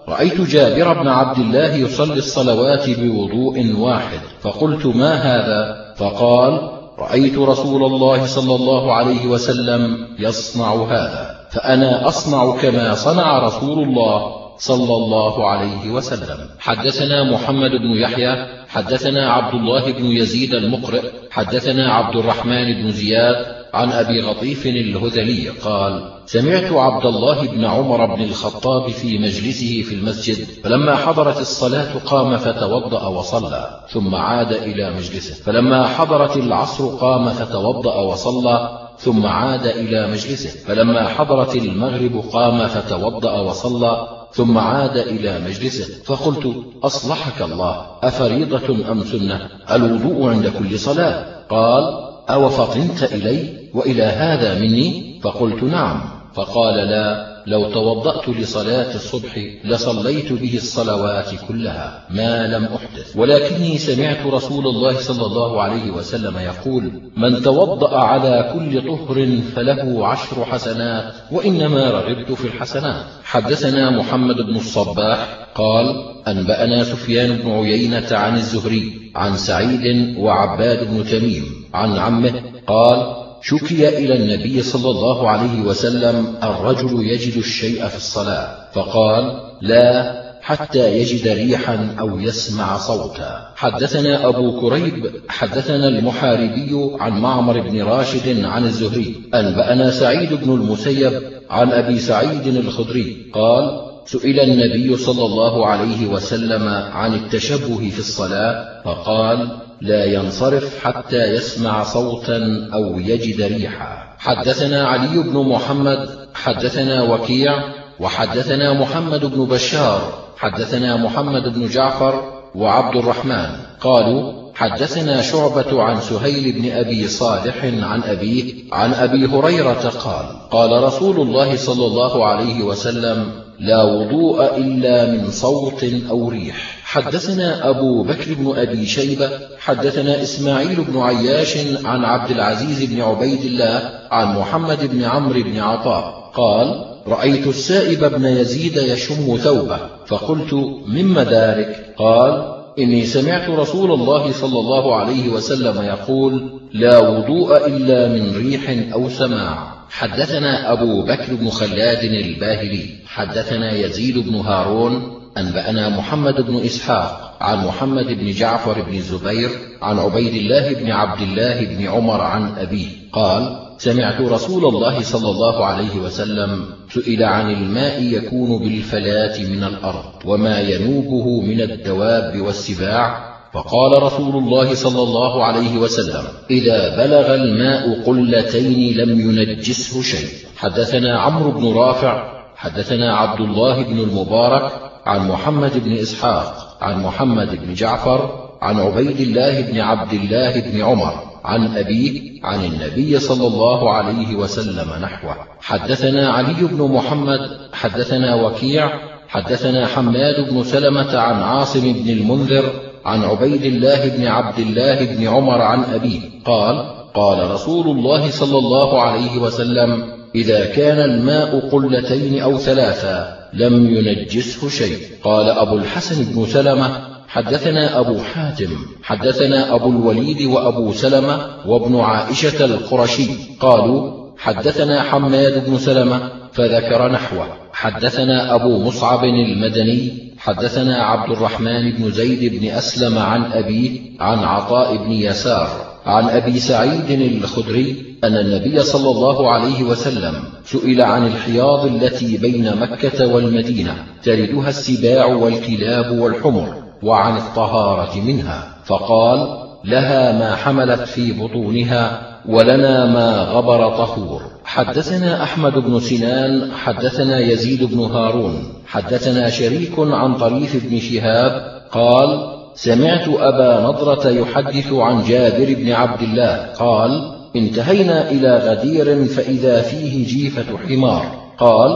رأيت جابر بن عبد الله يصلي الصلوات بوضوء واحد، فقلت ما هذا؟ فقال رأيت رسول الله صلى الله عليه وسلم يصنع هذا، فأنا أصنع كما صنع رسول الله صلى الله عليه وسلم. حدثنا محمد بن يحيى حدثنا عبد الله بن يزيد المقرئ حدثنا عبد الرحمن بن زياد عن أبي غطيف الهذلي قال سمعت عبد الله بن عمر بن الخطاب في مجلسه في المسجد، فلما حضرت الصلاة قام فتوضأ وصلى، ثم عاد إلى مجلسه، فلما حضرت العصر قام فتوضأ وصلى، ثم عاد إلى مجلسه، فلما حضرت المغرب قام فتوضأ وصلى، ثم عاد إلى مجلسه. فقلت أصلحك الله، أفريضة أم سنة الوضوء عند كل صلاة؟ قال أو فطنت إلي وإلى هذا مني؟ فقلت نعم. فقال لا، لو توضأت لصلاة الصبح لصليت به الصلوات كلها ما لم أحدث، ولكني سمعت رسول الله صلى الله عليه وسلم يقول من توضأ على كل طهر فله عشر حسنات، وإنما رغبت في الحسنات. حدثنا محمد بن الصباح قال أنبأنا سفيان بن عيينة عن الزهري عن سعيد وعباد بن تميم عن عمه قال شكي إلى النبي صلى الله عليه وسلم الرجل يجد الشيء في الصلاة، فقال لا حتى يجد ريحا أو يسمع صوتا. حدثنا أبو كريب حدثنا المحاربي عن معمر بن راشد عن الزهري أنبأنا سعيد بن المسيب عن أبي سعيد الخدري قال سئل النبي صلى الله عليه وسلم عن التشبه في الصلاة، فقال لا ينصرف حتى يسمع صوتا أو يجد ريحا. حدثنا علي بن محمد حدثنا وكيع وحدثنا محمد بن بشار حدثنا محمد بن جعفر وعبد الرحمن قالوا حدثنا شعبة عن سهيل بن أبي صالح عن أبيه عن أبي هريرة قال قال رسول الله صلى الله عليه وسلم لا وضوء إلا من صوت أو ريح. حدثنا أبو بكر بن أبي شيبة حدثنا إسماعيل بن عياش عن عبد العزيز بن عبيد الله عن محمد بن عمرو بن عطاء قال رأيت السائب بن يزيد يشم ثوبه، فقلت مما ذلك؟ قال إني سمعت رسول الله صلى الله عليه وسلم يقول لا وضوء إلا من ريح أو سماع. حدثنا أبو بكر بن خلاد الباهلي حدثنا يزيد بن هارون أنبأنا محمد بن إسحاق عن محمد بن جعفر بن الزبير عن عبيد الله بن عبد الله بن عمر عن أبيه قال سمعت رسول الله صلى الله عليه وسلم سئل عن الماء يكون بالفلاة من الأرض وما ينوبه من الدواب والسباع، فقال رسول الله صلى الله عليه وسلم إذا بلغ الماء قلتين لم ينجسه شيء. حدثنا عمرو بن رافع حدثنا عبد الله بن المبارك عن محمد بن إسحاق عن محمد بن جعفر عن عبيد الله بن عبد الله بن عمر عن أبيه عن النبي صلى الله عليه وسلم نحوه. حدثنا علي بن محمد حدثنا وكيع حدثنا حماد بن سلمة عن عاصم بن المنذر عن عبيد الله بن عبد الله بن عمر عن أبيه قال قال رسول الله صلى الله عليه وسلم إذا كان الماء قلتين أو ثلاثا لم ينجسه شيء. قال أبو الحسن بن سلمة حدثنا أبو حاتم حدثنا أبو الوليد وأبو سلمة وابن عائشة القرشي قالوا حدثنا حماد بن سلمة فذكر نحوه. حدثنا أبو مصعب المدني حدثنا عبد الرحمن بن زيد بن أسلم عن أبيه عن عطاء بن يسار عن أبي سعيد الخدري أن النبي صلى الله عليه وسلم سئل عن الحياض التي بين مكة والمدينة تلدها السباع والكلاب والحمر وعن الطهارة منها، فقال لها ما حملت في بطونها ولنا ما غبر طهور. حدثنا أحمد بن سنان حدثنا يزيد بن هارون حدثنا شريك عن طريف بن شهاب قال سمعت أبا نضرة يحدث عن جابر بن عبد الله قال انتهينا إلى غدير فإذا فيه جيفة حمار، قال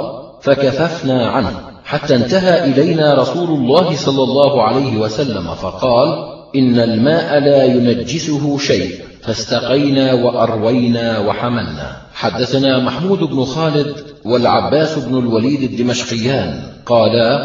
فكففنا عنه حتى انتهى إلينا رسول الله صلى الله عليه وسلم فقال إن الماء لا ينجسه شيء، فاستقينا وأروينا وحملنا. حدثنا محمود بن خالد والعباس بن الوليد الدمشقيان قالا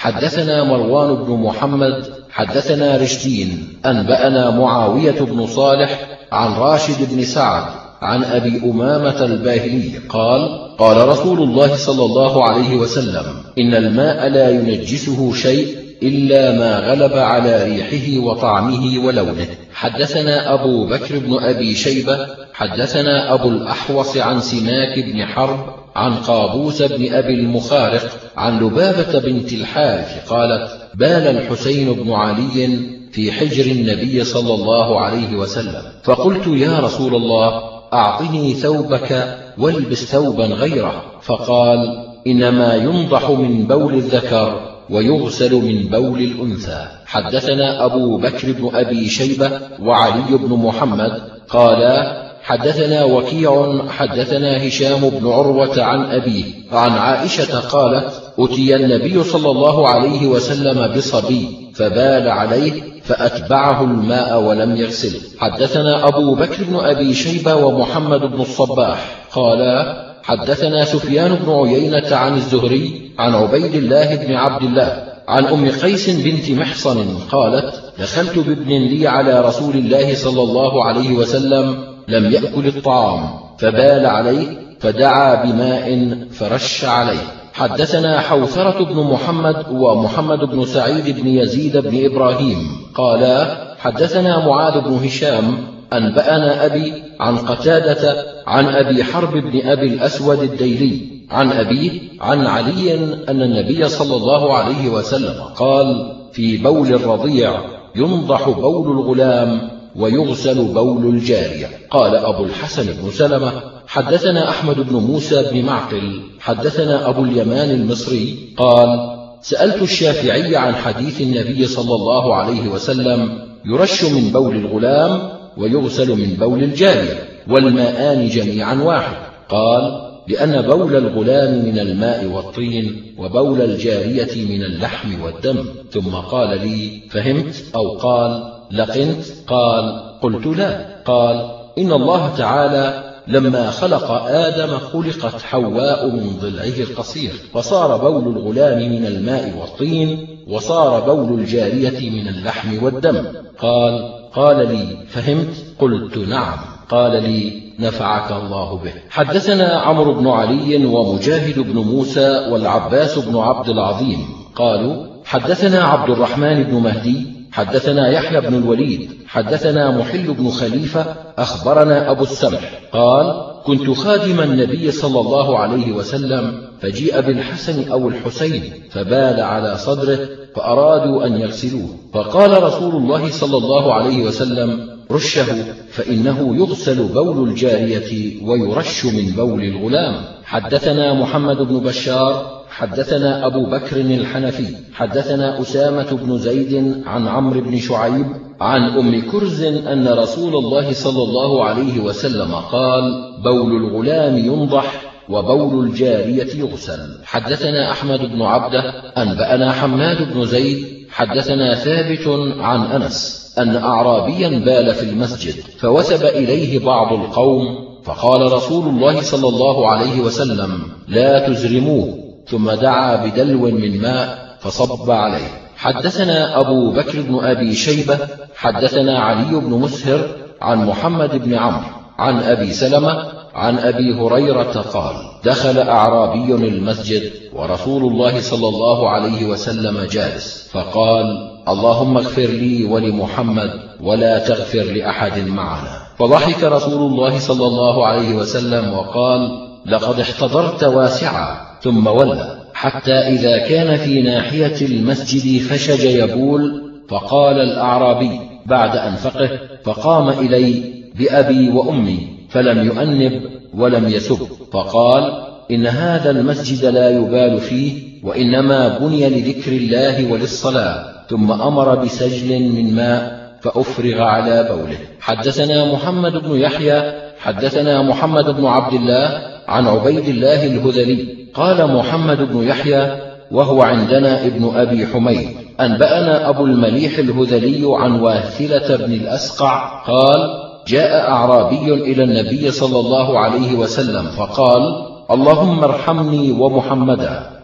حدثنا مروان بن محمد حدثنا رشدين أنبأنا معاوية بن صالح عن راشد بن سعد عن أبي أمامة الباهلي قال قال رسول الله صلى الله عليه وسلم إن الماء لا ينجسه شيء إلا ما غلب على ريحه وطعمه ولونه. حدثنا أبو بكر بن أبي شيبة حدثنا أبو الأحوص عن سماك بن حرب عن قابوس بن أبي المخارق عن لبابة بنت الحارث قالت بال الحسين بن علي في حجر النبي صلى الله عليه وسلم، فقلت يا رسول الله أعطني ثوبك والبس ثوبا غيره، فقال إنما ينضح من بول الذكر ويغسل من بول الأنثى. حدثنا أبو بكر بن أبي شيبة وعلي بن محمد قالا حدثنا وكيع حدثنا هشام بن عروة عن أبيه عن عائشة قالت أتي النبي صلى الله عليه وسلم بصبي فبال عليه فأتبعه الماء ولم يغسله. حدثنا أبو بكر بن أبي شيبة ومحمد بن الصباح قالا حدثنا سفيان بن عيينة عن الزهري عن عبيد الله بن عبد الله عن أم قيس بنت محصن قالت دخلت بابن لي على رسول الله صلى الله عليه وسلم لم يأكل الطعام فبال عليه فدعا بماء فرش عليه. حدثنا حوثرة بن محمد ومحمد بن سعيد بن يزيد بن إبراهيم قالا حدثنا معاذ بن هشام أنبأنا أبي عن قتادة عن أبي حرب بن أبي الأسود الديلي عن أبيه عن علي أن النبي صلى الله عليه وسلم قال في بول الرضيع ينضح بول الغلام ويغسل بول الجارية. قال أبو الحسن بن سلمة حدثنا أحمد بن موسى بن معقل حدثنا أبو اليمان المصري قال سألت الشافعي عن حديث النبي صلى الله عليه وسلم يرش من بول الغلام ويغسل من بول الجارية والماءان جميعا واحد، قال لأن بول الغلام من الماء والطين وبول الجارية من اللحم والدم. ثم قال لي فهمت أو قال لقنت؟ قال قلت لا. قال إن الله تعالى لما خلق آدم خلقت حواء من ضلعه القصير فصار بول الغلام من الماء والطين وصار بول الجارية من اللحم والدم. قال قال لي فهمت؟ قلت نعم. قال لي نفعك الله به. حدثنا عمرو بن علي ومجاهد بن موسى والعباس بن عبد العظيم قالوا حدثنا عبد الرحمن بن مهدي حدثنا يحيى بن الوليد حدثنا محل بن خليفة أخبرنا أبو السمح قال كنت خادم النبي صلى الله عليه وسلم فجيء بالحسن أو الحسين فبال على صدره فأرادوا أن يغسلوه، فقال رسول الله صلى الله عليه وسلم رشه فإنه يغسل بول الجارية ويرش من بول الغلام. حدثنا محمد بن بشار حدثنا أبو بكر الحنفي حدثنا أسامة بن زيد عن عمرو بن شعيب عن أم كرز أن رسول الله صلى الله عليه وسلم قال بول الغلام ينضح وبول الجارية يغسل. حدثنا أحمد بن عبده أنبأنا حماد بن زيد حدثنا ثابت عن أنس أن أعرابيا بال في المسجد فوثب إليه بعض القوم فقال رسول الله صلى الله عليه وسلم لا تزرموه، ثم دعا بدلو من ماء فصب عليه. حدثنا أبو بكر بن أبي شيبة حدثنا علي بن مسهر عن محمد بن عمرو عن أبي سلمة عن أبي هريرة قال دخل أعرابي المسجد ورسول الله صلى الله عليه وسلم جالس فقال اللهم اغفر لي ولمحمد ولا تغفر لأحد معنا، فضحك رسول الله صلى الله عليه وسلم وقال لقد احتضرت واسعا، ثم ولى حتى إذا كان في ناحية المسجد فشج يبول فقال الأعرابي بعد أن فقه فقام إلي بأبي وأمي فلم يؤنب ولم يسب، فقال إن هذا المسجد لا يبال فيه وإنما بني لذكر الله وللصلاة، ثم أمر بسجل من ماء فأفرغ على بوله. حدثنا محمد بن يحيى حدثنا محمد بن عبد الله عن عبيد الله الهذلي قال محمد بن يحيى وهو عندنا ابن أبي حميد أنبأنا أبو المليح الهذلي عن واثلة بن الأسقع قال جاء أعرابي إلى النبي صلى الله عليه وسلم فقال اللهم ارحمني ومحمدا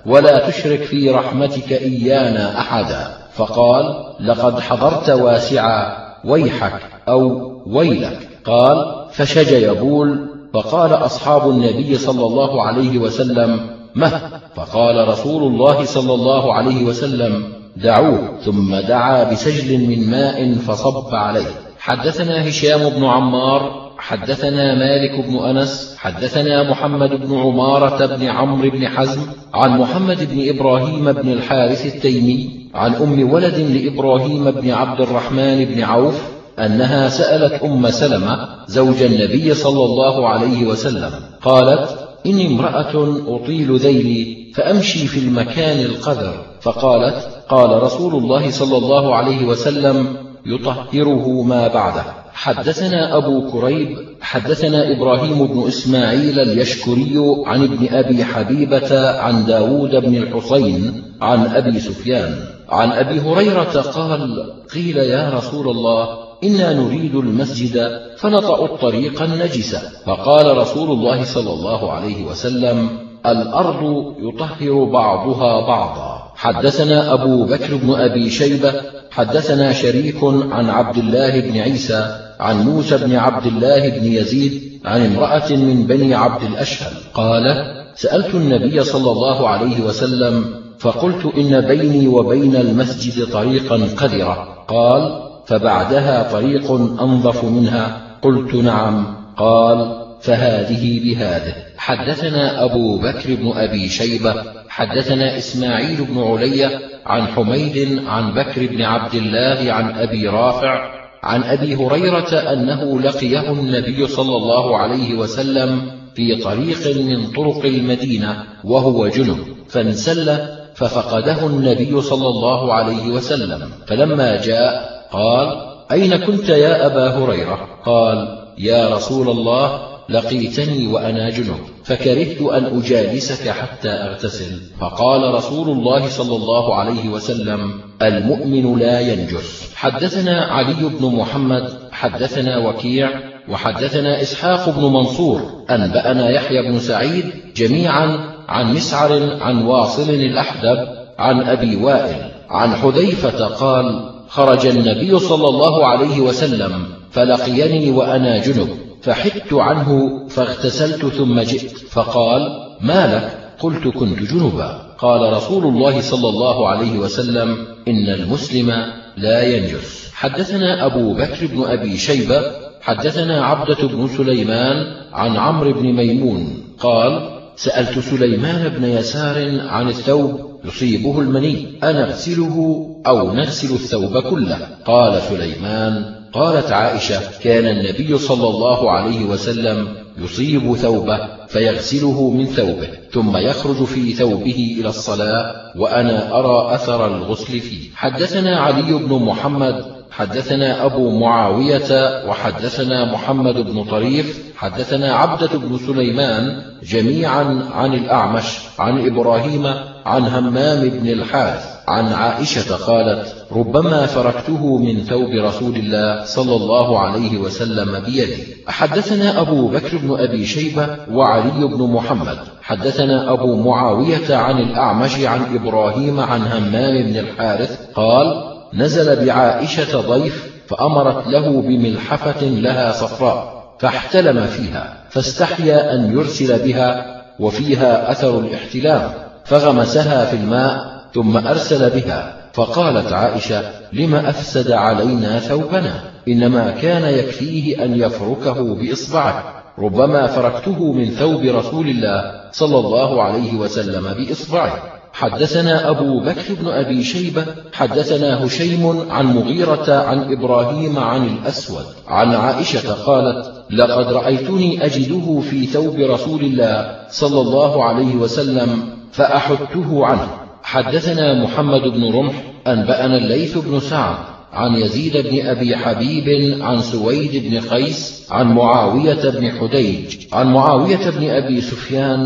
ولا تشرك في رحمتك إيانا أحدا. فقال: لقد حضرت واسعا، ويحك أو ويلك. قال: فشج يبول. فقال أصحاب النبي صلى الله عليه وسلم: مه؟ فقال رسول الله صلى الله عليه وسلم: دعوه. ثم دعا بسجل من ماء فصب عليه. حدثنا هشام بن عمار حدثنا مالك بن أنس حدثنا محمد بن عمارة بن عمرو بن حزم عن محمد بن إبراهيم بن الحارث التيمي عن أم ولد لإبراهيم بن عبد الرحمن بن عوف أنها سألت أم سلمة زوج النبي صلى الله عليه وسلم قالت: إني امرأة أطيل ذيلي فأمشي في المكان القذر. فقالت: قال رسول الله صلى الله عليه وسلم: يطهره ما بعده. حدثنا أبو كريب حدثنا إبراهيم بن إسماعيل اليشكري عن ابن أبي حبيبة عن داود بن الحصين عن أبي سفيان عن أبي هريرة قال: قيل يا رسول الله إنا نريد المسجد فنطأ الطريق النجسة. فقال رسول الله صلى الله عليه وسلم: الأرض يطهر بعضها بعضا. حدثنا أبو بكر بن أبي شيبة حدثنا شريك عن عبد الله بن عيسى عن موسى بن عبد الله بن يزيد عن امرأة من بني عبد الأشهل قال: سألت النبي صلى الله عليه وسلم فقلت: إن بيني وبين المسجد طريقا قذرة. قال: فبعدها طريق أنظف منها؟ قلت: نعم. قال: فهذه بهذه. حدثنا أبو بكر بن أبي شيبة حدثنا إسماعيل بن علي عن حميد عن بكر بن عبد الله عن أبي رافع عن أبي هريرة أنه لقيه النبي صلى الله عليه وسلم في طريق من طرق المدينة وهو جنب، فانسل ففقده النبي صلى الله عليه وسلم، فلما جاء قال: أين كنت يا أبا هريرة؟ قال: يا رسول الله، لقيتني وأنا جنب فكرهت أن أجالسك حتى أغتسل. فقال رسول الله صلى الله عليه وسلم: المؤمن لا ينجس. حدثنا علي بن محمد حدثنا وكيع وحدثنا إسحاق بن منصور أنبأنا يحيى بن سعيد جميعا عن مسعر عن واصل الأحدب عن أبي وائل عن حذيفة قال: خرج النبي صلى الله عليه وسلم فلقيني وأنا جنب فحدت عنه فاغتسلت ثم جئت، فقال: ما لك؟ قلت: كنت جنبا. قال رسول الله صلى الله عليه وسلم: إن المسلم لا ينجس. حدثنا أبو بكر بن أبي شيبة حدثنا عبدة بن سليمان عن عمرو بن ميمون قال: سألت سليمان بن يسار عن الثوب يصيبه المني أنغسله أو نغسل الثوب كله؟ قال سليمان: قالت عائشة: كان النبي صلى الله عليه وسلم يصيب ثوبه فيغسله من ثوبه ثم يخرج في ثوبه إلى الصلاة وأنا أرى أثر الغسل فيه. حدثنا علي بن محمد حدثنا أبو معاوية وحدثنا محمد بن طريف حدثنا عبدة بن سليمان جميعا عن الأعمش عن إبراهيم عن همام بن الحارث عن عائشة قالت: ربما فركته من ثوب رسول الله صلى الله عليه وسلم بيدي. حدثنا أبو بكر بن أبي شيبة وعلي بن محمد حدثنا أبو معاوية عن الأعمش عن إبراهيم عن همام بن الحارث قال: نزل بعائشة ضيف فأمرت له بملحفة لها صفراء فاحتلم فيها فاستحيا أن يرسل بها وفيها أثر الاحتلام فغمسها في الماء ثم أرسل بها. فقالت عائشة: لم أفسد علينا ثوبنا؟ إنما كان يكفيه أن يفركه بإصبعه، ربما فركته من ثوب رسول الله صلى الله عليه وسلم بإصبعه. حدثنا أبو بكر بن أبي شيبة حدثنا هشيم عن مغيرة عن إبراهيم عن الأسود عن عائشة قالت: لقد رأيتني أجده في ثوب رسول الله صلى الله عليه وسلم فأحدته عنه. حدثنا محمد بن رمح أنبأنا الليث بن سعد عن يزيد بن أبي حبيب عن سويد بن قيس عن معاوية بن حديج عن معاوية بن أبي سفيان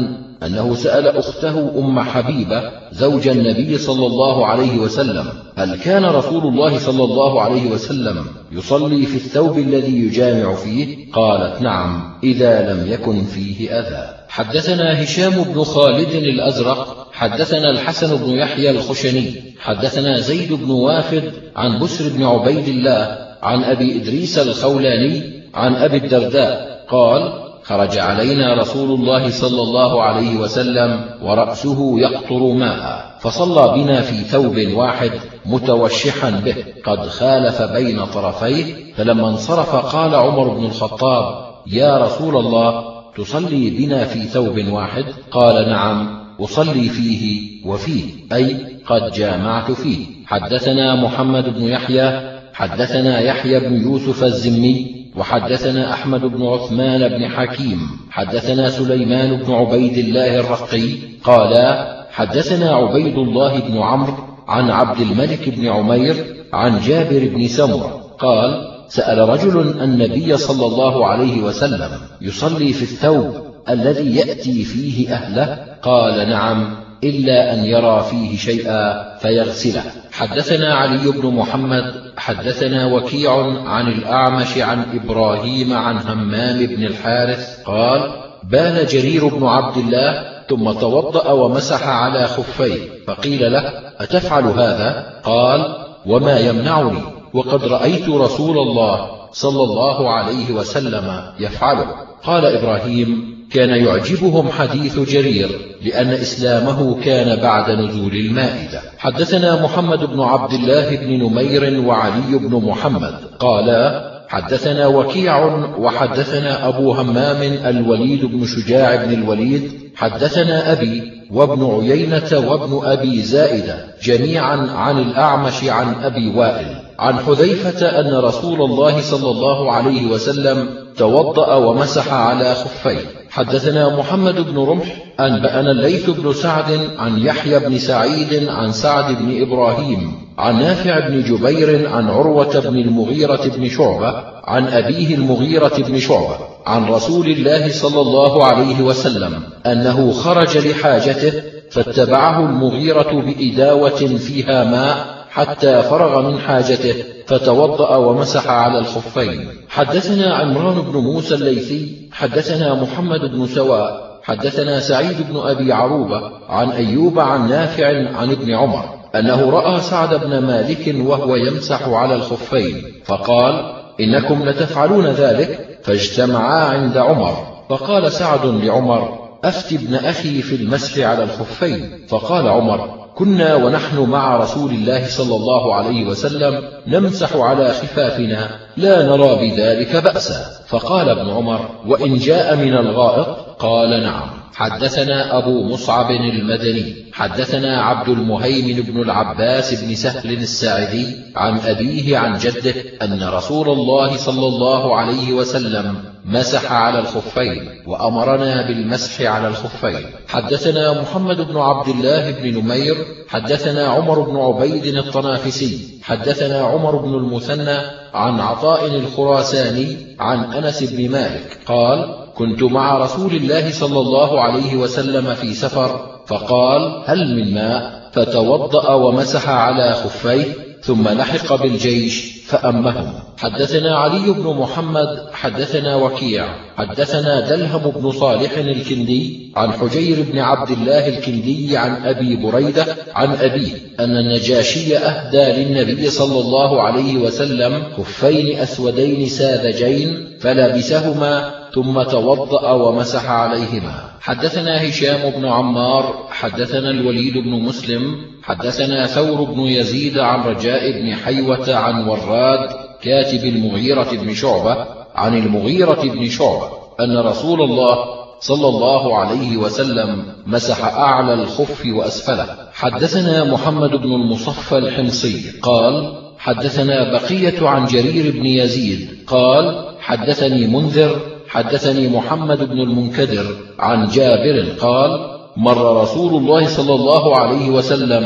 أنه سأل أخته أم حبيبة زوج النبي صلى الله عليه وسلم: هل كان رسول الله صلى الله عليه وسلم يصلي في الثوب الذي يجامع فيه؟ قالت: نعم، إذا لم يكن فيه أذى. حدثنا هشام بن خالد الأزرق حدثنا الحسن بن يحيى الخشني حدثنا زيد بن وافد عن بسر بن عبيد الله عن أبي إدريس الخولاني عن أبي الدرداء قال: خرج علينا رسول الله صلى الله عليه وسلم ورأسه يقطر ماء، فصلى بنا في ثوب واحد متوشحا به قد خالف بين طرفيه، فلما انصرف قال عمر بن الخطاب: يا رسول الله، تصلي بنا في ثوب واحد؟ قال: نعم، أصلي فيه وفيه، أي قد جامعت فيه. حدثنا محمد بن يحيى حدثنا يحيى بن يوسف الزمي وحدثنا أحمد بن عثمان بن حكيم حدثنا سليمان بن عبيد الله الرقي قالا: حدثنا عبيد الله بن عمرو عن عبد الملك بن عمير عن جابر بن سمرة قال: سأل رجل النبي صلى الله عليه وسلم: يصلي في الثوب الذي يأتي فيه أهله؟ قال: نعم، إلا أن يرى فيه شيئا فيغسله. حدثنا علي بن محمد حدثنا وكيع عن الأعمش عن إبراهيم عن همام بن الحارث قال: بال جرير بن عبد الله ثم توضأ ومسح على خفيه، فقيل له: أتفعل هذا؟ قال: وما يمنعني، وقد رأيت رسول الله صلى الله عليه وسلم يفعله. قال إبراهيم: كان يعجبهم حديث جرير لأن إسلامه كان بعد نزول المائدة. حدثنا محمد بن عبد الله بن نمير وعلي بن محمد قالا: حدثنا وكيع وحدثنا أبو همام الوليد بن شجاع بن الوليد حدثنا أبي وابن عيينة وابن أبي زائدة جميعا عن الأعمش عن أبي وائل عن حذيفة أن رسول الله صلى الله عليه وسلم توضأ ومسح على خفيه. حدثنا محمد بن رمح أنبأنا الليث بن سعد عن يحيى بن سعيد عن سعد بن إبراهيم عن نافع بن جبير عن عروة بن المغيرة بن شعبة عن أبيه المغيرة بن شعبة عن رسول الله صلى الله عليه وسلم أنه خرج لحاجته فاتبعه المغيرة بإداوة فيها ماء حتى فرغ من حاجته فتوضأ ومسح على الخفين. حدثنا عمران بن موسى الليثي حدثنا محمد بن سواء حدثنا سعيد بن أبي عروبة عن أيوب عن نافع عن ابن عمر أنه رأى سعد بن مالك وهو يمسح على الخفين فقال: إنكم لتفعلون ذلك؟ فاجتمعا عند عمر، فقال سعد لعمر: أفت ابن أخي في المسح على الخفين. فقال عمر: كنا ونحن مع رسول الله صلى الله عليه وسلم نمسح على خفافنا لا نرى بذلك بأسا. فقال ابن عمر: وإن جاء من الغائط؟ قال: نعم. حدثنا أبو مصعب المدني حدثنا عبد المهيمن بن العباس بن سهل الساعدي عن أبيه عن جده أن رسول الله صلى الله عليه وسلم مسح على الخفين وأمرنا بالمسح على الخفين. حدثنا محمد بن عبد الله بن نمير حدثنا عمر بن عبيد الطنافسي حدثنا عمر بن المثنى عن عطاء الخراساني عن أنس بن مالك قال: كنت مع رسول الله صلى الله عليه وسلم في سفر فقال: هل من ماء؟ فتوضأ ومسح على خفيه ثم لحق بالجيش فأمهم. حدثنا علي بن محمد حدثنا وكيع حدثنا دلهم بن صالح الكندي عن حجير بن عبد الله الكندي عن أبي بريدة عن أبيه أن النجاشي أهدى للنبي صلى الله عليه وسلم خفين أسودين ساذجين فلبسهما ثم توضأ ومسح عليهما. حدثنا هشام بن عمار حدثنا الوليد بن مسلم حدثنا ثور بن يزيد عن رجاء بن حيوة عن وراد كاتب المغيرة بن شعبة عن المغيرة بن شعبة أن رسول الله صلى الله عليه وسلم مسح أعلى الخف وأسفله. حدثنا محمد بن المصفى الحمصي قال: حدثنا بقية عن جرير بن يزيد قال: حدثني منذر حدثني محمد بن المنكدر عن جابر قال: مر رسول الله صلى الله عليه وسلم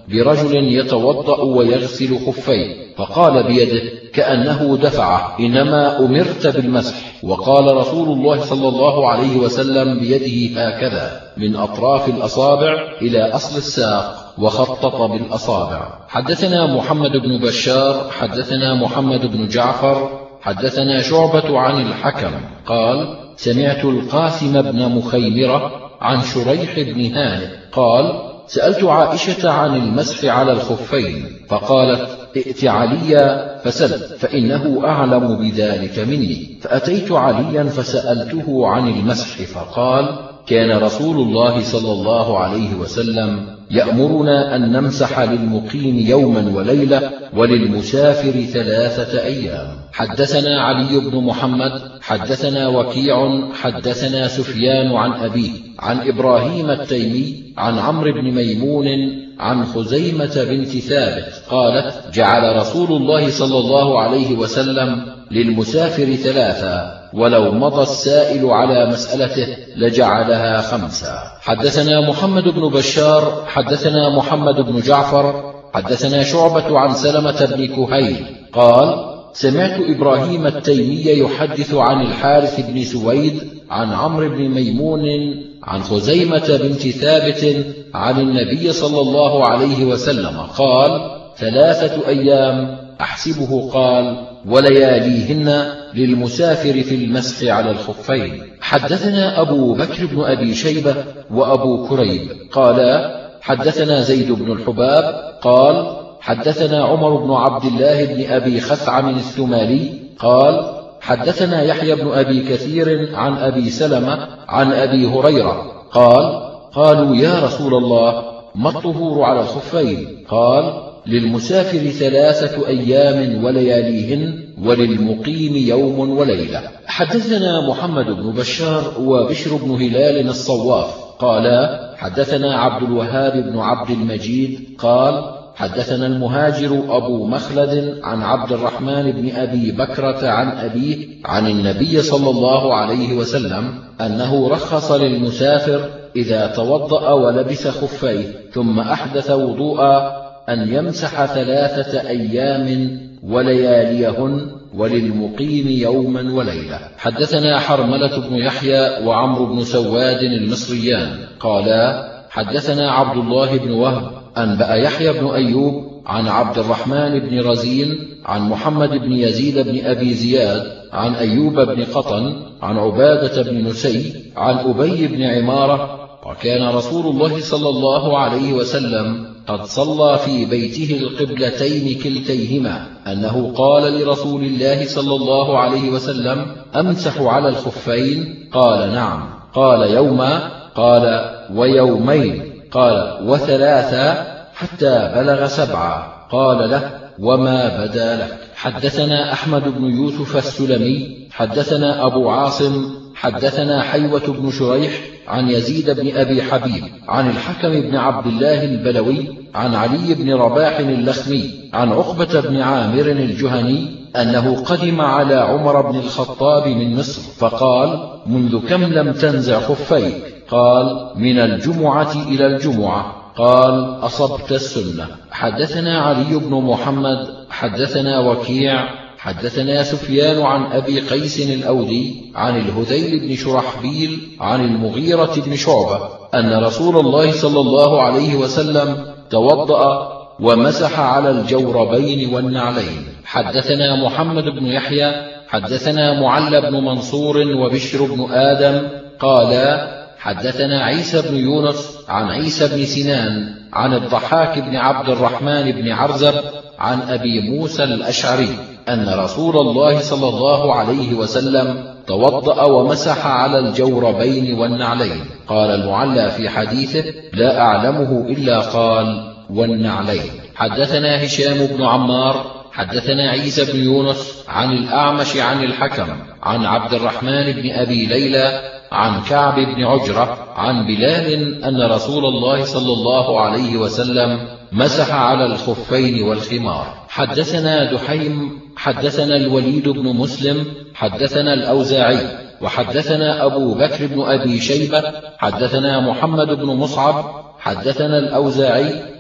برجل يتوضأ ويغسل خفيه، فقال بيده كأنه دفعه: إنما أمرت بالمسح. وقال رسول الله صلى الله عليه وسلم بيده هكذا من أطراف الأصابع إلى أصل الساق، وخطط بالأصابع. حدثنا محمد بن بشار حدثنا محمد بن جعفر حدثنا شعبة عن الحكم قال: سمعت القاسم بن مخيمرة عن شريح بن هانئ قال: سألت عائشة عن المسح على الخفين، فقالت: ائت عليا فسل، فإنه أعلم بذلك مني. فأتيت عليا فسألته عن المسح، فقال: كان رسول الله صلى الله عليه وسلم يأمرنا أن نمسح للمقيم يوما وليلة وللمسافر ثلاثة أيام. حدثنا علي بن محمد حدثنا وكيع حدثنا سفيان عن أبيه عن إبراهيم التيمي عن عمرو بن ميمون عن خزيمة بنت ثابت قالت: جعل رسول الله صلى الله عليه وسلم للمسافر ثلاثة، ولو مضى السائل على مسألته لجعلها خمسة. حدثنا محمد بن بشار حدثنا محمد بن جعفر حدثنا شعبة عن سلمة بن كهيل قال: سمعت إبراهيم التيمي يحدث عن الحارث بن سويد عن عمرو بن ميمون عن خزيمة بنت ثابت عن النبي صلى الله عليه وسلم قال: ثلاثة أيام، أحسبه قال: ولياليهن للمسافر في المسح على الخفين. حدثنا أبو بكر بن أبي شيبة وأبو كريب قالا: حدثنا زيد بن الحباب قال: حدثنا عمر بن عبد الله بن أبي خثعم الثمالي قال: حدثنا يحيى بن أبي كثير عن أبي سلمة عن أبي هريرة قال: قالوا يا رسول الله، ما الطهور على الخفين؟ قال: للمسافر ثلاثة أيام ولياليهن، وللمقيم يوم وليلة. حدثنا محمد بن بشار وبشر بن هلال الصواف قالا: حدثنا عبد الوهاب بن عبد المجيد قال: حدثنا المهاجر أبو مخلد عن عبد الرحمن بن أبي بكرة عن أبيه عن النبي صلى الله عليه وسلم أنه رخص للمسافر إذا توضأ ولبس خفيه ثم أحدث وضوءا أن يمسح ثلاثة أيام ولياليهن، وللمقيم يوما وليلة. حدثنا حرملة بن يحيى وعمرو بن سواد المصريان قالا: حدثنا عبد الله بن وهب أنبأ يحيى بن أيوب عن عبد الرحمن بن رزين عن محمد بن يزيد بن أبي زياد عن أيوب بن قطن عن عبادة بن نسي عن أبي بن عمارة: وكان رسول الله صلى الله عليه وسلم قد صلى في بيته القبلتين كلتيهما، أنه قال لرسول الله صلى الله عليه وسلم: أمسح على الخفين؟ قال: نعم. قال: يوما؟ قال: ويومين؟ قال: وثلاثا؟ حتى بلغ سبعا. قال له: وما بدا لك. حدثنا أحمد بن يوسف السلمي حدثنا أبو عاصم حدثنا حيوة بن شريح عن يزيد بن أبي حبيب عن الحكم بن عبد الله البلوي عن علي بن رباح اللخمي عن عقبة بن عامر الجهني أنه قدم على عمر بن الخطاب من مصر، فقال: منذ كم لم تنزع خفيك؟ قال: من الجمعة إلى الجمعة. قال: أصبت السنة. حدثنا علي بن محمد حدثنا وكيع حدثنا سفيان عن أبي قيس الأودي عن الهذيل بن شرحبيل عن المغيرة بن شعبة أن رسول الله صلى الله عليه وسلم توضأ ومسح على الجوربين والنعلين. حدثنا محمد بن يحيى حدثنا معل بن منصور وبشر بن آدم قالا: حدثنا عيسى بن يونس عن عيسى بن سنان عن الضحاك بن عبد الرحمن بن عرزب عن أبي موسى الأشعري أن رسول الله صلى الله عليه وسلم توضأ ومسح على الجوربين والنعلين. قال المعلى في حديثه: لا أعلمه إلا قال: والنعلين. حدثنا هشام بن عمار حدثنا عيسى بن يونس عن الأعمش عن الحكم عن عبد الرحمن بن أبي ليلى عن كعب بن عجرة عن بلال أن رسول الله صلى الله عليه وسلم مسح على الخفين والخمار. حدثنا دحيم حدثنا الوليد بن مسلم حدثنا الأوزاعي وحدثنا أبو بكر بن أبي شيبة حدثنا محمد بن مصعب حدثنا الأوزاعي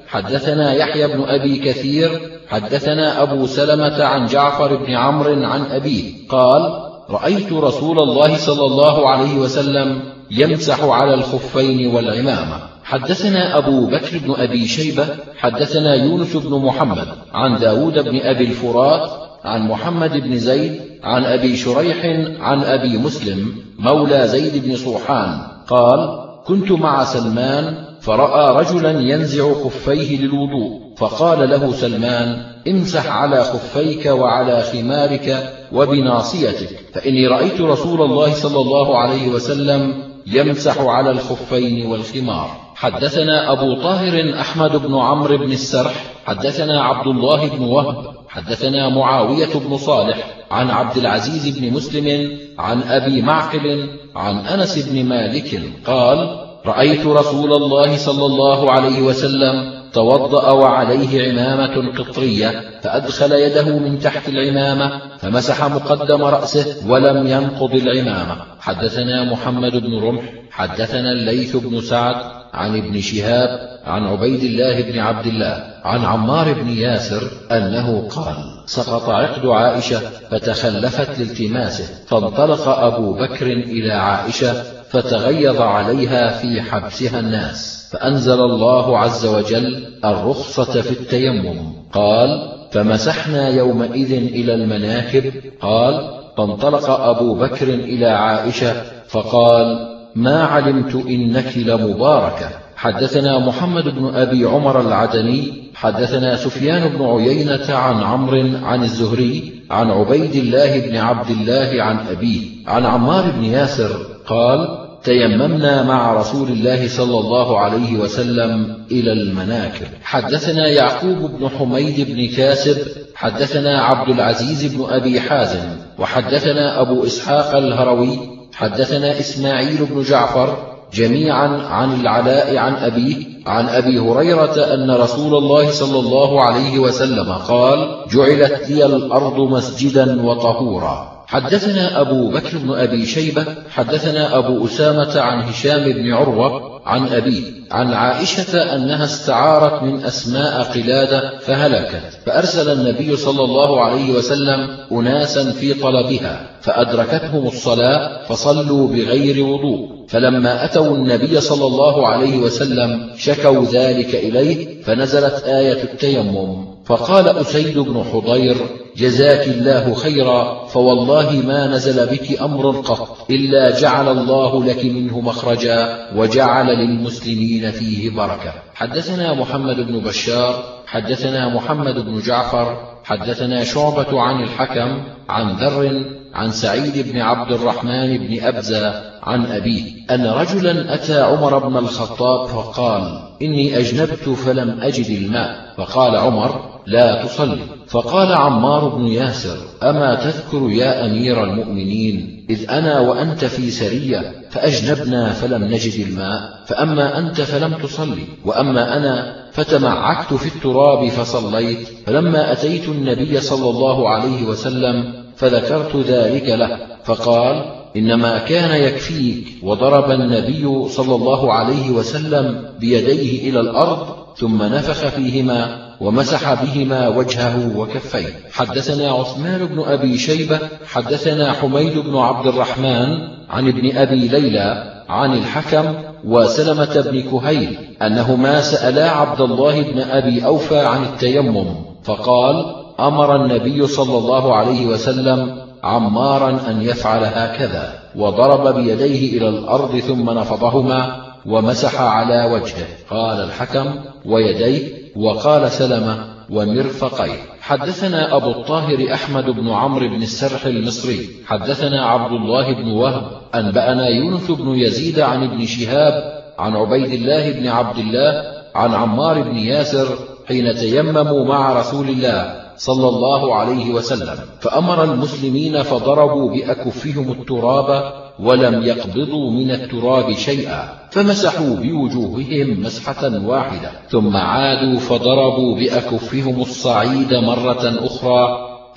حدثنا يحيى بن أبي كثير حدثنا أبو سلمة عن جعفر بن عمرو عن أبيه قال: رأيت رسول الله صلى الله عليه وسلم يمسح على الخفين والعمامة. حدثنا أبو بكر بن أبي شيبة حدثنا يونس بن محمد عن داود بن أبي الفرات عن محمد بن زيد عن أبي شريح عن أبي مسلم مولى زيد بن صوحان قال: كنت مع سلمان فرأى رجلا ينزع خفيه للوضوء، فقال له سلمان: امسح على خفيك وعلى خمارك وبناصيتك، فإني رأيت رسول الله صلى الله عليه وسلم يمسح على الخفين والخمار. حدثنا أبو طاهر أحمد بن عمرو بن السرح حدثنا عبد الله بن وهب حدثنا معاوية بن صالح عن عبد العزيز بن مسلم عن أبي معقل عن أنس بن مالك قال: رأيت رسول الله صلى الله عليه وسلم توضأ وعليه عمامة قطرية، فأدخل يده من تحت العمامة فمسح مقدم رأسه ولم ينقض العمامة. حدثنا محمد بن رمح حدثنا الليث بن سعد عن ابن شهاب عن عبيد الله بن عبد الله عن عمار بن ياسر أنه قال: سقط عقد عائشة فتخلفت لالتماسه، فانطلق أبو بكر إلى عائشة فتغيظ عليها في حبسها الناس، فأنزل الله عز وجل الرخصة في التيمم. قال: فمسحنا يومئذ إلى المناكب. قال: فانطلق أبو بكر إلى عائشة فقال: ما علمت إنك لمباركة. حدثنا محمد بن أبي عمر العدني حدثنا سفيان بن عيينة عن عمرو عن الزهري عن عبيد الله بن عبد الله عن أبيه عن عمار بن ياسر قال: تيممنا مع رسول الله صلى الله عليه وسلم إلى المناكب. حدثنا يعقوب بن حميد بن كاسب حدثنا عبد العزيز بن أبي حازم وحدثنا أبو إسحاق الهروي حدثنا إسماعيل بن جعفر جميعا عن العلاء عن أبيه عن أبي هريرة أن رسول الله صلى الله عليه وسلم قال: جعلت لي الأرض مسجدا وطهورا. حدثنا أبو بكر بن أبي شيبة حدثنا أبو أسامة عن هشام بن عروة عن أبيه عن عائشة أنها استعارت من أسماء قلادة فهلكت، فأرسل النبي صلى الله عليه وسلم أناسا في طلبها، فأدركتهم الصلاة فصلوا بغير وضوء، فلما أتوا النبي صلى الله عليه وسلم شكوا ذلك إليه، فنزلت آية التيمم، فقال أسيد بن حضير: جزاك الله خيرا، فوالله ما نزل بك أمر قط إلا جعل الله لك منه مخرجا وجعل للمسلمين فيه بركة. حدثنا محمد بن بشار حدثنا محمد بن جعفر حدثنا شعبة عن الحكم عن ذر عن سعيد بن عبد الرحمن بن أبزة عن أبيه أن رجلا أتى عمر بن الخطاب فقال: إني أجنبت فلم أجد الماء، فقال عمر: لا تصلي. فقال عمار بن ياسر: أما تذكر يا أمير المؤمنين إذ أنا وأنت في سرية فأجنبنا فلم نجد الماء، فأما أنت فلم تصلي، وأما أنا فتمعكت في التراب فصليت، فلما أتيت النبي صلى الله عليه وسلم فذكرت ذلك له، فقال: إنما كان يكفيك، وضرب النبي صلى الله عليه وسلم بيديه إلى الأرض ثم نفخ فيهما ومسح بهما وجهه وكفيه. حدثنا عثمان بن أبي شيبة حدثنا حميد بن عبد الرحمن عن ابن أبي ليلى عن الحكم وسلمة بن كهيل أنهما سألا عبد الله بن أبي أوفى عن التيمم، فقال: أمر النبي صلى الله عليه وسلم عمارا أن يفعل هكذا، وضرب بيديه إلى الأرض ثم نفضهما ومسح على وجهه. قال الحكم: ويديه، وقال سلمة: ومرفقيه. حدثنا أبو الطاهر أحمد بن عمرو بن السرح المصري حدثنا عبد الله بن وهب أنبأنا يونس بن يزيد عن ابن شهاب عن عبيد الله بن عبد الله عن عمار بن ياسر حين تيمموا مع رسول الله صلى الله عليه وسلم، فأمر المسلمين فضربوا بأكفهم التراب ولم يقبضوا من التراب شيئا، فمسحوا بوجوههم مسحة واحدة، ثم عادوا فضربوا بأكفهم الصعيد مرة أخرى،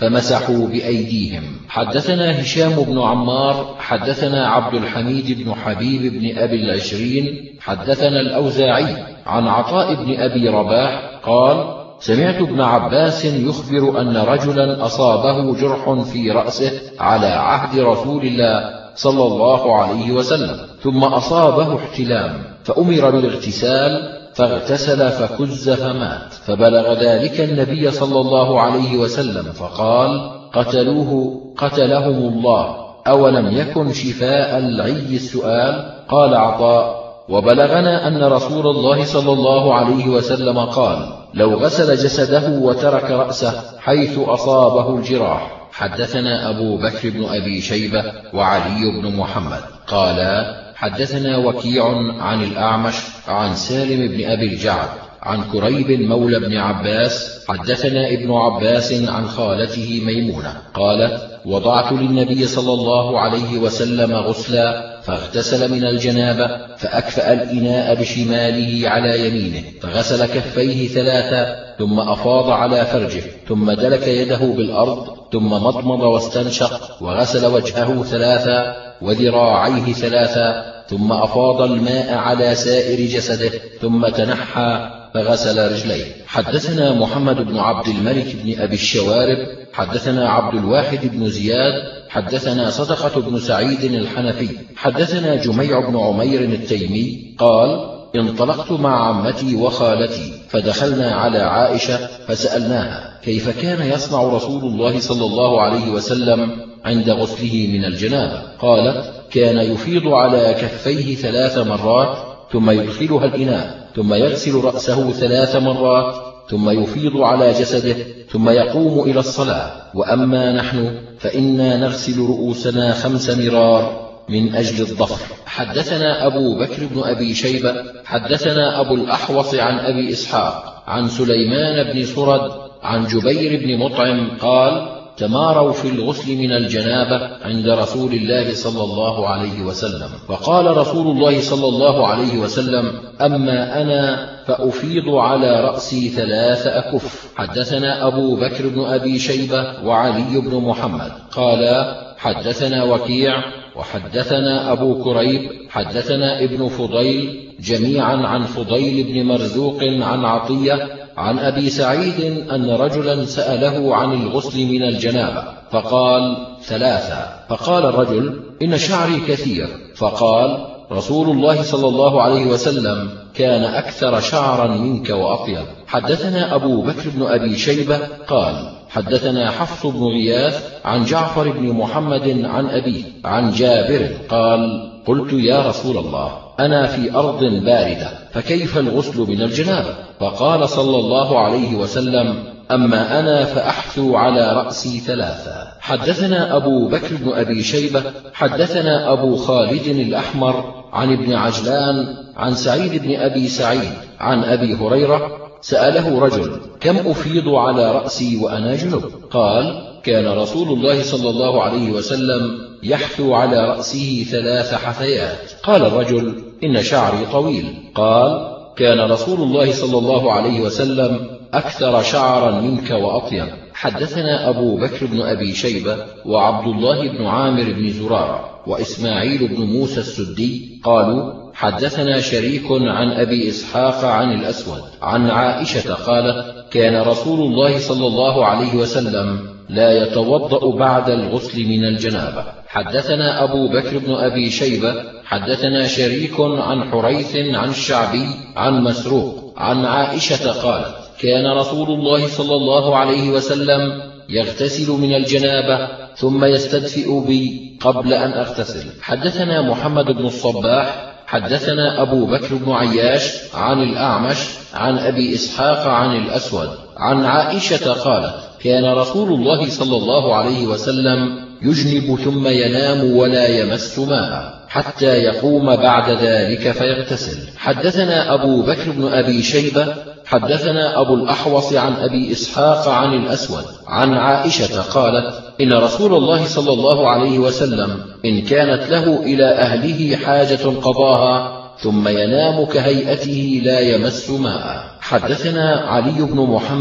فمسحوا بأيديهم. حدثنا هشام بن عمار حدثنا عبد الحميد بن حبيب بن أبي العشرين حدثنا الأوزاعي عن عطاء بن أبي رباح قال: سمعت ابن عباس يخبر أن رجلا أصابه جرح في رأسه على عهد رسول الله صلى الله عليه وسلم، ثم أصابه احتلام فأمر بالاغتسال فاغتسل فكز فمات، فبلغ ذلك النبي صلى الله عليه وسلم فقال: قتلوه قتلهم الله، أولم يكن شفاء العي السؤال؟ قال عطاء: وبلغنا أن رسول الله صلى الله عليه وسلم قال: لو غسل جسده وترك رأسه حيث أصابه الجراح. حدثنا أبو بكر بن أبي شيبة وعلي بن محمد قالا: حدثنا وكيع عن الأعمش عن سالم بن أبي الجعد عن كريب مولى بن عباس حدثنا ابن عباس عن خالته ميمونة قالت: وضعت للنبي صلى الله عليه وسلم غسلا فاغتسل من الجنابة، فأكفأ الإناء بشماله على يمينه، فغسل كفيه ثلاثا، ثم أفاض على فرجه، ثم دلك يده بالأرض، ثم مضمض واستنشق، وغسل وجهه ثلاثا وذراعيه ثلاثا، ثم أفاض الماء على سائر جسده، ثم تنحى فغسل رجليه. حدثنا محمد بن عبد الملك بن أبي الشوارب حدثنا عبد الواحد بن زياد حدثنا صدقة بن سعيد الحنفي حدثنا جميع بن عمير التيمي قال: انطلقت مع عمتي وخالتي فدخلنا على عائشة فسألناها كيف كان يصنع رسول الله صلى الله عليه وسلم عند غسله من الجنابة؟ قالت: كان يفيض على كفيه ثلاث مرات ثم يدخلها الإناء، ثم يغسل رأسه ثلاث مرات، ثم يفيض على جسده، ثم يقوم إلى الصلاة. وأما نحن فإنا نغسل رؤوسنا خمس مرار من أجل الضفر. حدثنا أبو بكر بن أبي شيبة حدثنا أبو الأحوص عن أبي إسحاق عن سليمان بن سرد عن جبير بن مطعم قال: تماروا في الغسل من الجنابة عند رسول الله صلى الله عليه وسلم، فقال رسول الله صلى الله عليه وسلم: أما أنا فأفيض على رأسي ثلاث أكف. حدثنا أبو بكر بن أبي شيبة وعلي بن محمد قالا: حدثنا وكيع وحدثنا أبو كريب حدثنا ابن فضيل جميعا عن فضيل بن مرزوق عن عطية عن أبي سعيد أن رجلا سأله عن الغسل من الجنابة فقال: ثلاثة. فقال الرجل: إن شعري كثير. فقال رسول الله صلى الله عليه وسلم: كان أكثر شعرا منك وأطيب. حدثنا أبو بكر بن أبي شيبة قال: حدثنا حفص بن غياث عن جعفر بن محمد عن أبيه عن جابر قال: قلت يا رسول الله، أنا في أرض باردة فكيف الغسل من الجنابة؟ فقال صلى الله عليه وسلم: أما أنا فأحثو على رأسي ثلاثا. حدثنا أبو بكر بن أبي شيبة حدثنا أبو خالد الأحمر عن ابن عجلان عن سعيد بن أبي سعيد عن أبي هريرة سأله رجل: كم أفيض على رأسي وأنا جنب؟ قال: كان رسول الله صلى الله عليه وسلم يحثو على رأسه ثلاث حثيات. قال الرجل: إن شعري طويل. قال: كان رسول الله صلى الله عليه وسلم أكثر شعرا منك وأطيب. حدثنا أبو بكر بن أبي شيبة وعبد الله بن عامر بن زرارة وإسماعيل بن موسى السدي قالوا: حدثنا شريك عن أبي إسحاق عن الأسود عن عائشة قالت: كان رسول الله صلى الله عليه وسلم لا يتوضأ بعد الغسل من الجنابة. حدثنا أبو بكر بن أبي شيبة حدثنا شريك عن حريث عن الشعبي عن مسروق عن عائشة قالت: كان رسول الله صلى الله عليه وسلم يغتسل من الجنابة ثم يستدفئ بي قبل أن أغتسل. حدثنا محمد بن الصباح حدثنا أبو بكر بن عياش عن الأعمش عن أبي إسحاق عن الأسود عن عائشة قالت: كان رسول الله صلى الله عليه وسلم يجنب ثم ينام ولا يمس ماء حتى يقوم بعد ذلك فيغتسل. حدثنا أبو بكر بن أبي شيبة حدثنا أبو الأحوص عن أبي إسحاق عن الأسود عن عائشة قالت: إن رسول الله صلى الله عليه وسلم إن كانت له إلى أهله حاجة قضاها ثم ينام كهيئته لا يمس ماء. حدثنا علي بن محمد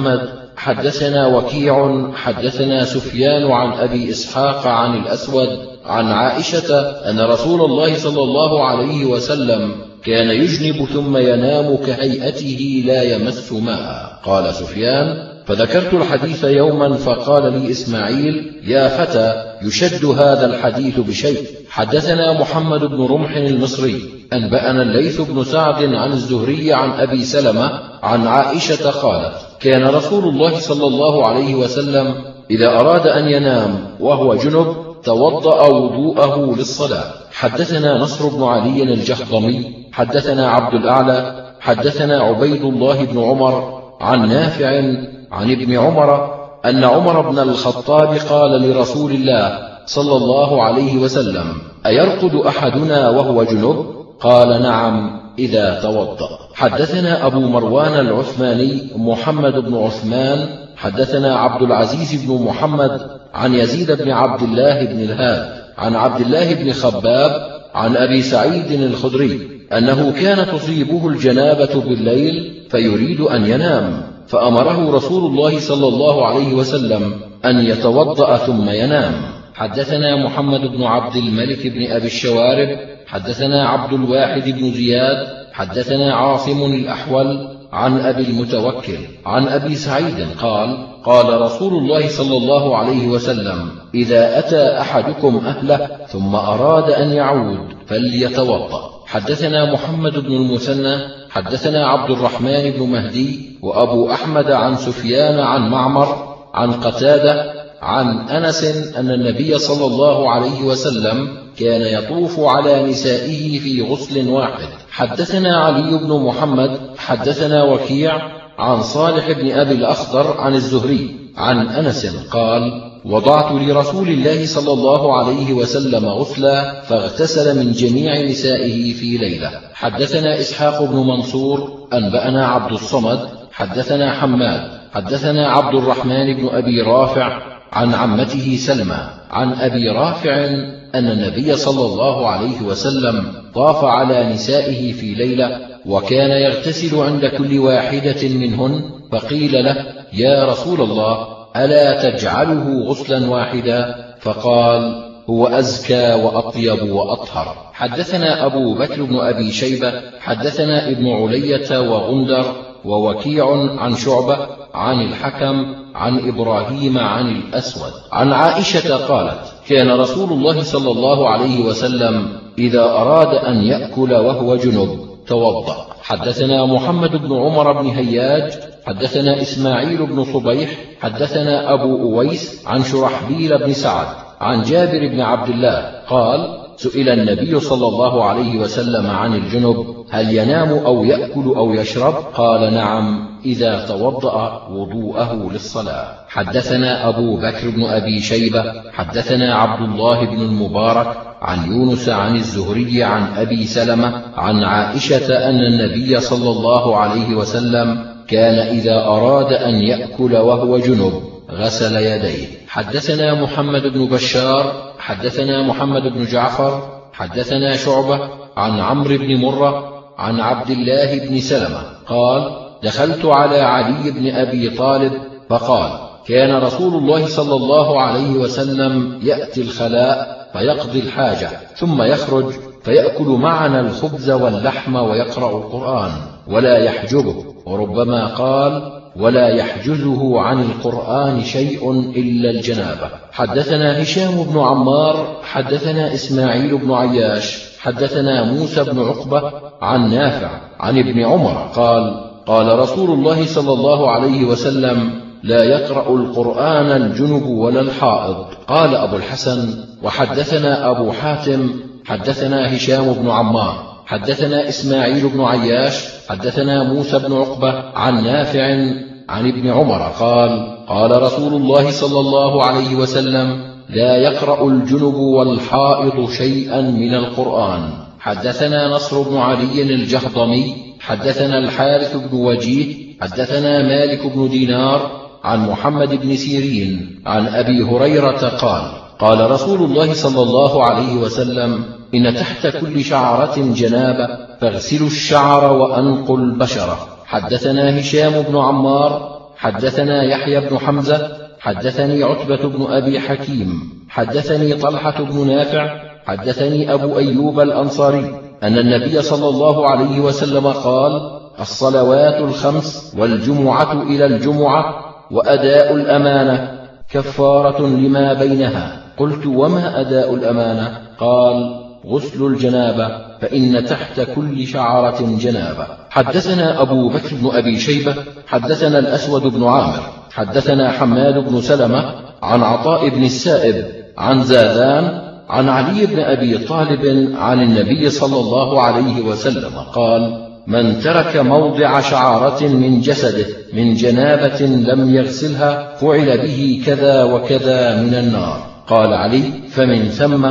حدثنا وكيع حدثنا سفيان عن أبي إسحاق عن الأسود عن عائشة أن رسول الله صلى الله عليه وسلم كان يجنب ثم ينام كهيئته لا يمس ماء. قال سفيان: فذكرت الحديث يوما فقال لي إسماعيل: يا فتى، يشد هذا الحديث بشيء. حدثنا محمد بن رمح المصري أنبأنا الليث بن سعد عن الزهري عن أبي سلمة عن عائشة قالت: كان رسول الله صلى الله عليه وسلم إذا أراد أن ينام وهو جنب توضأ وضوءه للصلاة. حدثنا نصر بن علي الجهضمي حدثنا عبد الأعلى حدثنا عبيد الله بن عمر عن نافع عن ابن عمر أن عمر بن الخطاب قال لرسول الله صلى الله عليه وسلم: أيرقد أحدنا وهو جنب؟ قال: نعم إذا توضأ. حدثنا أبو مروان العثماني محمد بن عثمان حدثنا عبد العزيز بن محمد عن يزيد بن عبد الله بن الهاد عن عبد الله بن خباب عن أبي سعيد الخدري أنه كان تصيبه الجنابة بالليل فيريد أن ينام، فأمره رسول الله صلى الله عليه وسلم أن يتوضأ ثم ينام. حدثنا محمد بن عبد الملك بن أبي الشوارب حدثنا عبد الواحد بن زياد حدثنا عاصم الأحول عن أبي المتوكل عن أبي سعيد قال: قال رسول الله صلى الله عليه وسلم: إذا أتى أحدكم أهله ثم أراد أن يعود فليتوضأ. حدثنا محمد بن المثنى حدثنا عبد الرحمن بن مهدي وأبو أحمد عن سفيان عن معمر عن قتادة عن أنس أن النبي صلى الله عليه وسلم كان يطوف على نسائه في غسل واحد. حدثنا علي بن محمد حدثنا وكيع عن صالح بن أبي الأخضر عن الزهري عن أنس قال: وضعت لرسول الله صلى الله عليه وسلم غسلا فاغتسل من جميع نسائه في ليلة. حدثنا إسحاق بن منصور أنبأنا عبد الصمد حدثنا حماد حدثنا عبد الرحمن بن أبي رافع عن عمته سلمى عن أبي رافع أن النبي صلى الله عليه وسلم طاف على نسائه في ليلة وكان يغتسل عند كل واحدة منهن، فقيل له: يا رسول الله، ألا تجعله غسلا واحدا؟ فقال: هو أزكى وأطيب وأطهر. حدثنا أبو بكر بن أبي شيبة حدثنا ابن علية وغندر ووكيع عن شعبة عن الحكم عن إبراهيم عن الأسود عن عائشة قالت: كان رسول الله صلى الله عليه وسلم إذا أراد أن يأكل وهو جنب توضأ. حدثنا محمد بن عمر بن هياج حدثنا إسماعيل بن صبيح حدثنا أبو أويس عن شرحبيل بن سعد عن جابر بن عبد الله قال: سئل النبي صلى الله عليه وسلم عن الجنب: هل ينام أو يأكل أو يشرب؟ قال: نعم إذا توضأ وضوءه للصلاة. حدثنا أبو بكر بن أبي شيبة حدثنا عبد الله بن المبارك عن يونس عن الزهري عن أبي سلمة عن عائشة أن النبي صلى الله عليه وسلم كان إذا أراد أن يأكل وهو جنب غسل يديه. حدثنا محمد بن بشار حدثنا محمد بن جعفر حدثنا شعبة عن عمرو بن مرة عن عبد الله بن سلمة قال: دخلت على علي بن أبي طالب فقال: كان رسول الله صلى الله عليه وسلم يأتي الخلاء فيقضي الحاجة ثم يخرج فيأكل معنا الخبز واللحم ويقرأ القرآن ولا يحجبه، وربما قال: ولا يحجزه عن القرآن شيء إلا الجنابة. حدثنا هشام بن عمار حدثنا إسماعيل بن عياش حدثنا موسى بن عقبة عن نافع عن ابن عمر قال: قال رسول الله صلى الله عليه وسلم: لا يقرأ القرآن الجنب ولا الحائض. قال أبو الحسن: وحدثنا أبو حاتم حدثنا هشام بن عمار حدثنا إسماعيل بن عياش حدثنا موسى بن عقبة عن نافع عن ابن عمر قال: قال رسول الله صلى الله عليه وسلم: لا يقرأ الجنب والحائض شيئا من القرآن. حدثنا نصر بن علي الجهضمي حدثنا الحارث بن وجيه حدثنا مالك بن دينار عن محمد بن سيرين عن أبي هريرة قال: قال رسول الله صلى الله عليه وسلم: إن تحت كل شعرة جنابة فاغسلوا الشعر وأنقوا البشرة. حدثنا هشام بن عمار حدثنا يحيى بن حمزة حدثني عتبة بن أبي حكيم حدثني طلحة بن نافع حدثني أبو أيوب الأنصاري أن النبي صلى الله عليه وسلم قال: الصلوات الخمس والجمعة إلى الجمعة وأداء الأمانة كفارة لما بينها. قلت: وما أداء الأمانة؟ قال: غسل الجنابة، فإن تحت كل شعرة جنابة. حدثنا أبو بكر بن أبي شيبة حدثنا الأسود بن عامر حدثنا حماد بن سلمة عن عطاء بن السائب عن زادان عن علي بن أبي طالب عن النبي صلى الله عليه وسلم قال: من ترك موضع شعرة من جسده من جنابة لم يغسلها فعل به كذا وكذا من النار. قال علي: فمن ثم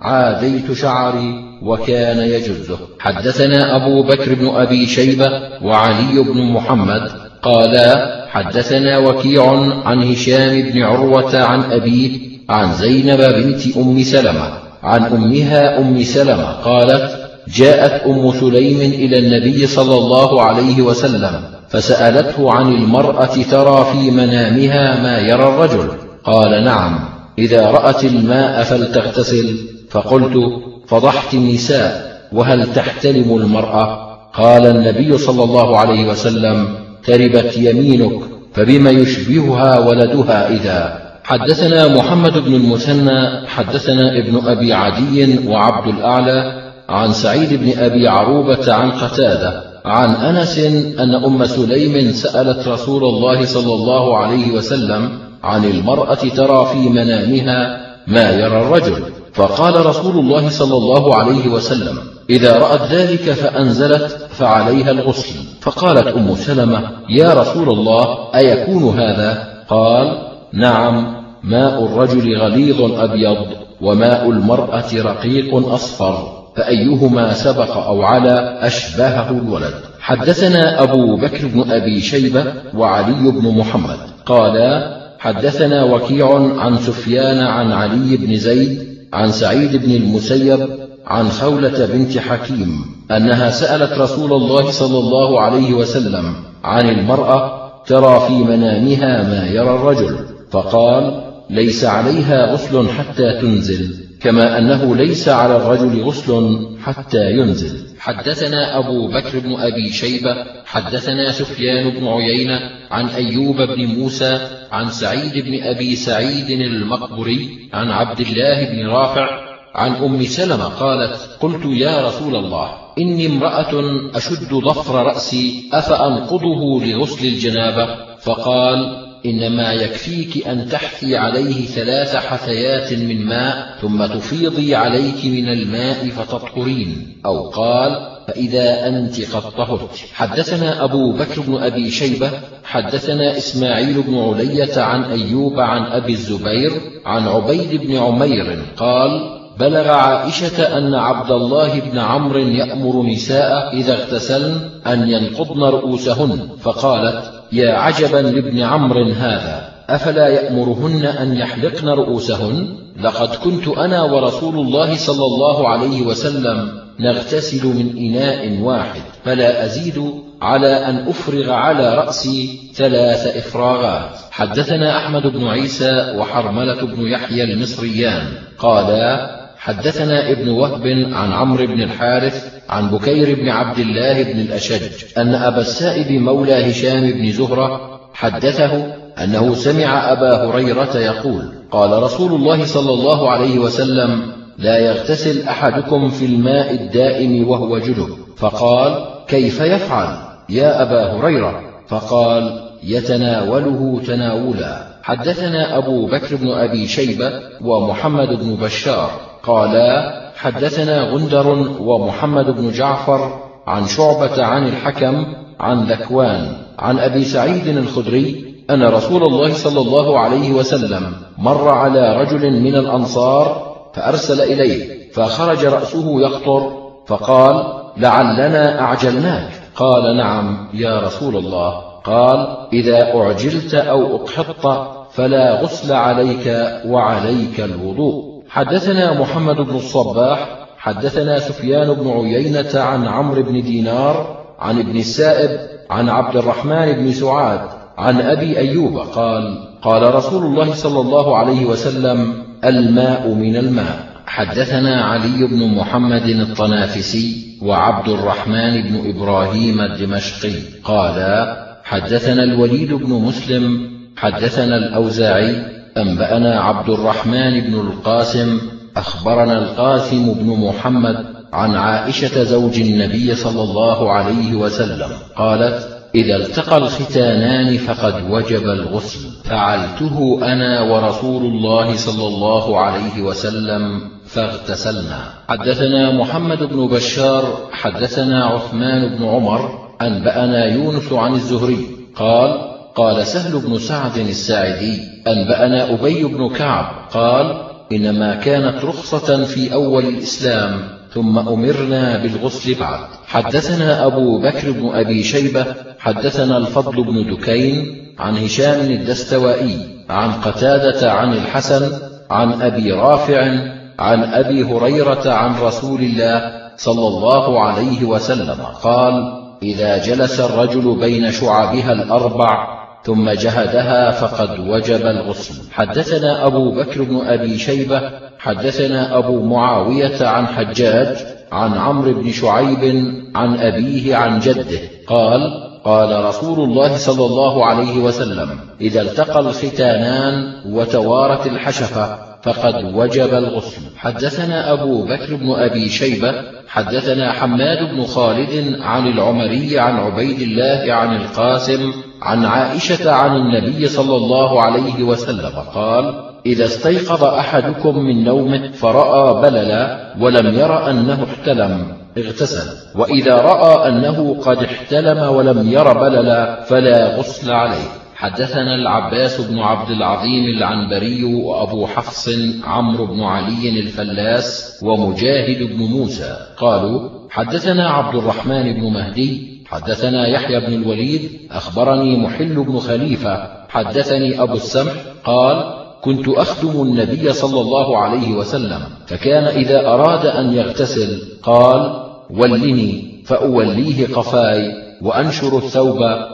عاديت شعري، وكان يجزه. حدثنا أبو بكر بن أبي شيبة وعلي بن محمد قالا: حدثنا وكيع عن هشام بن عروة عن أبيه عن زينب بنت أم سلمة عن أمها أم سلمة قالت: جاءت أم سليم إلى النبي صلى الله عليه وسلم فسألته عن المرأة ترى في منامها ما يرى الرجل. قال: نعم، إذا رأت الماء فلتغتسل. فقلت: فضحت النساء، وهل تحتلم المرأة؟ قال النبي صلى الله عليه وسلم: تربت يمينك، فبما يشبهها ولدها إذا. حدثنا محمد بن المثنى حدثنا ابن أبي عدي وعبد الأعلى عن سعيد بن أبي عروبة عن قتادة عن أنس أن أم سليم سألت رسول الله صلى الله عليه وسلم عن المرأة ترى في منامها ما يرى الرجل، فقال رسول الله صلى الله عليه وسلم: إذا رأت ذلك فأنزلت فعليها الغسل. فقالت أم سلمة: يا رسول الله، أيكون هذا؟ قال: نعم، ماء الرجل غليظ أبيض، وماء المرأة رقيق أصفر، فأيهما سبق أو علا أشبهه الولد. حدثنا أبو بكر بن أبي شيبة وعلي بن محمد قالا: حدثنا وكيع عن سفيان عن علي بن زيد عن سعيد بن المسيب عن خولة بنت حكيم أنها سألت رسول الله صلى الله عليه وسلم عن المرأة ترى في منامها ما يرى الرجل، فقال: ليس عليها غسل حتى تنزل، كما أنه ليس على الرجل غسل حتى ينزل. حدثنا أبو بكر بن أبي شيبة حدثنا سفيان بن عيينة عن أيوب بن موسى عن سعيد بن أبي سعيد المقبري عن عبد الله بن رافع عن أم سلمة قالت: قلت: يا رسول الله، إني امرأة أشد ضفر رأسي، أفأنقضه لغسل الجنابة؟ فقال: إنما يكفيك أن تحثي عليه ثلاث حثيات من ماء ثم تفيضي عليك من الماء فتطهرين، أو قال: فإذا أنت قد طهرت. حدثنا أبو بكر بن أبي شيبة حدثنا إسماعيل بن علية عن أيوب عن أبي الزبير عن عبيد بن عمير قال: بلغ عائشة أن عبد الله بن عمرو يأمر نساء إذا اغتسلن أن ينقضن رؤوسهن، فقالت: يا عجبا لابن عمرو هذا، أفلا يأمرهن أن يحلقن رؤوسهن؟ لقد كنت أنا ورسول الله صلى الله عليه وسلم نغتسل من إناء واحد، فلا أزيد على أن أفرغ على رأسي ثلاث إفراغات. حدثنا أحمد بن عيسى وحرملة بن يحيى المصريان قالا: حدثنا ابن وهب عن عمرو بن الحارث عن بكير بن عبد الله بن الأشج أن أبا السائب مولى هشام بن زهرة حدثه أنه سمع أبا هريرة يقول: قال رسول الله صلى الله عليه وسلم: لا يغتسل أحدكم في الماء الدائم وهو جنب. فقال: كيف يفعل يا أبا هريرة؟ فقال: يتناوله تناولا. حدثنا أبو بكر بن أبي شيبة ومحمد بن بشار قالا: حدثنا غندر ومحمد بن جعفر عن شعبة عن الحكم عن ذكوان عن أبي سعيد الخدري أن رسول الله صلى الله عليه وسلم مر على رجل من الأنصار فأرسل إليه، فخرج رأسه يقطر، فقال: لعلنا أعجلناك. قال: نعم يا رسول الله. قال: إذا أعجلت أو أقحطت فلا غسل عليك وعليك الوضوء. حدثنا محمد بن الصباح حدثنا سفيان بن عيينة عن عمرو بن دينار عن ابن السائب عن عبد الرحمن بن سعاد عن أبي أيوب قال قال رسول الله صلى الله عليه وسلم الماء من الماء. حدثنا علي بن محمد الطنافسي وعبد الرحمن بن إبراهيم الدمشقي قالا حدثنا الوليد بن مسلم حدثنا الأوزاعي أنبأنا عبد الرحمن بن القاسم أخبرنا القاسم بن محمد عن عائشة زوج النبي صلى الله عليه وسلم قالت إذا التقى الختانان فقد وجب الغسل، فعلته أنا ورسول الله صلى الله عليه وسلم فاغتسلنا. حدثنا محمد بن بشار حدثنا عثمان بن عمر أنبأنا يونس عن الزهري قال قال سهل بن سعد الساعدي أنبأنا أبي بن كعب قال إنما كانت رخصة في أول الإسلام ثم أمرنا بالغسل بعد. حدثنا أبو بكر بن أبي شيبة حدثنا الفضل بن دكين عن هشام الدستوائي عن قتادة عن الحسن عن أبي رافع عن أبي هريرة عن رسول الله صلى الله عليه وسلم قال إذا جلس الرجل بين شعبها الأربع ثم جهدها فقد وجب الغسل. حدثنا أبو بكر بن أبي شيبة حدثنا أبو معاوية عن حجاج عن عمرو بن شعيب عن أبيه عن جده قال قال رسول الله صلى الله عليه وسلم إذا التقى الختانان وتوارت الحشفة فقد وجب الغسل. حدثنا أبو بكر بن أبي شيبة حدثنا حماد بن خالد عن العمري عن عبيد الله عن القاسم عن عائشة عن النبي صلى الله عليه وسلم قال إذا استيقظ أحدكم من نومه فرأى بللا ولم ير أنه احتلم اغتسل، وإذا رأى أنه قد احتلم ولم ير بللا فلا غسل عليه. حدثنا العباس بن عبد العظيم العنبري وأبو حفص عمرو بن علي الفلاس ومجاهد بن موسى قالوا حدثنا عبد الرحمن بن مهدي حدثنا يحيى بن الوليد أخبرني محل بن خليفة حدثني أبو السمح قال كنت أخدم النبي صلى الله عليه وسلم فكان إذا أراد أن يغتسل قال ولني فأوليه قفاي وأنشر الثوب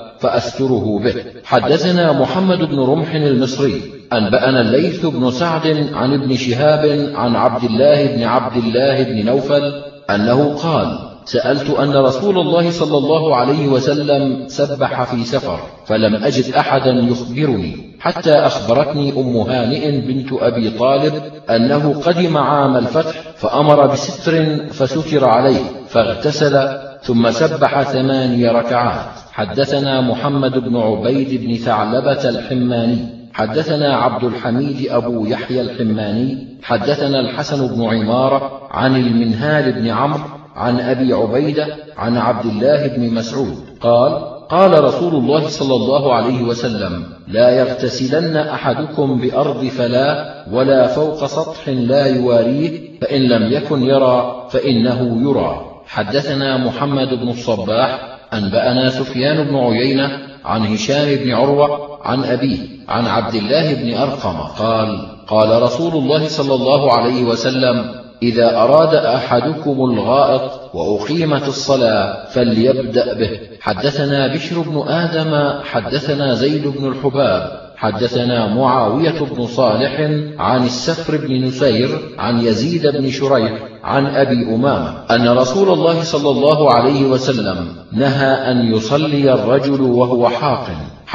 فأستره به. حدثنا محمد بن رمح المصري أنبأنا الليث بن سعد عن ابن شهاب عن عبد الله بن عبد الله بن نوفل أنه قال سألت أن رسول الله صلى الله عليه وسلم سبح في سفر فلم أجد أحدا يخبرني حتى أخبرتني أم هانئ بنت أبي طالب أنه قدم عام الفتح فأمر بستر فستر عليه فاغتسل ثم سبح ثماني ركعات. حدثنا محمد بن عبيد بن ثعلبة الحماني حدثنا عبد الحميد أبو يحيى الحماني حدثنا الحسن بن عمارة عن المنهال بن عمرو عن أبي عبيدة عن عبد الله بن مسعود قال قال رسول الله صلى الله عليه وسلم لا يغتسلن أحدكم بأرض فلا ولا فوق سطح لا يواريه فإن لم يكن يرى فإنه يرى. حدثنا محمد بن الصباح أنبأنا سفيان بن عيينة عن هشام بن عروة عن أبيه عن عبد الله بن أرقم قال قال رسول الله صلى الله عليه وسلم إذا أراد أحدكم الغائط وأقيمت الصلاة فليبدأ به. حدثنا بشر بن آدم حدثنا زيد بن الحباب حدثنا معاوية بن صالح عن السفر بن نسير عن يزيد بن شريح عن أبي أمامة أن رسول الله صلى الله عليه وسلم نهى أن يصلي الرجل وهو حاق.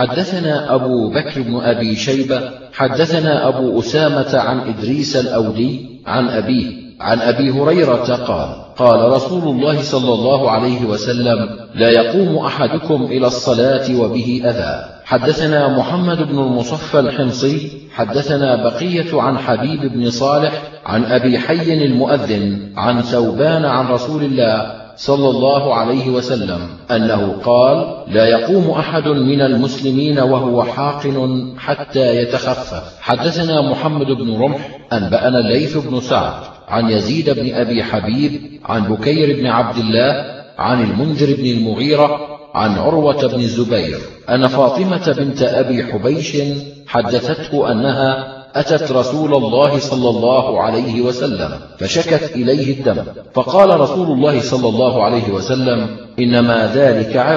حدثنا أبو بكر بن أبي شيبة حدثنا أبو أسامة عن إدريس الأودي عن أبيه عن أبي هريرة قال قال رسول الله صلى الله عليه وسلم لا يقوم أحدكم إلى الصلاة وبه أذى. حدثنا محمد بن المصفى الحمصي حدثنا بقية عن حبيب بن صالح عن أبي حي المؤذن عن ثوبان عن رسول الله صلى الله عليه وسلم أنه قال لا يقوم أحد من المسلمين وهو حاقن حتى يتخفف. حدثنا محمد بن رمح أنبأنا الليث بن سعد عن يزيد بن أبي حبيب عن بكير بن عبد الله عن المنذر بن المغيرة عن عروة بن الزبير أن فاطمة بنت أبي حبيش حدثته أنها أتت رسول الله صلى الله عليه وسلم فشكت إليه الدم فقال رسول الله صلى الله عليه وسلم إنما ذلك عرق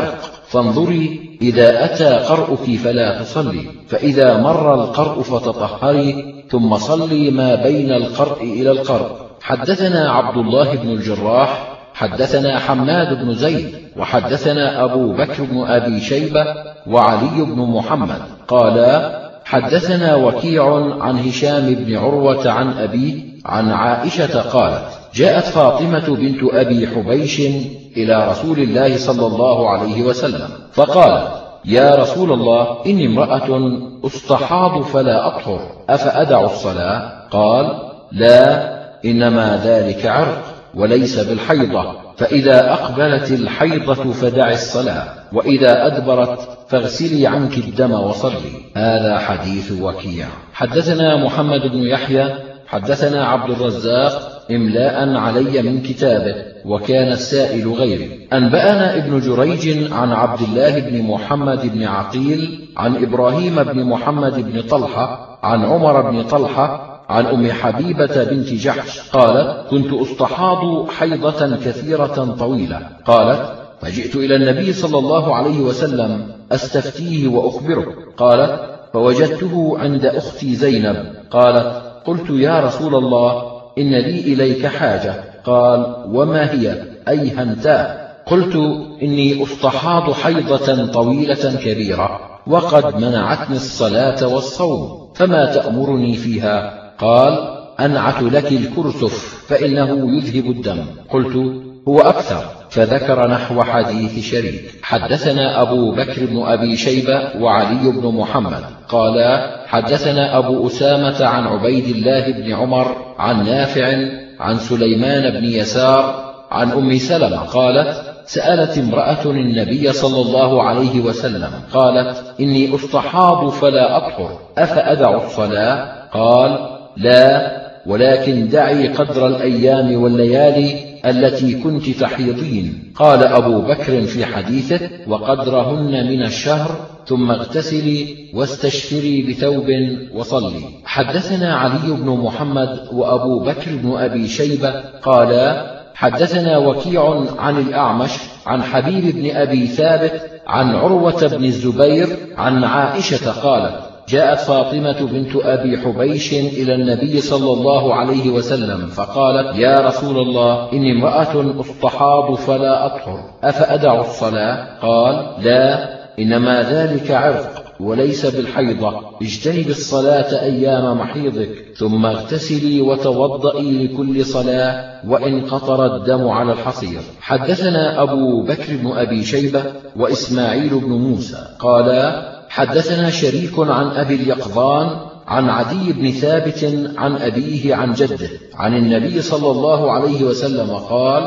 فانظري إذا أتى قرؤك فلا تصلي، فإذا مر القرء فتطهري، ثم صلي ما بين القرء إلى القرء. حدثنا عبد الله بن الجراح حدثنا حماد بن زيد وحدثنا أبو بكر بن أبي شيبة وعلي بن محمد قالا حدثنا وكيع عن هشام بن عروة عن أبيه عن عائشة قالت جاءت فاطمة بنت أبي حبيش إلى رسول الله صلى الله عليه وسلم فقالت يا رسول الله إني امرأة أستحاض فلا أطهر أفأدع الصلاة؟ قال لا، إنما ذلك عرق وليس بالحيضة، فإذا أقبلت الحيضة فدع الصلاة، وإذا أدبرت فاغسلي عنك الدم وصلي. هذا حديث وكيع. حدثنا محمد بن يحيى حدثنا عبد الرزاق إملاء علي من كتابه، وكان السائل غيري. أنبأنا ابن جريج عن عبد الله بن محمد بن عقيل عن إبراهيم بن محمد بن طلحة عن عمر بن طلحة عن أم حبيبة بنت جحش قالت كنت أستحاض حيضة كثيرة طويلة. قالت فجئت إلى النبي صلى الله عليه وسلم أستفتيه وأخبره. قالت فوجدته عند أختي زينب. قالت قلت يا رسول الله إن لي إليك حاجة. قال وما هي؟ أي هنتاه؟ قلت إني أستحاض حيضة طويلة كبيرة وقد منعتني الصلاة والصوم، فما تأمرني فيها؟ قال أنعت لك الكرسف فإنه يذهب الدم. قلت هو أكثر، فذكر نحو حديث شريك. حدثنا أبو بكر بن أبي شيبة وعلي بن محمد قالا حدثنا أبو أسامة عن عبيد الله بن عمر عن نافع عن سليمان بن يسار عن أم سلمة قالت سألت امرأة النبي صلى الله عليه وسلم قالت إني أستحاض فلا أطهر أفأدع الصلاة؟ قال لا، ولكن دعي قدر الأيام والليالي التي كنت تحيضين. قال أبو بكر في حديثه وقدرهن من الشهر، ثم اغتسلي واستشفري بثوب وصلي. حدثنا علي بن محمد وأبو بكر بن أبي شيبة قالا حدثنا وكيع عن الأعمش عن حبيب بن أبي ثابت عن عروة بن الزبير عن عائشة قالت جاءت فاطمة بنت أبي حبيش إلى النبي صلى الله عليه وسلم فقالت يا رسول الله إني امرأة أستحاض فلا أطهر أفأدع الصلاة؟ قال لا، إنما ذلك عرق وليس بالحيضة، اجتنب الصلاة أيام محيضك، ثم اغتسلي وتوضئي لكل صلاة وإن قطر الدم على الحصير. حدثنا أبو بكر بن أبي شيبة وإسماعيل بن موسى قالا حدثنا شريك عن أبي اليقظان عن عدي بن ثابت عن أبيه عن جده عن النبي صلى الله عليه وسلم قال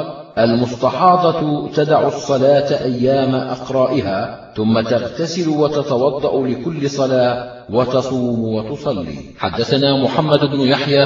المستحاضة تدع الصلاة أيام أقرائها، ثم تغتسل وتتوضأ لكل صلاة وتصوم وتصلي. حدثنا محمد بن يحيى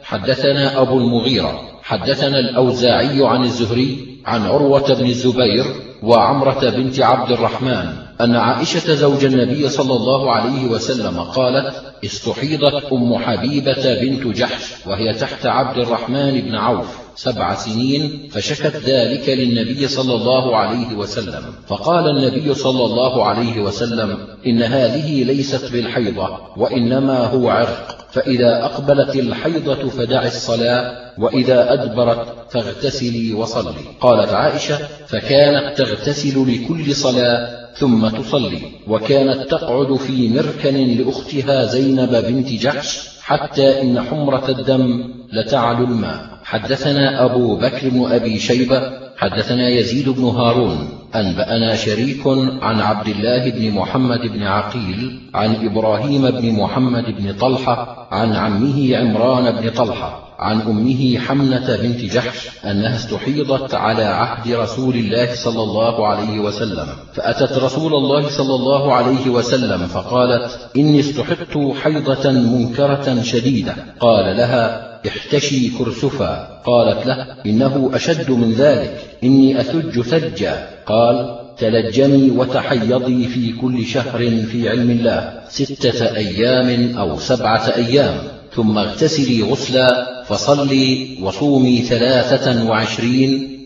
حدثنا أبو المغيرة حدثنا الأوزاعي عن الزهري عن عروة بن الزبير وعمرة بنت عبد الرحمن أن عائشة زوج النبي صلى الله عليه وسلم قالت استحيضت أم حبيبة بنت جحش وهي تحت عبد الرحمن بن عوف سبع سنين، فشكت ذلك للنبي صلى الله عليه وسلم، فقال النبي صلى الله عليه وسلم إن هذه ليست بالحيضة وإنما هو عرق، فإذا أقبلت الحيضة فدع الصلاة، وإذا أدبرت فاغتسلي وصلي. قالت عائشة فكانت تغتسل لكل صلاة ثم تصلي، وكانت تقعد في مركن لأختها زينب بنت جحش حتى إن حمرة الدم لتعلو الماء. حدثنا أبو بكر بن أبي شيبة حدثنا يزيد بن هارون أنبأنا شريك عن عبد الله بن محمد بن عقيل عن إبراهيم بن محمد بن طلحة عن عمه عمران بن طلحة عن أمه حمنة بنت جحش أنها استحيضت على عهد رسول الله صلى الله عليه وسلم، فأتت رسول الله صلى الله عليه وسلم فقالت إني استحضت حيضة منكرة شديدة. قال لها احتشي كرسفا. قالت له إنه أشد من ذلك، إني أثج ثجا. قال تلجمي وتحيضي في كل شهر في علم الله ستة أيام أو سبعة أيام، ثم اغتسلي غسلا فصلي وصومي ثلاثة وعشرين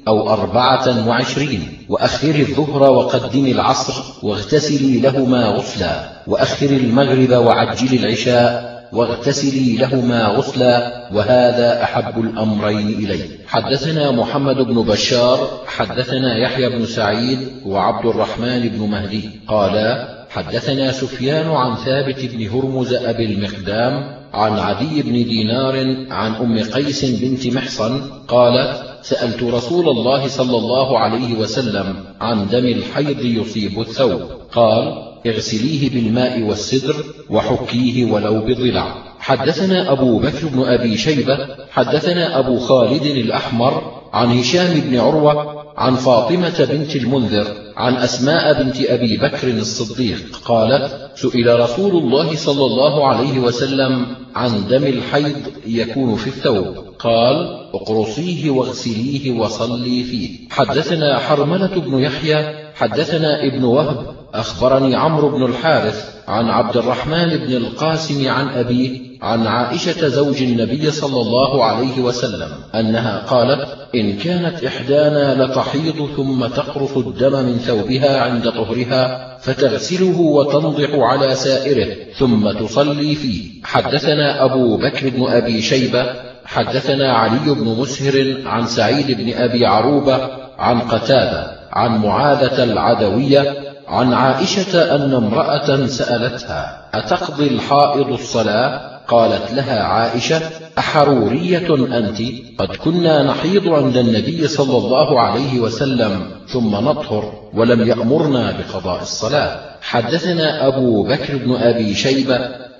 أو أربعة وعشرين. وأخر الظهر وقدم العصر واغتسلي لهما غسلا، وأخر المغرب وعجل العشاء واغتسلي لهما غسلا، وهذا أحب الأمرين إلي. حدثنا محمد بن بشار حدثنا يحيى بن سعيد وعبد الرحمن بن مهدي قالا حدثنا سفيان عن ثابت بن هرمز أبي المقدام عن عدي بن دينار عن أم قيس بنت محصن قالت سألت رسول الله صلى الله عليه وسلم عن دم الحيض يصيب الثوب، قال اغسليه بالماء والسدر وحكيه ولو بضلع. حدثنا أبو بكر بن أبي شيبة حدثنا أبو خالد الأحمر عن هشام بن عروة عن فاطمة بنت المنذر عن أسماء بنت أبي بكر الصديق قالت سئل رسول الله صلى الله عليه وسلم عن دم الحيض يكون في الثوب، قال اقرصيه واغسليه وصلي فيه. حدثنا حرملة بن يحيى حدثنا ابن وهب أخبرني عمرو بن الحارث عن عبد الرحمن بن القاسم عن أبيه عن عائشة زوج النبي صلى الله عليه وسلم أنها قالت إن كانت إحدانا لتحيض ثم تقرص الدم من ثوبها عند طهرها فتغسله وتنضح على سائره ثم تصلي فيه. حدثنا أبو بكر بن أبي شيبة حدثنا علي بن مسهر عن سعيد بن أبي عروبة عن قتادة عن معاذة العدوية عن عائشة أن امرأة سألتها أتقضي الحائض الصلاة؟ قالت لها عائشة أحرورية أنت؟ قد كنا نحيض عند النبي صلى الله عليه وسلم ثم نطهر ولم يأمرنا بقضاء الصلاة. حدثنا أبو بكر بن أبي شيبة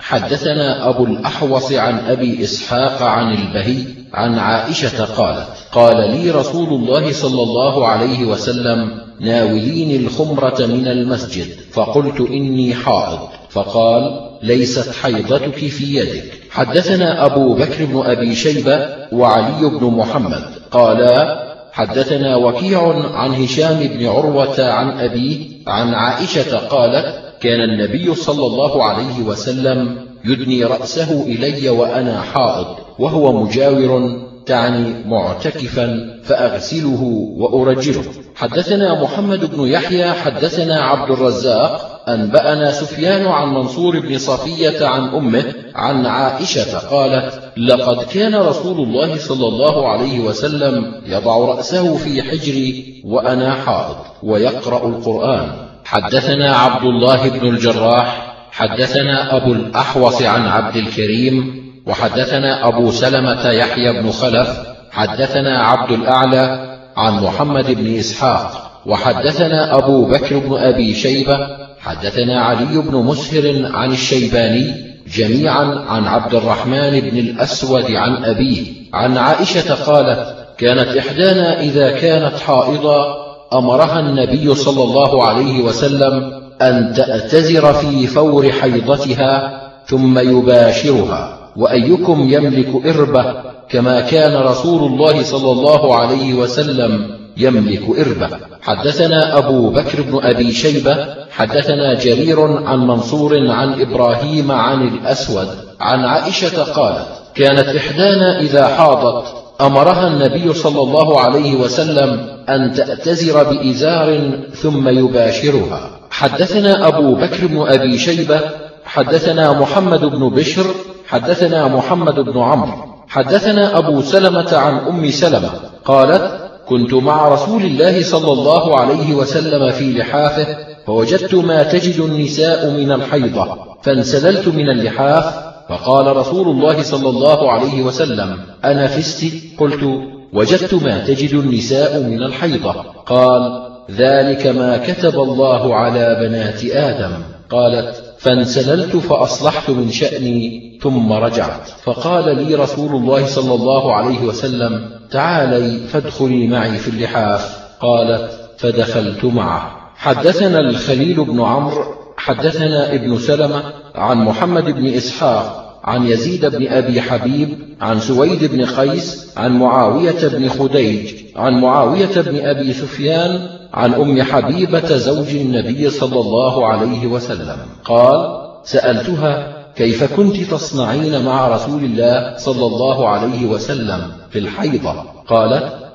حدثنا أبو الأحوص عن أبي إسحاق عن البهي عن عائشة قالت قال لي رسول الله صلى الله عليه وسلم ناوليني الخمرة من المسجد، فقلت إني حائض، فقال ليست حيضتك في يدك. حدثنا أبو بكر بن أبي شيبة وعلي بن محمد قالا حدثنا وكيع عن هشام بن عروة عن أبيه عن عائشة قالت كان النبي صلى الله عليه وسلم يدني رأسه إلي وأنا حائض وهو مجاور تعني معتكفا فأغسله وأرجله. حدثنا محمد بن يحيى حدثنا عبد الرزاق أنبأنا سفيان عن منصور بن صفية عن أمه عن عائشة قالت لقد كان رسول الله صلى الله عليه وسلم يضع رأسه في حجري وأنا حائض ويقرأ القرآن. حدثنا عبد الله بن الجراح حدثنا أبو الأحوص عن عبد الكريم وحدثنا أبو سلمة يحيى بن خلف حدثنا عبد الأعلى عن محمد بن إسحاق وحدثنا أبو بكر بن أبي شيبة حدثنا علي بن مسهر عن الشيباني جميعا عن عبد الرحمن بن الأسود عن أبيه عن عائشة قالت كانت إحدانا إذا كانت حائضا أمرها النبي صلى الله عليه وسلم أن تأتزر في فور حيضتها ثم يباشرها، وأيكم يملك إربة كما كان رسول الله صلى الله عليه وسلم يملك إربة. حدثنا أبو بكر بن أبي شيبة حدثنا جرير عن منصور عن إبراهيم عن الأسود عن عائشة قالت كانت إحدانا إذا حاضت أمرها النبي صلى الله عليه وسلم أن تأتزر بإزار ثم يباشرها. حدثنا أبو بكر بن أبي شيبة حدثنا محمد بن بشر حدثنا محمد بن عمرو حدثنا أبو سلمة عن أم سلمة قالت كنت مع رسول الله صلى الله عليه وسلم في لحافه فوجدت ما تجد النساء من الحيضة فانسللت من اللحاف فقال رسول الله صلى الله عليه وسلم أنا فست؟ قلت وجدت ما تجد النساء من الحيضة. قال ذلك ما كتب الله على بنات آدم. قالت فانسللت فأصلحت من شأني ثم رجعت فقال لي رسول الله صلى الله عليه وسلم تعالي فادخلي معي في اللحاف. قالت فدخلت معه. حدثنا الخليل بن عمرو حدثنا ابن سلمة عن محمد بن إسحاق عن يزيد بن أبي حبيب عن سويد بن قيس عن معاوية بن خديج عن معاوية بن أبي سفيان عن أم حبيبة زوج النبي صلى الله عليه وسلم قال سألتها كيف كنت تصنعين مع رسول الله صلى الله عليه وسلم في الحيضة؟ قالت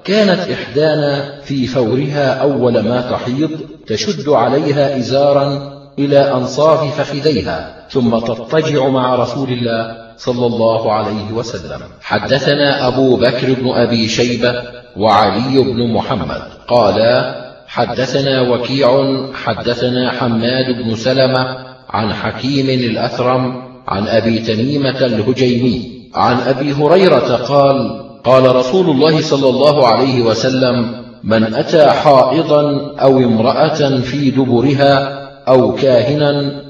كانت إحدانا في فورها أول ما تحيض تشد عليها إزارا إلى أنصاف فخذيها ثم تضطجع مع رسول الله صلى الله عليه وسلم. حدثنا أبو بكر بن أبي شيبة وعلي بن محمد قالا حدثنا وكيع حدثنا حماد بن سلمة عن حكيم الأثرم عن أبي تميمة الهجيمي عن أبي هريرة قال قال رسول الله صلى الله عليه وسلم من أتى حائضا أو امرأة في دبرها أو كاهنا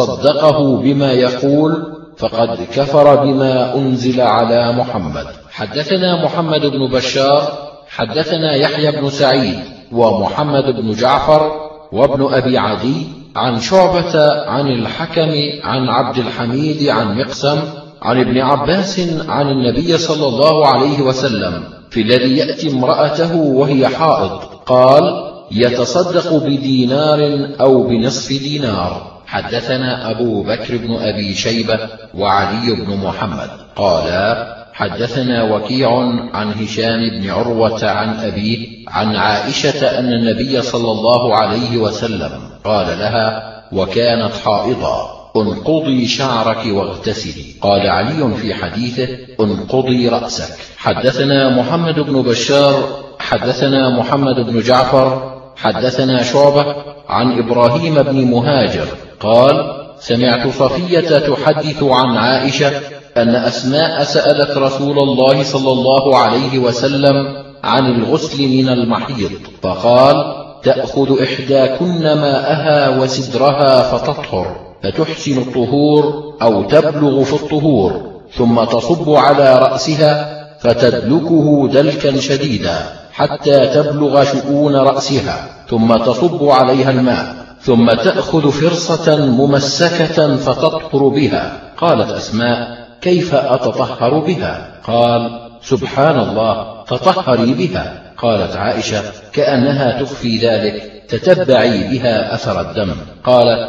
فصدقه بما يقول فقد كفر بما أنزل على محمد. حدثنا محمد بن بشار حدثنا يحيى بن سعيد ومحمد بن جعفر وابن أبي عدي عن شعبة عن الحكم عن عبد الحميد عن مقسم عن ابن عباس عن النبي صلى الله عليه وسلم في الذي يأتي امرأته وهي حائض قال يتصدق بدينار أو بنصف دينار. حدثنا أبو بكر بن أبي شيبة وعلي بن محمد قالا حدثنا وكيع عن هشام بن عروة عن أبيه عن عائشة أن النبي صلى الله عليه وسلم قال لها وكانت حائضا انقضي شعرك واغتسلي. قال علي في حديثه انقضي رأسك. حدثنا محمد بن بشار حدثنا محمد بن جعفر حدثنا شعبة عن إبراهيم بن مهاجر قال سمعت صفية تحدث عن عائشة أن أسماء سألت رسول الله صلى الله عليه وسلم عن الغسل من المحيض فقال تأخذ إحداكن ماءها وسدرها فتطهر فتحسن الطهور أو تبلغ في الطهور ثم تصب على رأسها فتدلكه دلكا شديدا حتى تبلغ شؤون رأسها ثم تصب عليها الماء ثم تأخذ فرصة ممسكة فتطهر بها. قالت أسماء كيف أتطهر بها؟ قال سبحان الله تطهري بها. قالت عائشة كأنها تخفي ذلك تتبعي بها أثر الدم. قالت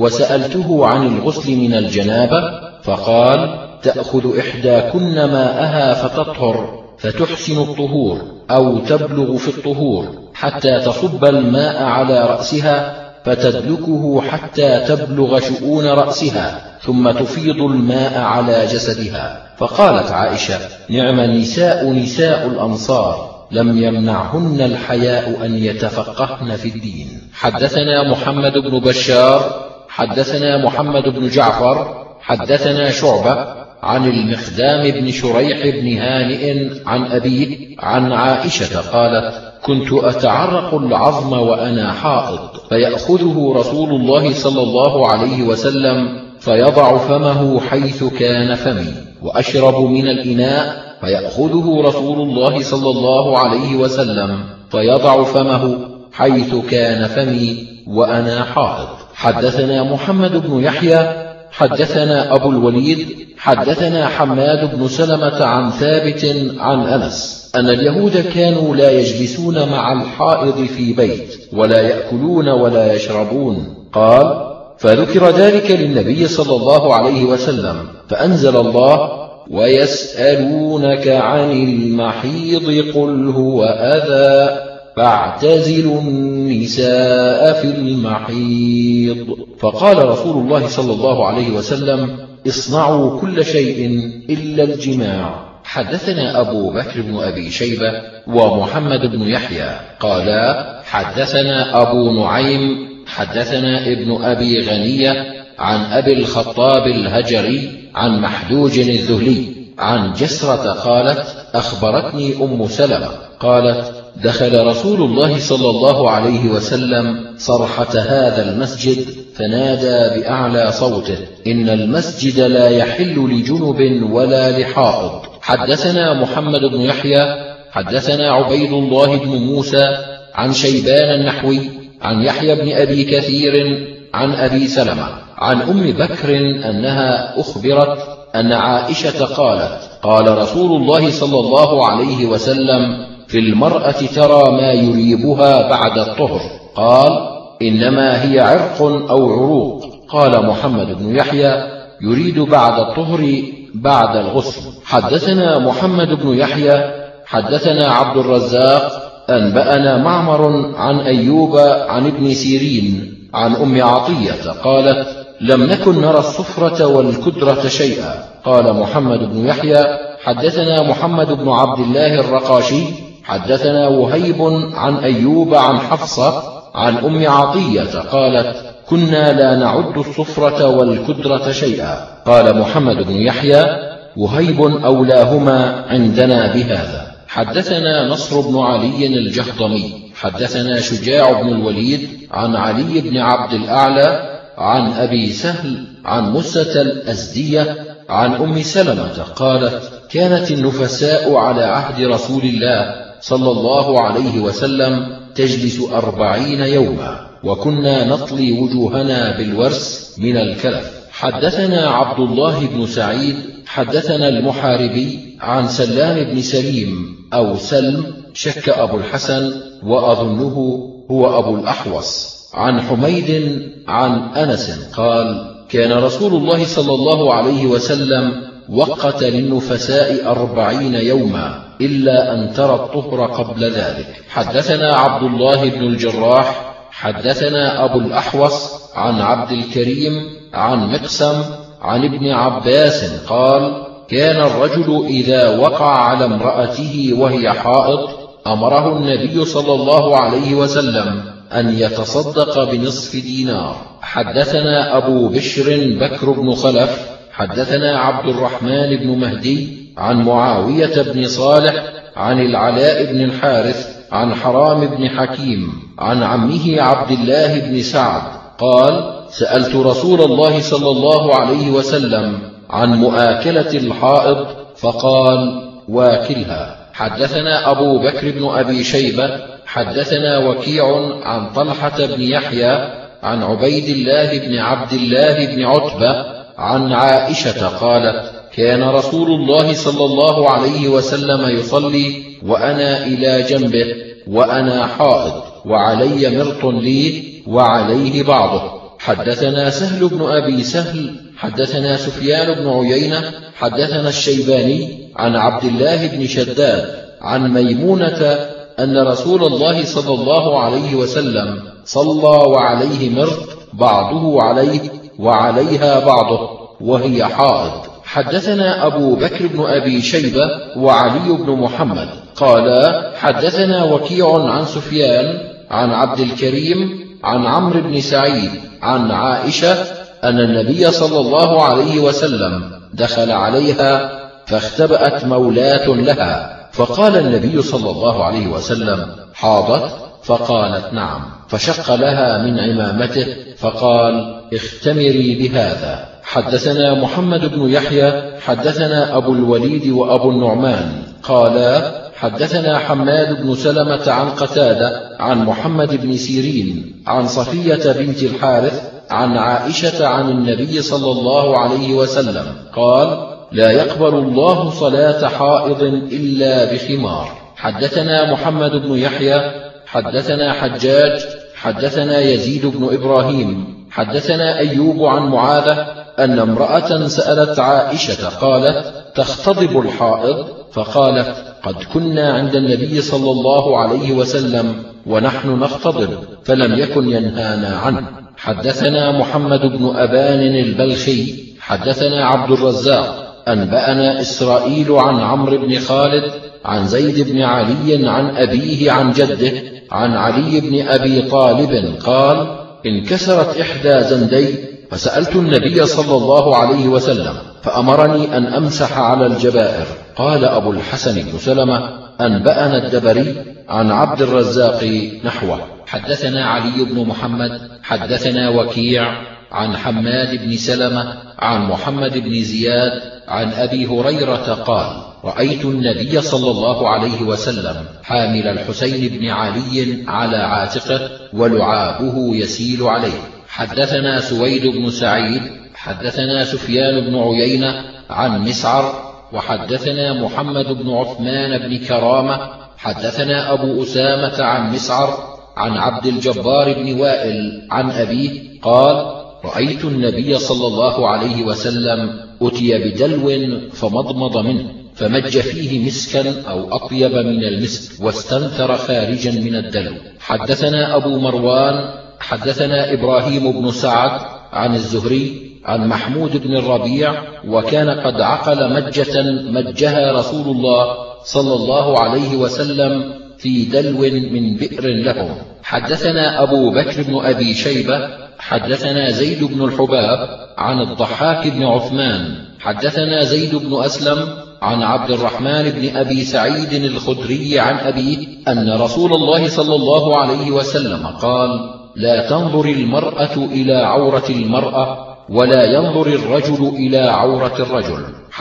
وسألته عن الغسل من الجنابة فقال تأخذ إحداكن ماءها فتطهر فتحسن الطهور أو تبلغ في الطهور حتى تصب الماء على رأسها فتدلكه حتى تبلغ شؤون رأسها ثم تفيض الماء على جسدها. فقالت عائشة نعم النساء نساء الأنصار لم يمنعهن الحياء أن يتفقهن في الدين. حدثنا محمد بن بشار حدثنا محمد بن جعفر حدثنا شعبة عن المقدام بن شريح بن هانئ عن أبيه عن عائشة قالت كنت أتعرق العظم وأنا حائض فيأخذه رسول الله صلى الله عليه وسلم فيضع فمه حيث كان فمي وأشرب من الإناء فيأخذه رسول الله صلى الله عليه وسلم فيضع فمه حيث كان فمي وأنا حائض. حدثنا محمد بن يحيى حدثنا أبو الوليد حدثنا حماد بن سلمة عن ثابت عن أنس أن اليهود كانوا لا يجلسون مع الحائض في بيت ولا يأكلون ولا يشربون. قال فذكر ذلك للنبي صلى الله عليه وسلم فأنزل الله ويسألونك عن المحيض قل هو أذى فاعتزلوا النساء في المحيض. فقال رسول الله صلى الله عليه وسلم اصنعوا كل شيء إلا الجماع. حدثنا أبو بكر بن أبي شيبة ومحمد بن يحيى قالا حدثنا أبو نعيم حدثنا ابن أبي غنية عن أبي الخطاب الهجري عن محدوج الذهلي عن جسرة قالت أخبرتني أم سلمة قالت دخل رسول الله صلى الله عليه وسلم صرحة هذا المسجد فنادى بأعلى صوته إن المسجد لا يحل لجنب ولا لحائض. حدثنا محمد بن يحيى حدثنا عبيد الله بن موسى عن شيبان النحوي عن يحيى بن أبي كثير عن أبي سلمة عن أم بكر أنها أخبرت أن عائشة قالت قال رسول الله صلى الله عليه وسلم في المرأة ترى ما يريبها بعد الطهر قال إنما هي عرق أو عروق. قال محمد بن يحيى يريد بعد الطهر بعد الغسل. حدثنا محمد بن يحيى حدثنا عبد الرزاق أنبأنا معمر عن أيوب عن ابن سيرين عن أم عطية قالت: لم نكن نرى الصفرة والكدرة شيئا. قال محمد بن يحيى: حدثنا محمد بن عبد الله الرقاشي حدثنا وهيب عن أيوب عن حفصة عن أم عطية قالت: كنا لا نعد الصفرة والكدرة شيئا. قال محمد بن يحيى: وهيب أولاهما عندنا بهذا. حدثنا نصر بن علي الجهضمي حدثنا شجاع بن الوليد عن علي بن عبد الأعلى عن أبي سهل عن مسة الأزدية عن أم سلمة قالت: كانت النفساء على عهد رسول الله صلى الله عليه وسلم تجلس أربعين يوما، وكنا نطلي وجوهنا بالورس من الكلف. حدثنا عبد الله بن سعيد حدثنا المحاربي عن سلام بن سليم أو سلم شك أبو الحسن وأظنه هو أبو الأحوص عن حميد عن أنس قال: كان رسول الله صلى الله عليه وسلم وقت للنفساء أربعين يوما إلا أن ترى الطهر قبل ذلك. حدثنا عبد الله بن الجراح حدثنا أبو الأحوص عن عبد الكريم عن مقسم عن ابن عباس قال: كان الرجل إذا وقع على امرأته وهي حائض أمره النبي صلى الله عليه وسلم أن يتصدق بنصف دينار. حدثنا أبو بشر بكر بن خلف حدثنا عبد الرحمن بن مهدي عن معاوية بن صالح عن العلاء بن الحارث عن حرام بن حكيم عن عمه عبد الله بن سعد قال: سألت رسول الله صلى الله عليه وسلم عن مؤاكلة الحائض فقال: واكلها. حدثنا أبو بكر بن أبي شيبة حدثنا وكيع عن طلحة بن يحيى عن عبيد الله بن عبد الله بن عتبة عن عائشة قالت: كان رسول الله صلى الله عليه وسلم يصلي وأنا إلى جنبه وأنا حائض وعلي مرط لي وعليه بعضه. حدثنا سهل بن أبي سهل حدثنا سفيان بن عيينة حدثنا الشيباني عن عبد الله بن شداد عن ميمونة أن رسول الله صلى الله عليه وسلم صلى وعليه مرط بعضه عليه وعليها بعضه وهي حائض. حدثنا أبو بكر بن أبي شيبة وعلي بن محمد قالا: حدثنا وكيع عن سفيان عن عبد الكريم عن عمرو بن سعيد عن عائشة أن النبي صلى الله عليه وسلم دخل عليها فاختبأت مولاة لها، فقال النبي صلى الله عليه وسلم: حاضت؟ فقالت: نعم. فشق لها من عمامته فقال: اختمري بهذا. حدثنا محمد بن يحيى حدثنا أبو الوليد وأبو النعمان قالا: حدثنا حماد بن سلمة عن قتادة عن محمد بن سيرين عن صفية بنت الحارث عن عائشة عن النبي صلى الله عليه وسلم قال: لا يقبل الله صلاة حائض إلا بخمار. حدثنا محمد بن يحيى حدثنا حجاج حدثنا يزيد بن إبراهيم حدثنا أيوب عن معاذة أن امرأة سألت عائشة قالت: تختضب الحائض؟ فقالت: قد كنا عند النبي صلى الله عليه وسلم ونحن نختضب فلم يكن ينهانا عنه. حدثنا محمد بن أبان البلخي حدثنا عبد الرزاق أنبأنا إسرائيل عن عمرو بن خالد عن زيد بن علي عن أبيه عن جده عن علي بن أبي طالب قال: انكسرت إحدى زندي فسألت النبي صلى الله عليه وسلم فأمرني أن أمسح على الجبائر. قال أبو الحسن بن سلمة: أنبأنا الدبري عن عبد الرزاق نحوه. حدثنا علي بن محمد حدثنا وكيع عن حماد بن سلمة عن محمد بن زياد عن أبي هريرة قال: رأيت النبي صلى الله عليه وسلم حامل الحسين بن علي على عاتقه ولعابه يسيل عليه. حدثنا سويد بن سعيد حدثنا سفيان بن عيينة عن مسعر وحدثنا محمد بن عثمان بن كرامة حدثنا أبو أسامة عن مسعر عن عبد الجبار بن وائل عن أبيه قال: رأيت النبي صلى الله عليه وسلم أتي بدلو فمضمض منه فمج فيه مسكا أو أطيب من المسك واستنثر خارجا من الدلو. حدثنا أبو مروان حدثنا إبراهيم بن سعد عن الزهري عن محمود بن الربيع وكان قد عقل مجة مجها رسول الله صلى الله عليه وسلم في دلو من بئر لهم. حدثنا أبو بكر بن أبي شيبة حدثنا زيد بن الحباب عن الضحاك بن عثمان حدثنا زيد بن أسلم عن عبد الرحمن بن أبي سعيد الخدري عن أبيه أن رسول الله صلى الله عليه وسلم قال: لا تنظر المرأة إلى عورة المرأة ولا ينظر الرجل إلى عورة الرجل.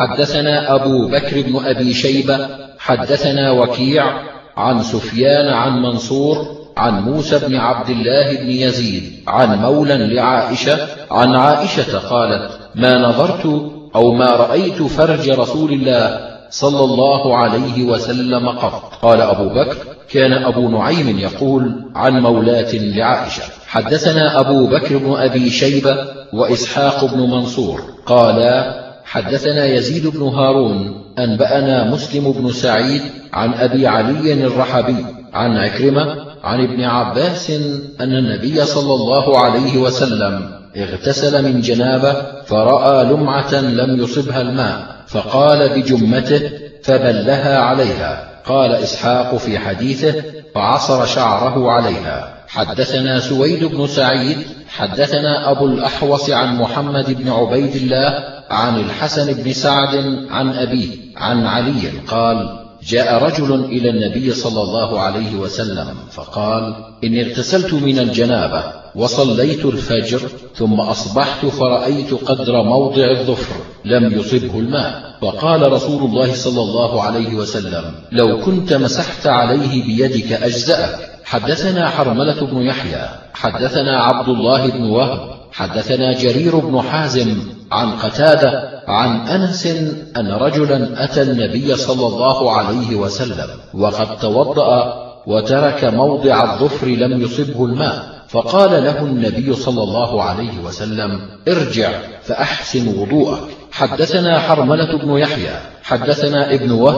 حدثنا أبو بكر بن أبي شيبة حدثنا وكيع عن سفيان عن منصور عن موسى بن عبد الله بن يزيد عن مولى لعائشة عن عائشة قالت: ما نظرت أو ما رأيت فرج رسول الله صلى الله عليه وسلم قط. قال أبو بكر: كان أبو نعيم يقول عن مولاة لعائشة. حدثنا أبو بكر بن أبي شيبة وإسحاق بن منصور قالا: حدثنا يزيد بن هارون أنبأنا مسلم بن سعيد عن أبي علي الرحبي عن عكرمة عن ابن عباس أن النبي صلى الله عليه وسلم اغتسل من جنابه فرأى لمعة لم يصبها الماء فقال بجمته فبلها عليها. قال إسحاق في حديثه: فعصر شعره عليها. حدثنا سويد بن سعيد حدثنا أبو الأحوص عن محمد بن عبيد الله عن الحسن بن سعد عن أبيه عن علي قال: جاء رجل إلى النبي صلى الله عليه وسلم فقال: إني اغتسلت من الجنابة وصليت الفجر ثم أصبحت فرأيت قدر موضع الظفر لم يصبه الماء. فقال رسول الله صلى الله عليه وسلم: لو كنت مسحت عليه بيدك أجزأك. حدثنا حرملة بن يحيى حدثنا عبد الله بن وهب حدثنا جرير بن حازم عن قتادة عن أنس أن رجلا أتى النبي صلى الله عليه وسلم وقد توضأ وترك موضع الظفر لم يصبه الماء، فقال له النبي صلى الله عليه وسلم: ارجع فأحسن وضوءك. حدثنا حرملة بن يحيى حدثنا ابن وهب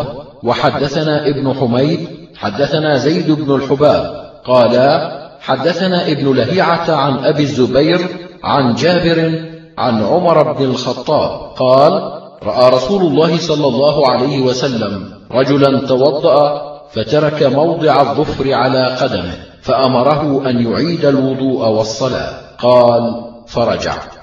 وحدثنا ابن حميد حدثنا زيد بن الحباب قالا: حدثنا ابن لهيعة عن أبي الزبير عن جابر عن عمر بن الخطاب قال: رأى رسول الله صلى الله عليه وسلم رجلا توضأ فترك موضع الظفر على قدمه فأمره أن يعيد الوضوء والصلاة. قال: فرجع.